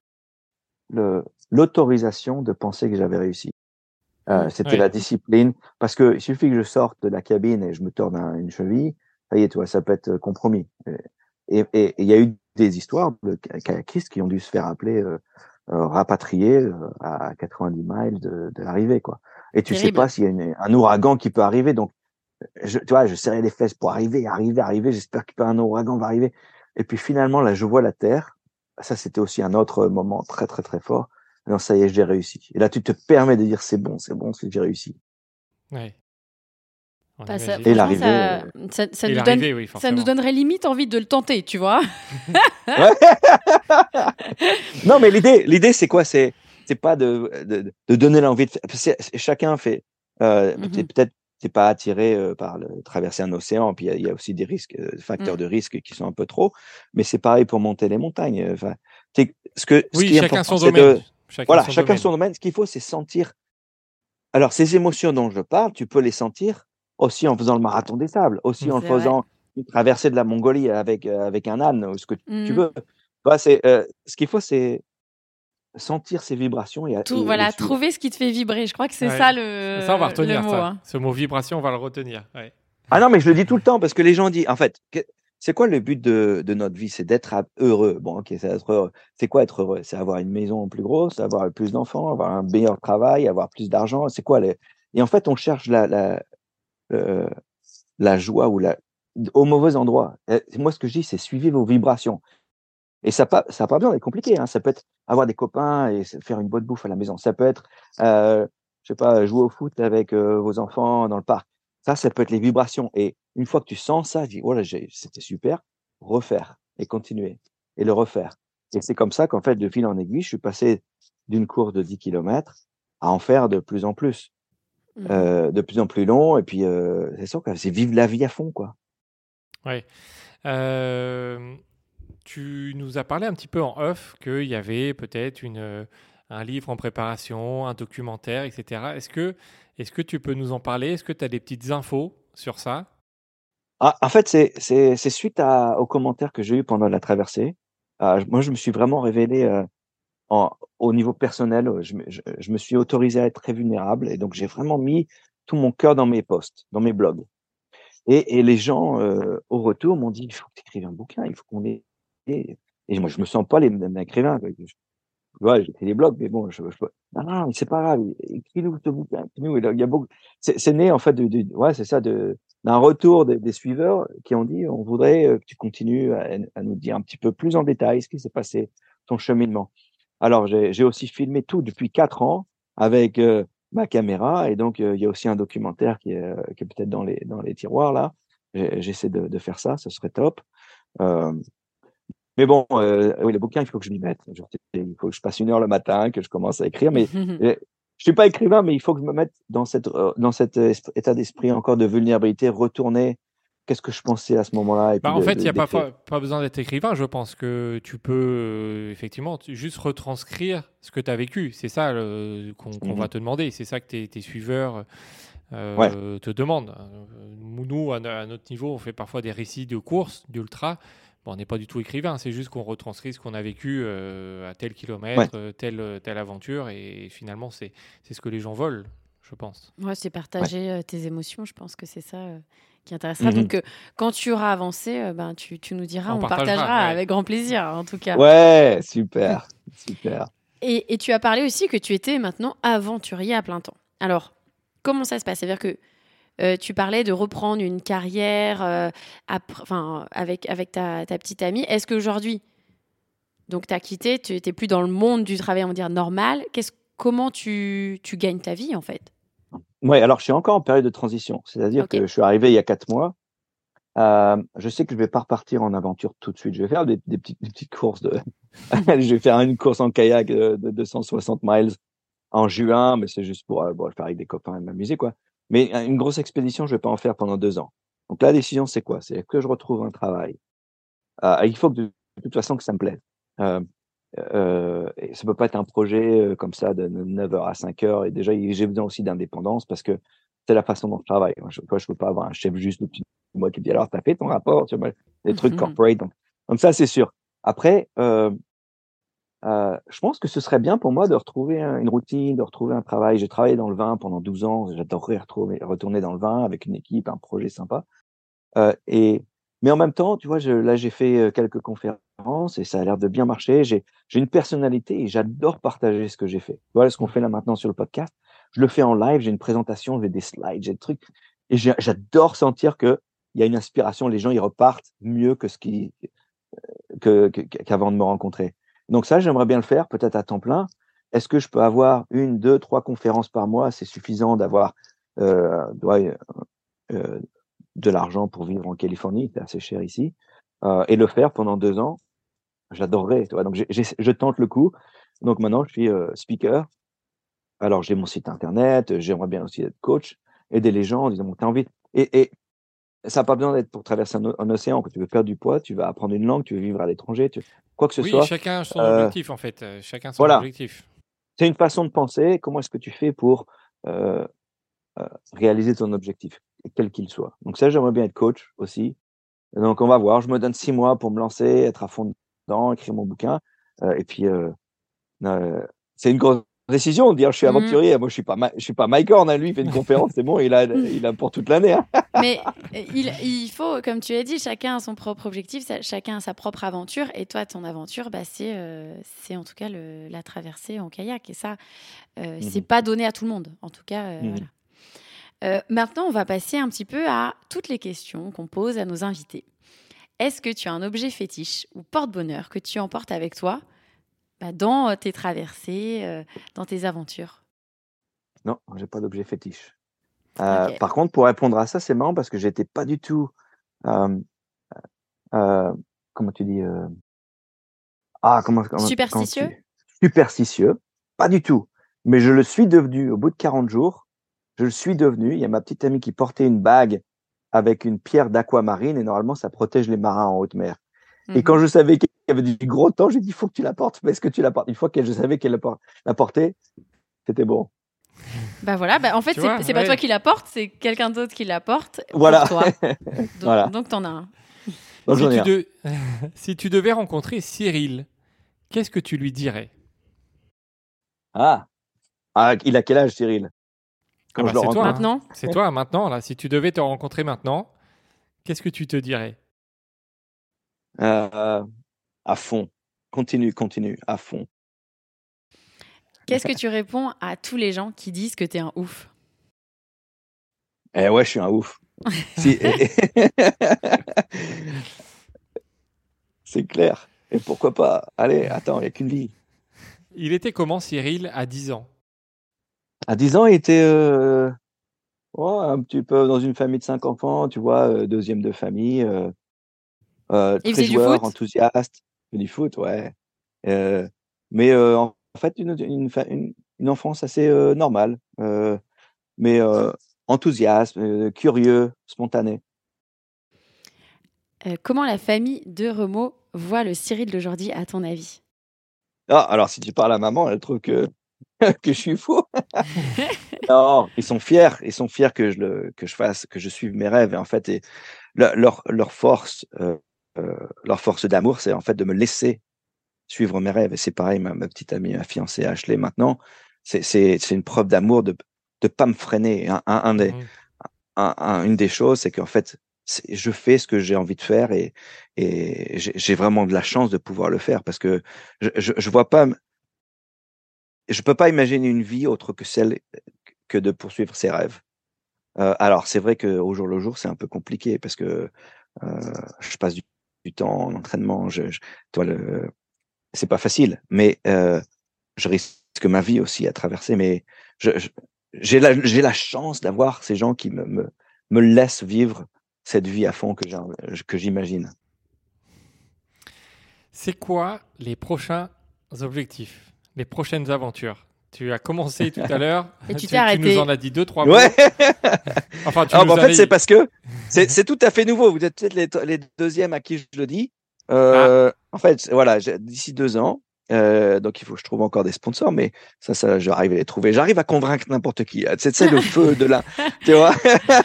[SPEAKER 4] le, l'autorisation de penser que j'avais réussi. Euh,
[SPEAKER 2] Mm.
[SPEAKER 4] c'était
[SPEAKER 1] Ouais.
[SPEAKER 4] la discipline, parce que il suffit que je sorte de la cabine et je me torne un- une cheville, ça y est, tu vois, ça peut être compromis. Et et- et il y a eu des histoires de kayakistes qui ont dû se faire appeler euh, euh, rapatriés euh, à quatre-vingt-dix miles de, de l'arrivée, quoi. Et tu sais
[SPEAKER 2] Terrible.
[SPEAKER 4] pas s'il y a une- un ouragan qui peut arriver, donc je, tu vois, je serrais les fesses pour arriver, arriver, arriver. J'espère qu'un ouragan va arriver. Et puis finalement, là, je vois la terre. Ça, c'était aussi un autre moment très, très, très fort. Non, ça y est, j'ai réussi. Et là, tu te permets de dire c'est bon, c'est bon, c'est j'ai réussi.
[SPEAKER 1] Ouais. On
[SPEAKER 2] Bah, ça-
[SPEAKER 1] imagine.
[SPEAKER 4] Et
[SPEAKER 2] franchement,
[SPEAKER 4] l'arrivée.
[SPEAKER 2] ça,
[SPEAKER 4] euh,
[SPEAKER 2] ça, ça
[SPEAKER 1] Et
[SPEAKER 2] nous donne,
[SPEAKER 1] l'arrivée, oui,
[SPEAKER 2] ça nous
[SPEAKER 1] forcément.
[SPEAKER 2] donnerait limite envie de le tenter, tu vois.
[SPEAKER 4] Ouais. Non, mais l'idée, l'idée, c'est quoi? C'est, c'est pas de, de, de donner l'envie de faire. c'est- c'est- chacun fait. Euh,
[SPEAKER 2] Mhm.
[SPEAKER 4] peut-être, peut-être, t'es pas attiré euh, par le, traverser un océan. Puis il y, a- il y a aussi des risques, euh, facteurs
[SPEAKER 2] Mm.
[SPEAKER 4] de risque qui sont un peu trop. Mais c'est pareil pour monter les montagnes. Enfin, t'es- ce que, ce
[SPEAKER 1] Oui,
[SPEAKER 4] qui est
[SPEAKER 1] chacun
[SPEAKER 4] important,
[SPEAKER 1] son
[SPEAKER 4] c'est
[SPEAKER 1] domaine.
[SPEAKER 4] de,
[SPEAKER 1] Chacun
[SPEAKER 4] voilà,
[SPEAKER 1] son
[SPEAKER 4] chacun
[SPEAKER 1] domaine.
[SPEAKER 4] son domaine. Ce qu'il faut, c'est sentir. Alors, ces émotions dont je parle, tu peux les sentir aussi en faisant le marathon des sables, aussi
[SPEAKER 1] Mm.
[SPEAKER 4] en
[SPEAKER 2] C'est vrai.
[SPEAKER 4] faisant une traversée de la Mongolie avec, euh, avec un âne ou ce que tu
[SPEAKER 2] Mhm.
[SPEAKER 4] veux. Bah, c'est, euh, ce qu'il faut, c'est sentir ces vibrations et,
[SPEAKER 2] Tout,
[SPEAKER 4] et, et les
[SPEAKER 2] voilà,
[SPEAKER 4] suivre.
[SPEAKER 2] trouver ce qui te fait vibrer. Je crois que c'est
[SPEAKER 1] Ouais.
[SPEAKER 2] ça
[SPEAKER 1] Ça, on va
[SPEAKER 2] le, le
[SPEAKER 1] retenir
[SPEAKER 2] mot.
[SPEAKER 1] ça.
[SPEAKER 2] Hein.
[SPEAKER 1] Ce mot vibration, on va le retenir. Ouais.
[SPEAKER 4] Ah non, mais je le dis tout le temps parce que les gens disent, en fait, que- c'est quoi le but de, de notre vie? C'est d'être à- heureux. Bon, ok, c'est être heureux. C'est quoi être heureux? C'est avoir une maison plus grosse, avoir plus d'enfants, avoir un meilleur travail, avoir plus d'argent. C'est quoi les... Et en fait, on cherche la, la, euh, la joie ou la, au mauvais endroit. Euh, Moi, ce que je dis, c'est suivez vos vibrations. Et ça n'a pas, ça a pas besoin d'être compliqué. Hein. Ça peut être avoir des copains et se faire une bonne bouffe à la maison. Ça peut être, euh, je sais pas, jouer au foot avec euh, vos enfants dans le parc. Ça, ça peut être les vibrations. Et une fois que tu sens ça, tu dis, voilà, j'ai- c'était super, refaire et continuer et le refaire. Et c'est comme ça qu'en fait, de fil en aiguille, je suis passé d'une course de dix kilomètres à en faire de plus en plus,
[SPEAKER 2] Mhm.
[SPEAKER 4] euh, de plus en plus long. Et puis, euh, c'est ça, quoi. C'est vivre la vie à fond, quoi.
[SPEAKER 1] Ouais. Euh, tu nous as parlé un petit peu en off qu'il y avait peut-être une, euh, un livre en préparation, un documentaire, et cetera. Est-ce que, est-ce que tu peux nous en parler? Est-ce que tu as des petites infos sur ça?
[SPEAKER 4] Ah, en fait, c'est c'est c'est suite à, aux commentaires que j'ai eu pendant la traversée. Euh, je- moi, je me suis vraiment révélé euh, en, au niveau personnel. euh, Je, me- je, je me suis autorisé à être très vulnérable et donc j'ai vraiment mis tout mon cœur dans mes posts, dans mes blogs. Et, et les gens euh, au retour m'ont dit, il faut que tu écrives un bouquin, il faut qu'on ait. Et, et moi, je me sens pas les mêmes écrivains. Quoi. Je, ouais, j'écris des blogs, mais bon, je, je non, non, mais c'est pas grave. Écris-nous ce bouquin. Écris-nous. Il y a beaucoup. C'est c'est né en fait de, de ouais, c'est ça, de d'un retour des, des suiveurs qui ont dit, on voudrait euh, que tu continues à, à nous dire un petit peu plus en détail ce qui s'est passé, ton cheminement. Alors, j'ai j'ai aussi filmé tout depuis quatre ans avec euh, ma caméra et donc euh, il y a aussi un documentaire qui est, euh, qui est peut-être dans les dans les tiroirs là. J'ai- J'essaie de, de faire ça, ce serait top. Euh, mais bon, euh, oui, le bouquin, il faut que je m'y mette. Genre, il faut que je passe une heure le matin, que je commence à écrire. Mais euh, je suis pas écrivain, mais il faut que je me mette dans cette euh, dans cet esp- état d'esprit encore de vulnérabilité, retourner. Qu'est-ce que je pensais à ce moment-là et
[SPEAKER 1] Bah,
[SPEAKER 4] puis
[SPEAKER 1] en
[SPEAKER 4] de,
[SPEAKER 1] fait, il
[SPEAKER 4] de-
[SPEAKER 1] n'y a pas,
[SPEAKER 4] d'écrire.
[SPEAKER 1] fa- pas besoin d'être écrivain. Je pense que tu peux euh, effectivement tu- juste retranscrire ce que tu as vécu. C'est ça le- qu'on qu'on
[SPEAKER 4] Mhm.
[SPEAKER 1] va te demander. C'est ça que tes, tes suiveurs
[SPEAKER 4] Ouais,
[SPEAKER 1] euh, te demandent. Euh, Nous, à, no- à notre niveau, on fait parfois des récits de courses, d'ultra. Bon, on n'est pas du tout écrivain. C'est juste qu'on retranscrit ce qu'on a vécu euh, à tel
[SPEAKER 4] ouais.
[SPEAKER 1] kilomètre, euh, telle, telle aventure. Et finalement, c'est c'est ce que les gens veulent. je pense.
[SPEAKER 2] Ouais, c'est partager ouais. tes émotions. Je pense que c'est ça euh, qui intéressera. Mm-hmm. Donc, euh, quand tu auras avancé, euh, ben, tu, tu nous diras, on, on partagera, partagera ouais. avec grand plaisir, en tout cas.
[SPEAKER 4] Ouais, super, super.
[SPEAKER 2] Et, et tu as parlé aussi que tu étais maintenant aventurier à plein temps. Alors, comment ça se passe ? C'est-à-dire que euh, tu parlais de reprendre une carrière euh, après, avec, avec ta, ta petite amie. Est-ce qu'aujourd'hui, donc tu as quitté, tu n'étais plus dans le monde du travail, on va dire, normal. Qu'est-ce, comment tu, tu gagnes ta vie, en fait ?
[SPEAKER 4] Oui, alors je suis encore en période de transition. C'est-à-dire okay. que je suis arrivé il y a quatre mois. Euh, je sais que je ne vais pas repartir en aventure tout de suite. Je vais faire des, des, petites, des petites courses. De... je vais faire une course en kayak de, de deux cent soixante miles en juin, mais c'est juste pour bon, le faire avec des copains et m'amuser, quoi. Mais une grosse expédition, je ne vais pas en faire pendant deux ans. Donc la décision, c'est quoi ? C'est que je retrouve un travail. Euh, il faut que de, de toute façon que ça me plaise. Euh, euh, et ça ne peut pas être un projet comme ça de neuf heures à cinq heures. Et déjà, j'ai besoin aussi d'indépendance parce que c'est la façon dont je travaille. Je ne peux pas avoir un chef juste au-dessus de moi qui me dit alors, tu as fait ton rapport, tu vois, des trucs corporate. Donc, donc ça, c'est sûr. Après, euh, euh, je pense que ce serait bien pour moi de retrouver une routine, de retrouver un travail. J'ai travaillé dans le vin pendant douze ans. J'adorerais retrouver, retourner dans le vin avec une équipe, un projet sympa. Euh, et, mais en même temps, tu vois, je, là, j'ai fait quelques conférences et ça a l'air de bien marcher. J'ai, j'ai une personnalité et j'adore partager ce que j'ai fait. Voilà ce qu'on fait là maintenant sur le podcast. Je le fais en live, j'ai une présentation, j'ai des slides, j'ai des trucs. Et j'ai, j'adore sentir qu'il y a une inspiration. Les gens, ils repartent mieux que ce qui, que, que, qu'avant de me rencontrer. Donc ça, j'aimerais bien le faire, peut-être à temps plein. Est-ce que je peux avoir une, deux, trois conférences par mois ? C'est suffisant d'avoir euh, ouais, euh, de l'argent pour vivre en Californie, c'est assez cher ici, euh, et le faire pendant deux ans, j'adorerais. Tu vois. Donc j'ai, j'ai, je tente le coup. Donc maintenant, je suis euh, speaker. Alors j'ai mon site internet, j'aimerais bien aussi être coach, aider les gens en disant bon, t'as envie. Et, et ça n'a pas besoin d'être pour traverser un, un océan. Quand tu veux perdre du poids, tu vas apprendre une langue, tu veux vivre à l'étranger, tu... quoi que ce
[SPEAKER 1] oui,
[SPEAKER 4] soit.
[SPEAKER 1] Oui, chacun son euh, objectif en fait. Chacun son
[SPEAKER 4] voilà.
[SPEAKER 1] objectif.
[SPEAKER 4] C'est une façon de penser. Comment est-ce que tu fais pour euh, euh, réaliser ton objectif, quel qu'il soit. Donc ça, j'aimerais bien être coach aussi. Donc on va voir. Je me donne six mois pour me lancer, être à fond dedans, écrire mon bouquin. Euh, et puis euh, euh, c'est une grosse décision de dire je suis aventurier. Mmh. Moi, je suis pas, ma- je suis pas Mike Horn. Hein, lui, il fait une conférence, c'est bon, il a, il a pour toute l'année. Hein.
[SPEAKER 2] Mais il, il faut, comme tu as dit, chacun a son propre objectif, chacun a sa propre aventure. Et toi, ton aventure, bah, c'est, euh, c'est en tout cas le, la traversée en kayak. Et ça, euh, mmh. c'est pas donné à tout le monde. En tout cas, euh, mmh. voilà. Euh, maintenant, on va passer un petit peu à toutes les questions qu'on pose à nos invités. Est-ce que tu as un objet fétiche ou porte-bonheur que tu emportes avec toi bah, dans tes traversées, euh, dans tes aventures ?
[SPEAKER 4] Non, j'ai pas d'objet fétiche. Euh, okay. Par contre, pour répondre à ça, c'est marrant parce que j'étais pas du tout, euh, euh, comment tu dis, euh... ah comment, comment
[SPEAKER 2] superstitieux,
[SPEAKER 4] comment tu... superstitieux, pas du tout. Mais je le suis devenu au bout de quarante jours. Je le suis devenu. Il y a ma petite amie qui portait une bague avec une pierre d'aquamarine et normalement, ça protège les marins en haute mer. Mm-hmm. Et quand je savais qu'il y avait du gros temps, j'ai dit, il faut que tu la portes. Est-ce que tu la portes ? Une fois que je savais qu'elle la portait, c'était bon.
[SPEAKER 2] Bah voilà, bah en fait, c'est, vois, c'est ouais. pas toi qui la porte, c'est quelqu'un d'autre qui la porte
[SPEAKER 4] voilà.
[SPEAKER 2] pour toi. Donc,
[SPEAKER 4] voilà.
[SPEAKER 2] donc t'en as un.
[SPEAKER 1] Donc, si, tu de... si tu devais rencontrer Cyril, qu'est-ce que tu lui dirais ?
[SPEAKER 4] Ah, ah il a quel âge, Cyril ?
[SPEAKER 1] Quand ah je bah, le c'est toi, maintenant. Hein. C'est toi maintenant. Là. Si tu devais te rencontrer maintenant, qu'est-ce que tu te dirais ?
[SPEAKER 4] euh, À fond. Continue, continue, à fond.
[SPEAKER 2] Qu'est-ce que tu réponds à tous les gens qui disent que t'es un ouf ?
[SPEAKER 4] Eh ouais, je suis un ouf. si, et, et... C'est clair. Et pourquoi pas ? Allez, attends, il n'y a qu'une vie.
[SPEAKER 1] Il était comment, Cyril, à dix ans ?
[SPEAKER 4] À dix ans, il était euh, oh, un petit peu dans une famille de cinq enfants, tu vois, euh, deuxième de famille, euh, euh, très joueur, enthousiaste, du foot, ouais. Euh, mais euh, en fait, une, une, une, une enfance assez euh, normale, euh, mais euh, enthousiaste, euh, curieux, spontané.
[SPEAKER 2] Euh, comment la famille de Remo voit le Cyril d'aujourd'hui, à ton avis ?
[SPEAKER 4] Ah, alors si tu parles à maman, elle trouve que que je suis fou. Non, ils sont fiers, ils sont fiers que je le que je fasse, que je suive mes rêves. Et en fait, et leur leur, leur force, euh, euh, leur force d'amour, c'est en fait de me laisser suivre mes rêves. Et c'est pareil, ma, ma petite amie, ma fiancée Ashley, maintenant, c'est c'est c'est une preuve d'amour de de pas me freiner. Un, un, un des,
[SPEAKER 1] Mhm.
[SPEAKER 4] un, un, une des choses, c'est qu'en fait, c'est, je fais ce que j'ai envie de faire et, et j'ai, j'ai vraiment de la chance de pouvoir le faire parce que je, je, je vois pas, je peux pas imaginer une vie autre que celle que de poursuivre ses rêves. Euh, alors, c'est vrai qu'au jour le jour, c'est un peu compliqué parce que euh, je passe du, du temps en entraînement. Je, je, toi, le, c'est pas facile, mais euh, je risque ma vie aussi à traverser. Mais je, je, j'ai la, j'ai la chance d'avoir ces gens qui me, me, me laissent vivre cette vie à fond que, j'ai, que j'imagine.
[SPEAKER 1] C'est quoi les prochains objectifs, les prochaines aventures? Tu as commencé tout à l'heure,
[SPEAKER 2] Et tu t'es
[SPEAKER 1] tu, tu nous en
[SPEAKER 2] arrêté.
[SPEAKER 1] as dit deux, trois
[SPEAKER 4] Ouais.
[SPEAKER 1] mots. Enfin, tu
[SPEAKER 4] Alors, bah,
[SPEAKER 1] nous
[SPEAKER 4] en
[SPEAKER 1] en
[SPEAKER 4] fait,
[SPEAKER 1] as
[SPEAKER 4] c'est
[SPEAKER 1] dit.
[SPEAKER 4] parce que c'est, c'est tout à fait nouveau. Vous êtes peut-être les, les deuxièmes à qui je le dis.
[SPEAKER 1] Ah,
[SPEAKER 4] Euh, en fait, voilà, j'ai- d'ici deux ans, euh, donc il faut que je trouve encore des sponsors, mais ça, ça, j'arrive à les trouver. J'arrive à convaincre n'importe qui. C'est, c'est le feu de la, tu vois.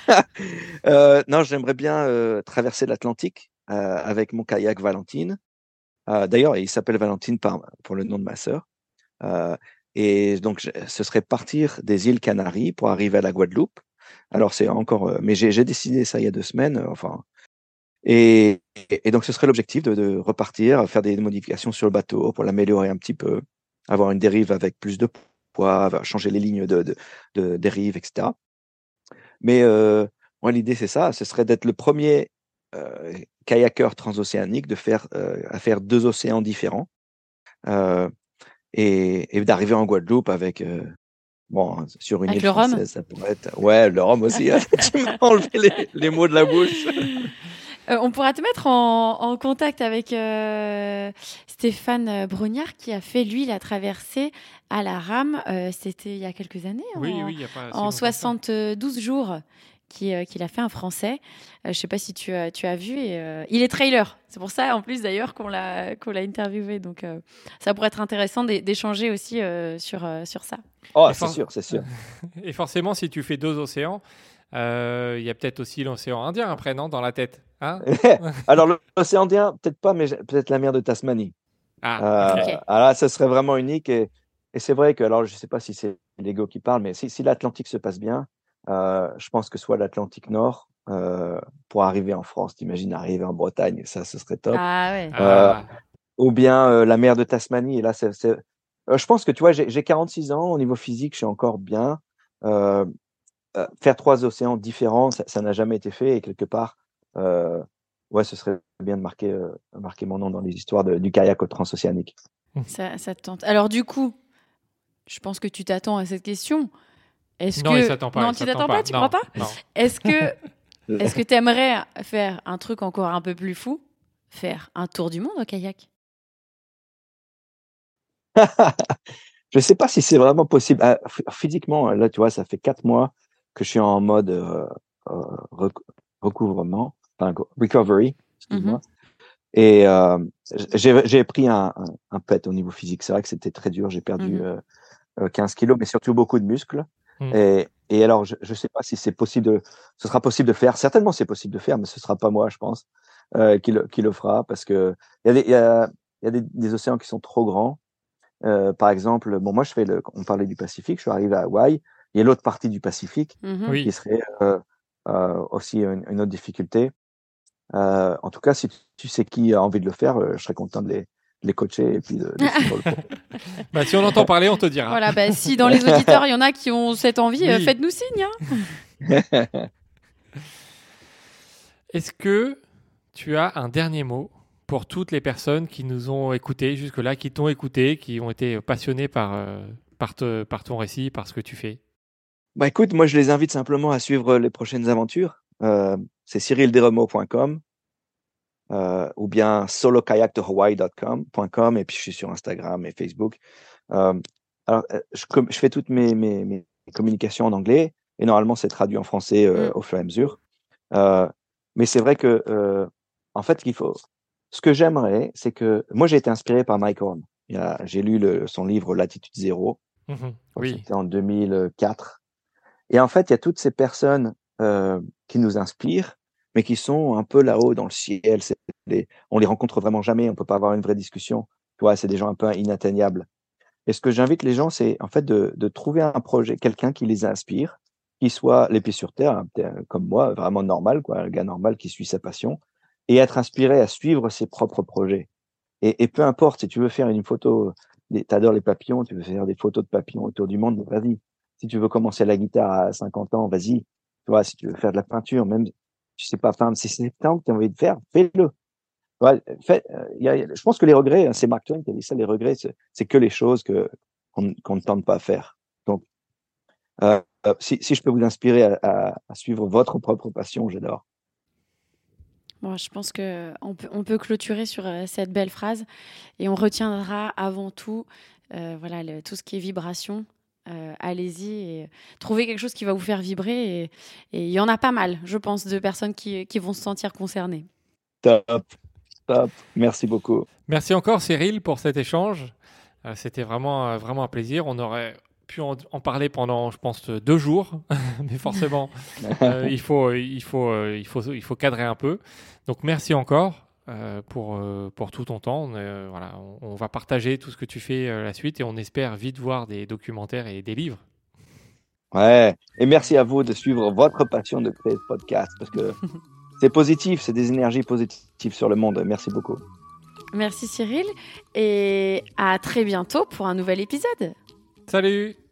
[SPEAKER 4] Euh, non, j'aimerais bien euh, traverser l'Atlantique euh, avec mon kayak Valentine. Euh, d'ailleurs, il s'appelle Valentine par, pour le nom de ma sœur. Euh, et donc, je- ce serait partir des îles Canaries pour arriver à la Guadeloupe. Alors, c'est encore, euh, mais j'ai, j'ai décidé ça il y a deux semaines. euh, Enfin, et, et donc, ce serait l'objectif de, de repartir, faire des modifications sur le bateau pour l'améliorer un petit peu, avoir une dérive avec plus de poids, avoir- changer les lignes de, de, de dérive, et cetera. Mais euh, moi, l'idée, c'est ça, ce serait d'être le premier euh, kayakeur transocéanique de faire, euh, à faire deux océans différents euh, et, et d'arriver en Guadeloupe avec, euh, bon, sur une
[SPEAKER 2] Avec
[SPEAKER 4] île
[SPEAKER 2] le rhum.
[SPEAKER 4] française, ça pourrait être, ouais, le rhum aussi, hein. Tu m'as enlevé les, les mots de la bouche.
[SPEAKER 2] Euh, on pourra te mettre en, en contact avec euh, Stéphane euh, Brognard qui a fait, lui, la traversée à la rame. Euh, c'était il y a quelques années,
[SPEAKER 1] oui,
[SPEAKER 2] en,
[SPEAKER 1] oui, il n'y a pas si
[SPEAKER 2] en
[SPEAKER 1] longtemps que ça.
[SPEAKER 2] soixante-douze jours, qui, euh, qu'il a fait un Français. Euh, je ne sais pas si tu as, tu as vu. Et, euh, il est trailer. C'est pour ça, en plus, d'ailleurs, qu'on l'a, qu'on l'a interviewé. Donc, euh, ça pourrait être intéressant d'é- d'échanger aussi euh, sur, euh, sur ça.
[SPEAKER 4] Oh,
[SPEAKER 1] Et,
[SPEAKER 4] c'est
[SPEAKER 1] for-
[SPEAKER 4] sûr, c'est sûr.
[SPEAKER 1] et forcément, si tu fais deux océans, euh, il y a peut-être aussi l'océan Indien après, non, dans la tête, hein?
[SPEAKER 4] Alors, l'océan Indien, peut-être pas, mais j'ai- peut-être la mer de Tasmanie.
[SPEAKER 1] Ah,
[SPEAKER 4] Euh,
[SPEAKER 1] ok.
[SPEAKER 2] Ok.
[SPEAKER 4] alors là, ce serait vraiment unique. Et, et c'est vrai que, alors, je ne sais pas si c'est l'ego qui parle, mais si, si l'Atlantique se passe bien, euh, je pense que soit l'Atlantique Nord euh, pour arriver en France. T'imagines arriver en Bretagne, ça, ce serait top.
[SPEAKER 2] Ah ouais.
[SPEAKER 4] Euh,
[SPEAKER 1] Ah,
[SPEAKER 4] ou bien euh, la mer de Tasmanie. Et là, c'est, c'est- euh, je pense que tu vois, j'ai, j'ai quarante-six ans. Au niveau physique, je suis encore bien. Euh, euh, faire trois océans différents, ça, ça n'a jamais été fait. Et quelque part, euh, ouais, ce serait bien de marquer, euh, marquer mon nom dans les histoires de- du kayak transocéanique.
[SPEAKER 2] Ça, ça te tente. Alors, du coup, je pense que tu t'attends à cette question. Est-ce
[SPEAKER 1] non, il
[SPEAKER 2] que
[SPEAKER 1] s'attend pas.
[SPEAKER 2] non,
[SPEAKER 1] il
[SPEAKER 2] tu
[SPEAKER 1] s'attend
[SPEAKER 2] t'attends pas, tu
[SPEAKER 1] non,
[SPEAKER 2] crois pas?
[SPEAKER 1] non.
[SPEAKER 2] Est-ce que est-ce que tu aimerais faire un truc encore un peu plus fou, faire un tour du monde au kayak?
[SPEAKER 4] Je ne sais pas si c'est vraiment possible. Ah, ph- physiquement, là, tu vois, ça fait quatre mois que je suis en mode euh, euh, rec- recouvrement, enfin, co- recovery,
[SPEAKER 2] Mhm.
[SPEAKER 4] excuse-moi. Et euh, j'ai j'ai pris un, un, un pet au niveau physique. C'est vrai que c'était très dur. J'ai perdu
[SPEAKER 2] Mhm.
[SPEAKER 4] euh, euh, quinze kilos, mais surtout beaucoup de muscles.
[SPEAKER 1] Hmm.
[SPEAKER 4] Et, et alors, je ne sais pas si c'est possible de, ce sera possible de faire. Certainement, c'est possible de faire, mais ce sera pas moi, je pense, euh, qui, le, qui le fera, parce que il y a des, il y a, il y a des, des océans qui sont trop grands. Euh, par exemple, bon, moi, je fais le, on parlait du Pacifique, je suis arrivé à Hawaï. Il y a l'autre partie du Pacifique
[SPEAKER 2] Mhm.
[SPEAKER 4] qui
[SPEAKER 1] Oui.
[SPEAKER 4] serait euh, euh, aussi une, une autre difficulté. Euh, en tout cas, si tu, tu sais qui a envie de le faire, euh, je serais content de les, de les coacher et puis de, de suivre le cours.
[SPEAKER 1] Bah, si on entend parler, on te dira.
[SPEAKER 2] Voilà, bah, si dans les auditeurs il y en a qui ont cette envie, euh,
[SPEAKER 1] Oui.
[SPEAKER 2] faites-nous signe, hein.
[SPEAKER 1] Est-ce que tu as un dernier mot pour toutes les personnes qui nous ont écoutés jusque-là, qui t'ont écouté, qui ont été passionnées par, euh, par, te- par ton récit, par ce que tu fais?
[SPEAKER 4] Bah écoute, moi je les invite simplement à suivre les prochaines aventures. Euh, c'est cyril desremaux point com euh, ou bien solo kayak to hawaii point com et puis je suis sur Instagram et Facebook. Euh, alors, euh, je, com- je fais toutes mes, mes, mes communications en anglais et normalement c'est traduit en français euh,
[SPEAKER 2] Mm.
[SPEAKER 4] au fur et à mesure. Euh, mais c'est vrai que, euh, en fait, ce qu'il faut, ce que j'aimerais, c'est que moi j'ai été inspiré par Mike Horn. Il y a- J'ai lu le, son livre Latitude Zéro.
[SPEAKER 1] Mhm.
[SPEAKER 4] Je crois que
[SPEAKER 1] Oui.
[SPEAKER 4] C'était en deux mille quatre. Et en fait, il y a toutes ces personnes euh, qui nous inspirent, mais qui sont un peu là-haut dans le ciel. C'est des- on les rencontre vraiment jamais. On peut pas avoir une vraie discussion. Tu vois, c'est des gens un peu inatteignables. Et ce que j'invite les gens, c'est en fait de, de trouver un projet, quelqu'un qui les inspire, qui soit les pieds sur terre, hein, comme moi, vraiment normal, quoi, un gars normal qui suit sa passion, et être inspiré à suivre ses propres projets. Et, et peu importe, si tu veux faire une photo, tu adores les papillons, tu veux faire des photos de papillons autour du monde, vas-y. Si tu veux commencer la guitare à cinquante ans, vas-y. Tu vois, si tu veux faire de la peinture, même si tu sais pas peindre, si c'est ça que tu as envie de faire, fais-le. Ouais, fait, euh, y a, je pense que les regrets, hein, c'est Mark Twain qui a dit ça, les regrets, c'est, c'est que les choses que, qu'on, qu'on ne tente pas à faire. Donc, euh, euh, si, si je peux vous inspirer à, à, à suivre votre propre passion, j'adore.
[SPEAKER 2] Bon, je pense qu'on peut, on peut clôturer sur euh, cette belle phrase et on retiendra avant tout euh, voilà, le, tout ce qui est vibration. Euh, allez-y et trouvez quelque chose qui va vous faire vibrer. Et il y en a pas mal, je pense, de personnes qui, qui vont se sentir concernées.
[SPEAKER 4] Top. Top. Merci beaucoup.
[SPEAKER 1] Merci encore Cyril pour cet échange. Euh, c'était vraiment, euh, vraiment un plaisir. On aurait pu en, en parler pendant, je pense, deux jours, mais forcément, euh, il, faut, il, faut, euh, il, faut, il faut cadrer un peu. Donc merci encore euh, pour, euh, pour tout ton temps. On, euh, voilà, on, on va partager tout ce que tu fais euh, la suite et on espère vite voir des documentaires et des livres.
[SPEAKER 4] Ouais, et merci à vous de suivre votre passion de créer ce podcast parce que c'est positif, c'est des énergies positives sur le monde. Merci beaucoup.
[SPEAKER 2] Merci Cyril et à très bientôt pour un nouvel épisode.
[SPEAKER 1] Salut!